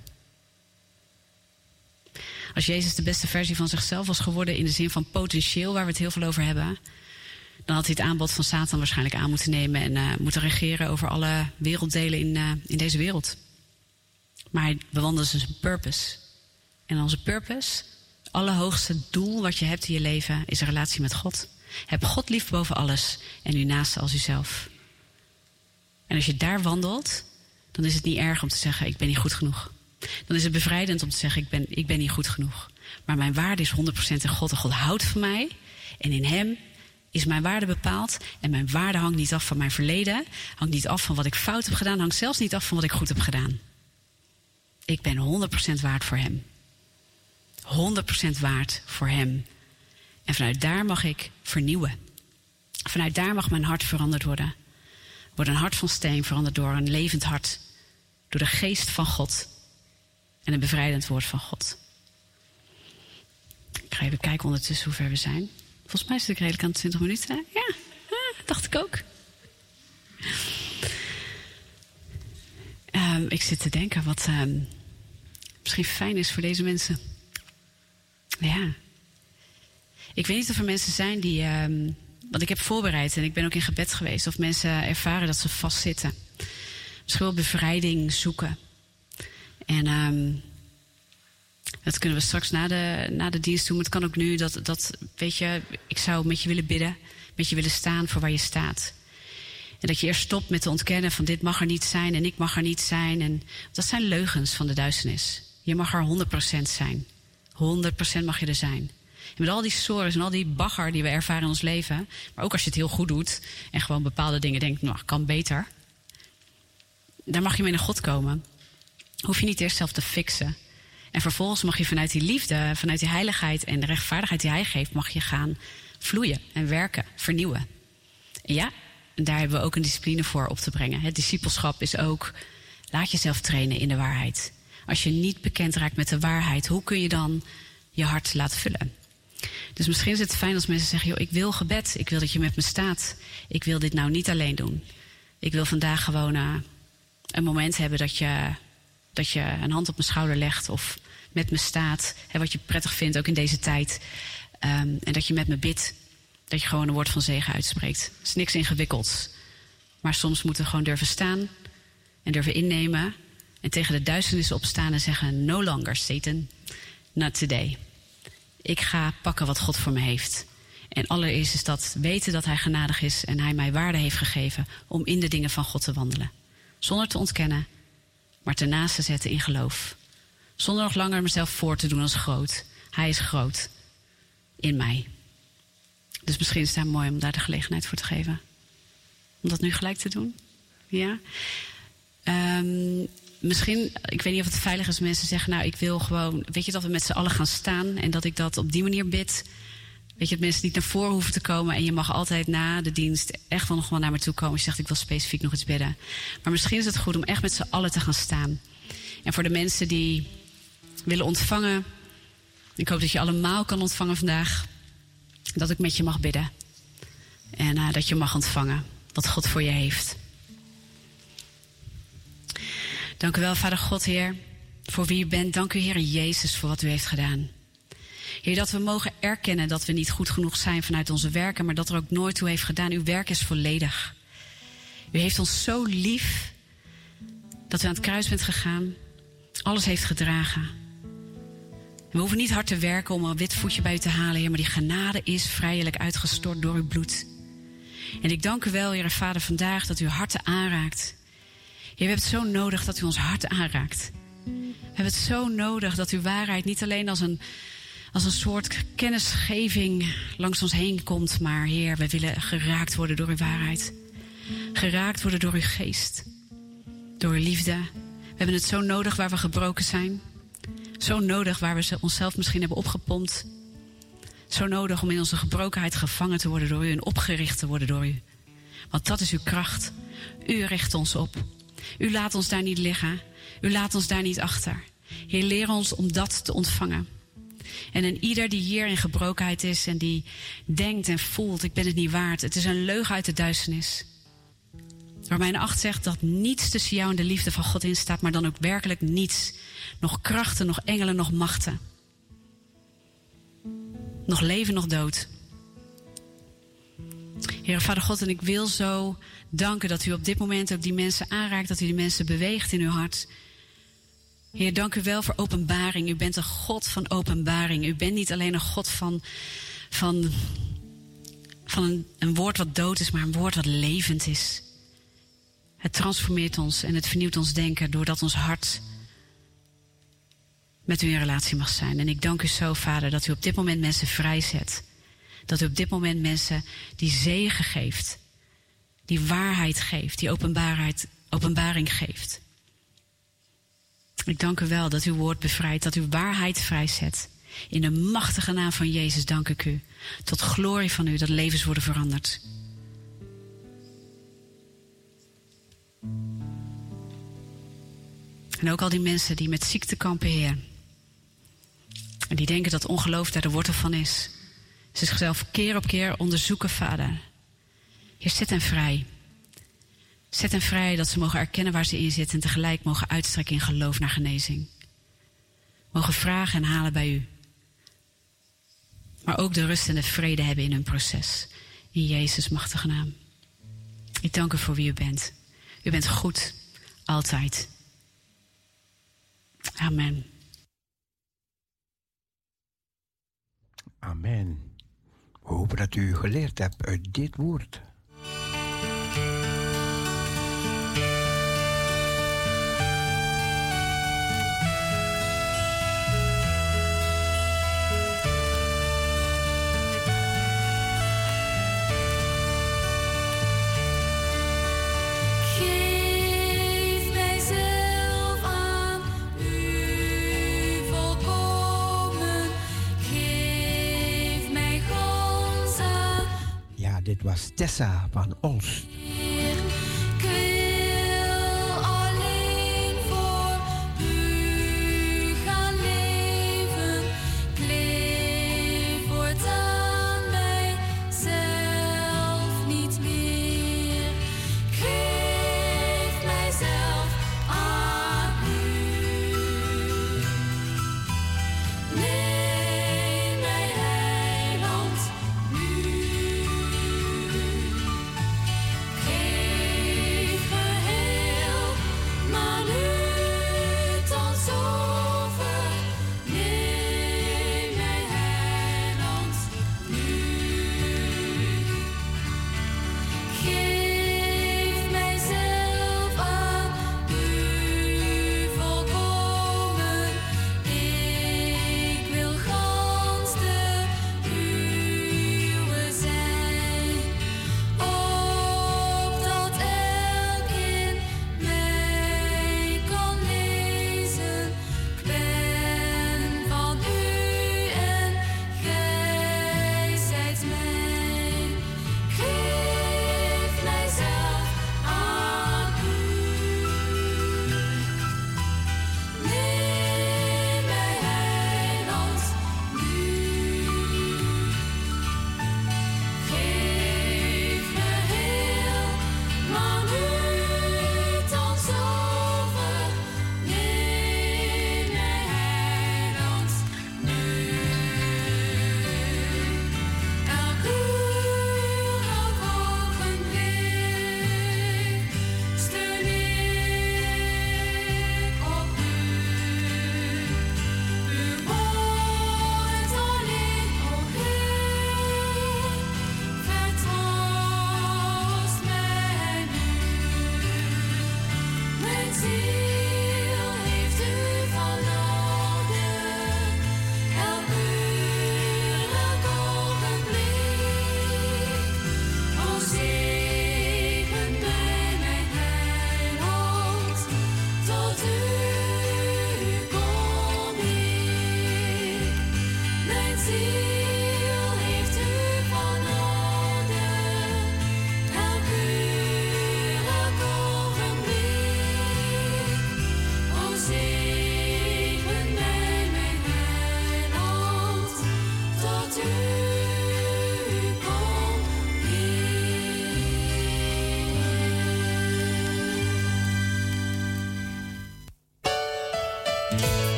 Als Jezus de beste versie van zichzelf was geworden in de zin van potentieel, waar we het heel veel over hebben, dan had hij het aanbod van Satan waarschijnlijk aan moeten nemen en uh, moeten regeren over alle werelddelen in, uh, in deze wereld. Maar hij bewandelde dus een purpose. En onze purpose, het allerhoogste doel wat je hebt in je leven, is een relatie met God. Heb God lief boven alles en uw naaste als uzelf. En als je daar wandelt, dan is het niet erg om te zeggen, ik ben niet goed genoeg. Dan is het bevrijdend om te zeggen, ik ben, ik ben niet goed genoeg. Maar mijn waarde is honderd procent in God en God houdt van mij. En in hem is mijn waarde bepaald. En mijn waarde hangt niet af van mijn verleden. Hangt niet af van wat ik fout heb gedaan. Hangt zelfs niet af van wat ik goed heb gedaan. Ik ben honderd procent waard voor hem. honderd procent waard voor hem. En vanuit daar mag ik vernieuwen. Vanuit daar mag mijn hart veranderd worden. Wordt een hart van steen veranderd door een levend hart. Door de geest van God. En een bevrijdend woord van God. Ik ga even kijken ondertussen hoe ver we zijn. Volgens mij zit ik redelijk aan de twintig minuten. Ja, ah, dacht ik ook. Um, ik zit te denken wat um, misschien fijn is voor deze mensen. Ja. Ik weet niet of er mensen zijn die, um, want ik heb voorbereid en ik ben ook in gebed geweest, of mensen ervaren dat ze vastzitten. Misschien wel bevrijding zoeken. En um, dat kunnen we straks na de, na de dienst doen. Maar het kan ook nu dat, dat, weet je, ik zou met je willen bidden. Met je willen staan voor waar je staat. En dat je eerst stopt met te ontkennen van dit mag er niet zijn en ik mag er niet zijn. En dat zijn leugens van de duisternis. Je mag er honderd procent zijn. honderd procent mag je er zijn. En met al die sores en al die bagger die we ervaren in ons leven. Maar ook als je het heel goed doet. En gewoon bepaalde dingen denkt, nou, kan beter. Daar mag je mee naar God komen. Hoef je niet eerst zelf te fixen. En vervolgens mag je vanuit die liefde, vanuit die heiligheid en de rechtvaardigheid die hij geeft, mag je gaan vloeien en werken, vernieuwen. En ja, en daar hebben we ook een discipline voor op te brengen. Het discipelschap is ook, laat jezelf trainen in de waarheid. Als je niet bekend raakt met de waarheid, hoe kun je dan je hart laten vullen? Dus misschien is het fijn als mensen zeggen, joh, ik wil gebed, ik wil dat je met me staat. Ik wil dit nou niet alleen doen. Ik wil vandaag gewoon uh, een moment hebben dat je, dat je een hand op mijn schouder legt of met me staat. Hè, wat je prettig vindt, ook in deze tijd. Um, en dat je met me bidt. Dat je gewoon een woord van zegen uitspreekt. Het is niks ingewikkelds. Maar soms moeten we gewoon durven staan en durven innemen. En tegen de duisternis opstaan en zeggen, no longer, Satan, not today. Ik ga pakken wat God voor me heeft. En allereerst is dat weten dat hij genadig is en hij mij waarde heeft gegeven om in de dingen van God te wandelen. Zonder te ontkennen, maar ernaast te zetten in geloof. Zonder nog langer mezelf voor te doen als groot. Hij is groot in mij. Dus misschien is het mooi om daar de gelegenheid voor te geven. Om dat nu gelijk te doen. Ja. Um, misschien, ik weet niet of het veilig is als mensen zeggen, nou ik wil gewoon, weet je, dat we met z'n allen gaan staan en dat ik dat op die manier bid. Weet je, dat mensen niet naar voren hoeven te komen en je mag altijd na de dienst echt wel nog wel naar me toe komen als je zegt, ik wil specifiek nog iets bidden. Maar misschien is het goed om echt met z'n allen te gaan staan. En voor de mensen die willen ontvangen, ik hoop dat je allemaal kan ontvangen vandaag, dat ik met je mag bidden. En uh, dat je mag ontvangen wat God voor je heeft. Dank u wel, Vader God, Heer, voor wie u bent. Dank u, Heer Jezus, voor wat u heeft gedaan. Heer, dat we mogen erkennen dat we niet goed genoeg zijn vanuit onze werken, maar dat er ook nooit toe heeft gedaan. Uw werk is volledig. U heeft ons zo lief dat u aan het kruis bent gegaan. Alles heeft gedragen. We hoeven niet hard te werken om een wit voetje bij u te halen, Heer, maar die genade is vrijelijk uitgestort door uw bloed. En ik dank u wel, Heer Vader, vandaag dat u harten aanraakt. Heer, we hebben het zo nodig dat u ons hart aanraakt. We hebben het zo nodig dat uw waarheid niet alleen als een, als een soort kennisgeving langs ons heen komt, maar Heer, we willen geraakt worden door uw waarheid. Geraakt worden door uw geest. Door uw liefde. We hebben het zo nodig waar we gebroken zijn. Zo nodig waar we onszelf misschien hebben opgepompt. Zo nodig om in onze gebrokenheid gevangen te worden door u en opgericht te worden door u. Want dat is uw kracht. U richt ons op. U laat ons daar niet liggen. U laat ons daar niet achter. Heer, leer ons om dat te ontvangen. En in ieder die hier in gebrokenheid is en die denkt en voelt, ik ben het niet waard. Het is een leugen uit de duisternis. Romeinen acht zegt dat niets tussen jou en de liefde van God instaat, maar dan ook werkelijk niets. Nog krachten, nog engelen, nog machten. Nog leven, nog dood. Heer Vader God, en ik wil zo danken dat u op dit moment ook die mensen aanraakt, dat u die mensen beweegt in uw hart. Heer, dank u wel voor openbaring. U bent een God van openbaring. U bent niet alleen een God van, van, van een, een woord wat dood is, maar een woord wat levend is. Het transformeert ons en het vernieuwt ons denken doordat ons hart met u in relatie mag zijn. En ik dank u zo, Vader, dat u op dit moment mensen vrijzet. Dat u op dit moment mensen die zegen geeft, die waarheid geeft, die openbaarheid, openbaring geeft. Ik dank u wel dat uw woord bevrijdt, dat uw waarheid vrijzet. In de machtige naam van Jezus dank ik u. Tot glorie van u dat levens worden veranderd. En ook al die mensen die met ziekte kampen, Heer. En die denken dat ongeloof daar de wortel van is. Ze zichzelf keer op keer onderzoeken, Vader. Heer, zet hen vrij. Zet hen vrij dat ze mogen erkennen waar ze in zitten en tegelijk mogen uitstrekken in geloof naar genezing. Mogen vragen en halen bij u. Maar ook de rust en de vrede hebben in hun proces. In Jezus' machtige naam. Ik dank u voor wie u bent. U bent goed, altijd. Amen. Amen. We hopen dat u geleerd hebt uit dit woord. Geef mijzelf aan u volkomen. Geef mij gans aan Ja, dit was Tessa van Olst. Heer. Ik wil alleen voor u gaan leven. Ik leef voortaan mijzelf niet meer. Ik geef mijzelf aan u. Neem mij, heiland, nu. Ik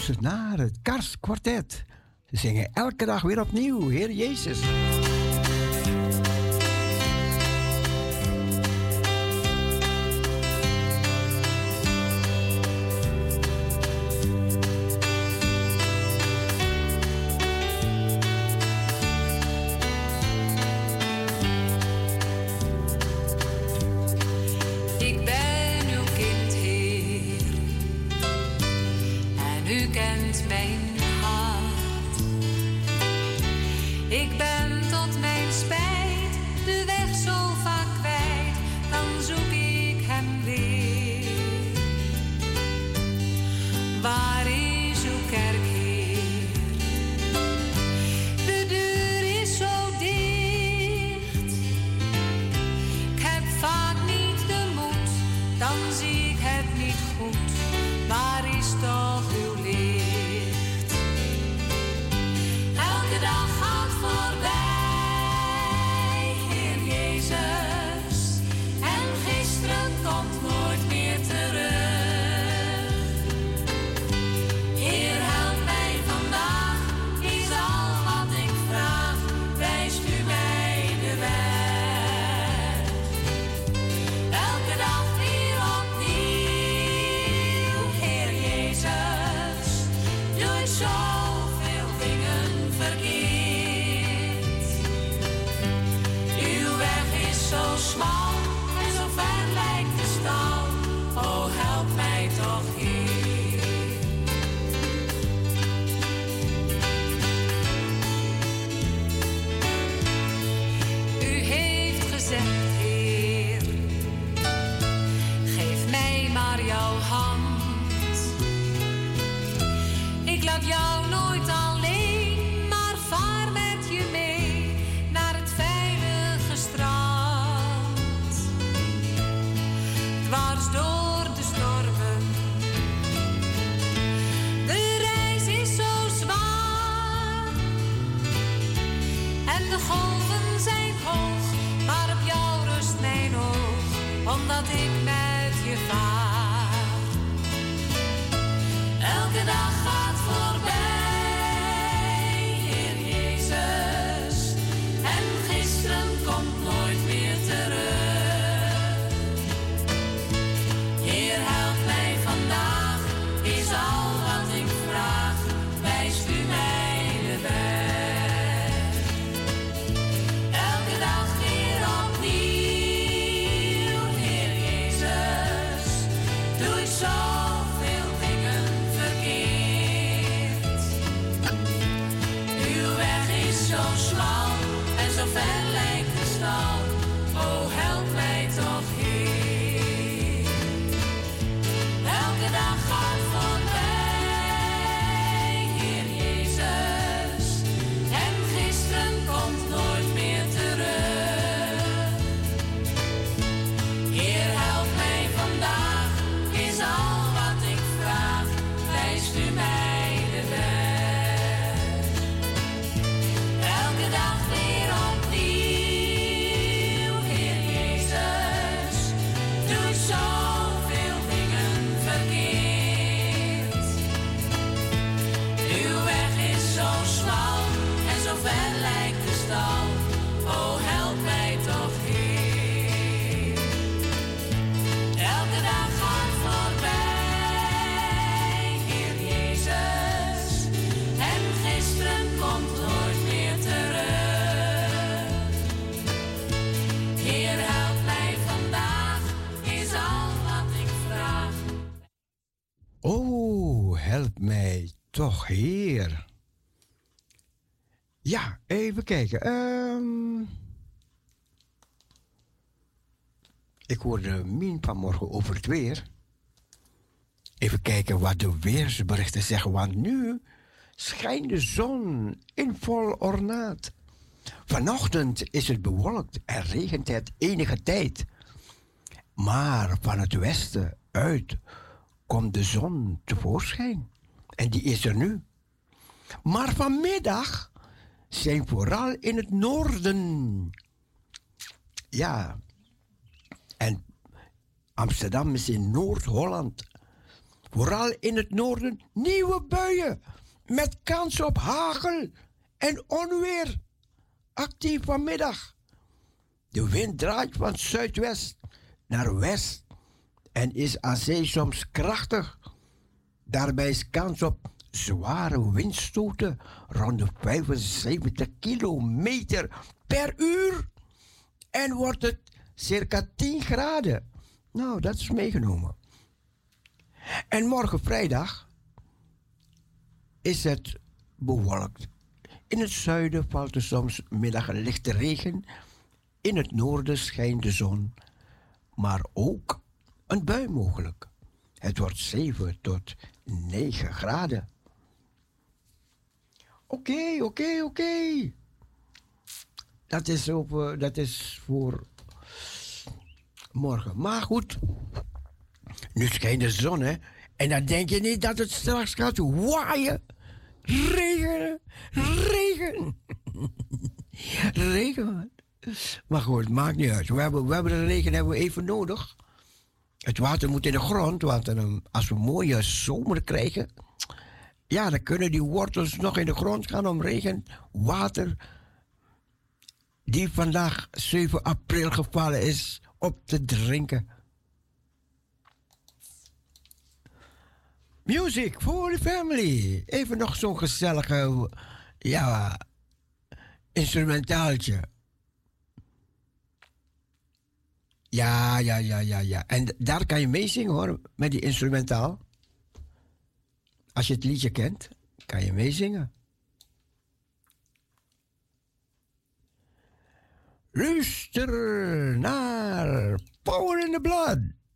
luistert naar het Kars Kwartet. Ze zingen elke dag weer opnieuw, Heer Jezus. Ik ben uw kind, Heer, en u kent mijn hart. Ik ben tot mijn spijt de weg zo vaak kwijt, dan zoek ik hem weer. Waar is uw kerk, Heer? De deur is zo dicht. Ik heb vaak niet de moed, dan zie ik het niet goed. Waar is toch uw licht? Elke dag gaat voorbij, Heer Jezus. En gisteren komt nooit meer terug. Heer, help mij vandaag, is al wat ik vraag. Wijst u mij de weg. Elke dag weer opnieuw, Heer Jezus. Doe ik zoveel dingen verkeerd. Uw weg is zo smal en zo ver lijkt de stal. Oh, help mij toch, Heer. U heeft gezegd, Heer, geef mij maar jouw hand. Ik laat jou nooit alleen, maar vaar met je mee naar het veilige strand. Dwars door de stormen, de reis is zo zwaar. En de golven zijn hoog, maar op jou rust mijn oog, omdat ik met je vaar. Elke dag gaat voorbij, Heer Jezus. En gisteren komt nooit meer terug. Heer, help mij vandaag, is al wat ik vraag. Wijst u mij de weg. Elke dag weer opnieuw, Heer Jezus. Doe ik zoveel dingen verkeerd. Uw weg is zo smal en zo ver lijkt de stal. Oh, help mij toch, Heer. Elke dag gaat voorbij, Heer Jezus. En gisteren komt nooit meer terug. Heer, help mij vandaag, is al wat ik vraag. Wijst u mij de weg. Elke dag weer opnieuw, Heer Jezus. Doe ik zoveel dingen verkeerd. Uw weg is zo smal en zo ver lijkt de stal. Oh, help mij toch, Heer. Elke dag gaat voorbij, Heer Jezus. En gisteren komt nooit meer terug. Heer, help mij vandaag, is al wat ik vraag. Oh, help mij toch, Heer. Ja, even kijken. Ehm, ik hoorde Mien vanmorgen over het weer. Even kijken wat de weersberichten zeggen, want nu schijnt de zon in vol ornaat. Vanochtend is het bewolkt en regent het enige tijd. Maar van het westen uit komt de zon tevoorschijn. En die is er nu. Maar vanmiddag zijn vooral in het noorden. Ja. En Amsterdam is in Noord-Holland. Vooral in het noorden nieuwe buien met kans op hagel en onweer. Actief vanmiddag. De wind draait van zuidwest naar west en is aan zee soms krachtig. Daarbij is kans op zware windstoten rond de vijfenzeventig kilometer per uur. En wordt het circa tien graden. Nou, dat is meegenomen. En morgen vrijdag is het bewolkt. In het zuiden valt er soms middag een lichte regen. In het noorden schijnt de zon, maar ook een bui mogelijk. Het wordt zeven tot negen graden. Oké, okay, oké, okay, oké. Okay. Dat is over, dat is voor morgen. Maar goed, nu schijnt de zon, hè. En dan denk je niet dat het straks gaat waaien. Regen, regen. Regen. Maar goed, het maakt niet uit. We hebben, we hebben de regen hebben we even nodig. Het water moet in de grond, want dan, als we een mooie zomer krijgen, ja, dan kunnen die wortels nog in de grond gaan om regen, water, die vandaag zeven april gevallen is, op te drinken. Music for the family. Even nog zo'n gezellige, ja, instrumentaaltje. Ja, ja, ja, ja, ja. En daar kan je mee zingen, hoor, met die instrumentaal. Als je het liedje kent, kan je meezingen. Luister naar Power in the Blood.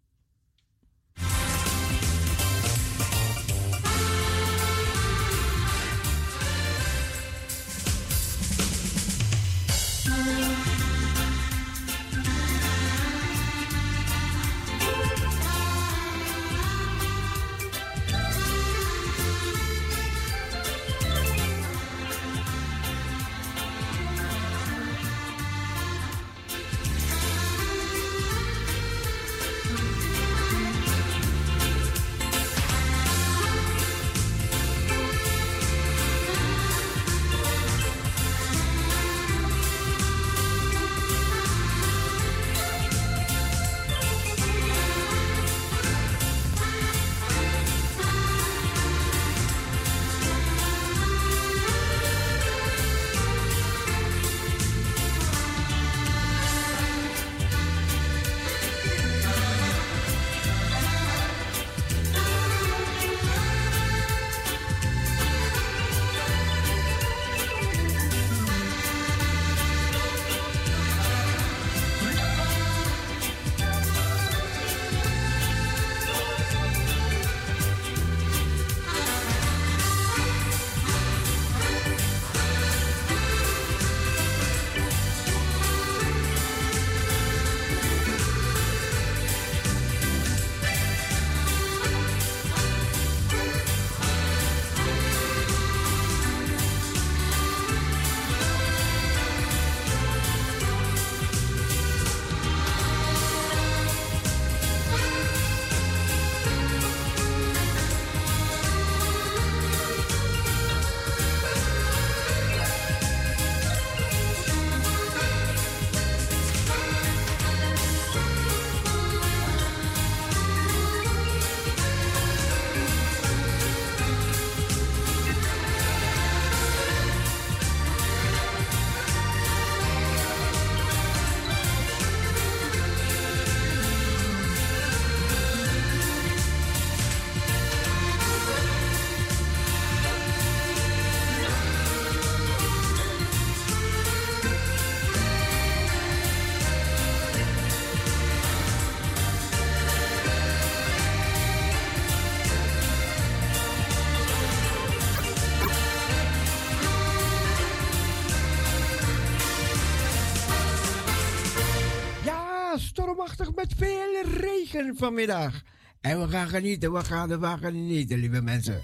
Stormachtig met veel regen vanmiddag. En we gaan genieten, we gaan, we gaan genieten, lieve mensen.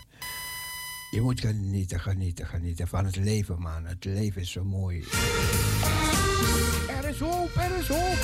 Je moet genieten, genieten, genieten van het leven, man. Het leven is zo mooi. Er is hoop, er is hoop.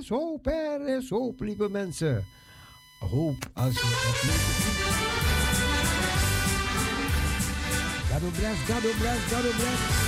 is hoop, er is hoop, lieve mensen. Hoop als je het niet ziet. God bless, God bless, God bless.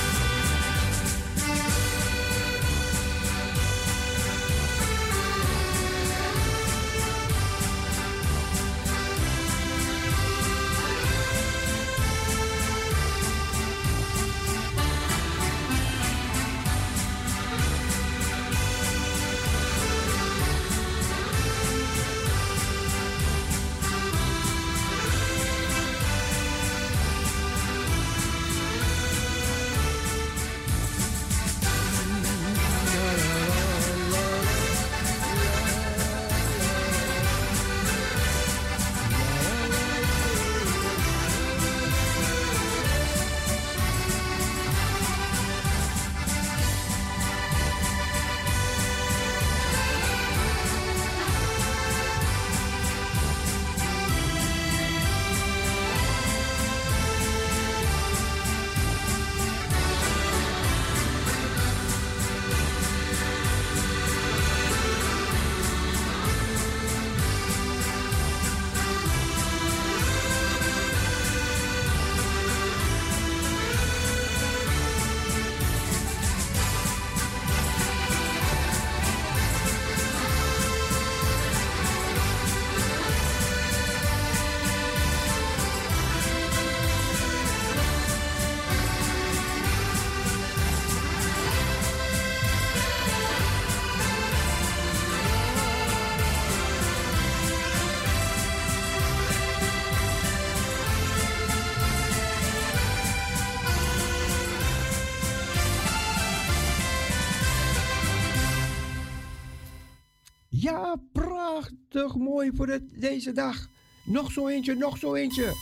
Ja, prachtig mooi voor het, deze dag. Nog zo eentje, nog zo eentje.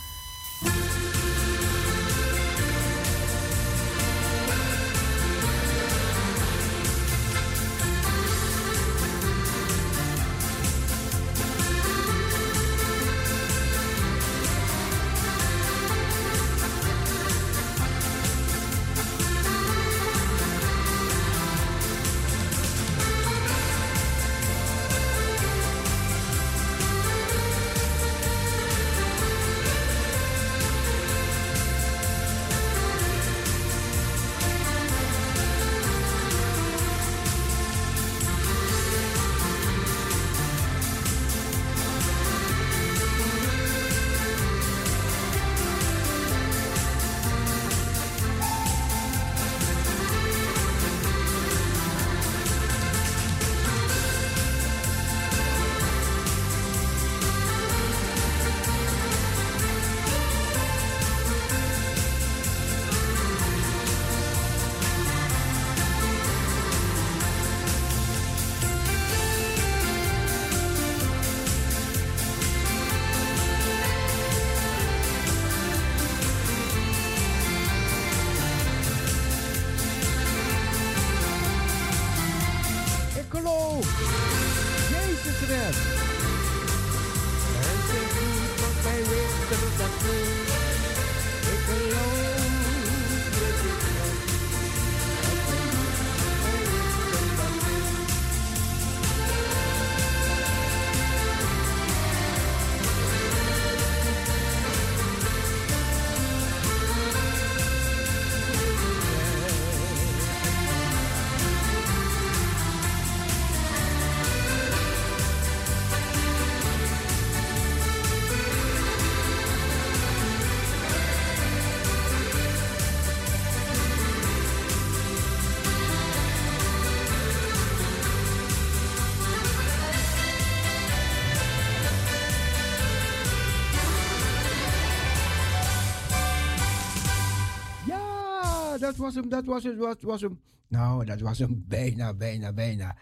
Dat was hem, dat was het, dat was hem. Nou, dat was hem bijna, bijna, bijna.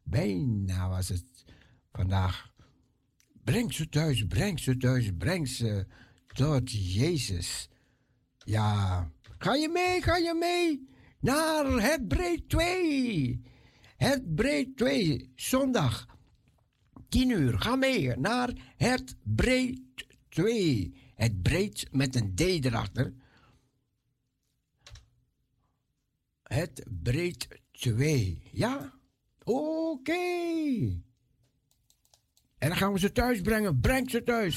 Bijna was het vandaag. Breng ze thuis, breng ze thuis, breng ze tot Jezus. Ja, ga je mee, ga je mee naar het Breed twee. Het Breed twee, zondag, tien uur. Ga mee naar het Breed twee. Het Breed met een D erachter. Het Breed twee. Ja, Oké. En dan gaan we ze thuis brengen. Breng ze thuis.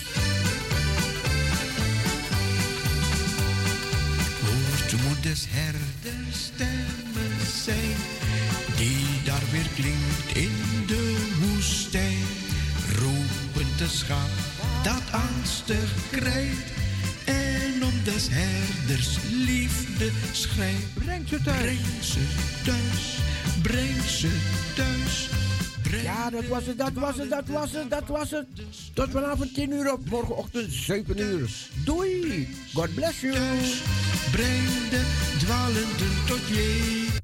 Hoort moeders herders stemmen zijn, die daar weer klinkt in de woestijn. Roepend de schaap dat angstig krijt, en om des herders liefde schrijft. Breng ze thuis. Breng ze thuis. Breng ze thuis. Breng Ja, dat was het, dat was het, dat was het, dat was het. Tot vanavond tien uur op, morgenochtend zeven uur. Doei. God bless you. Breng de dwalenden tot Jezus.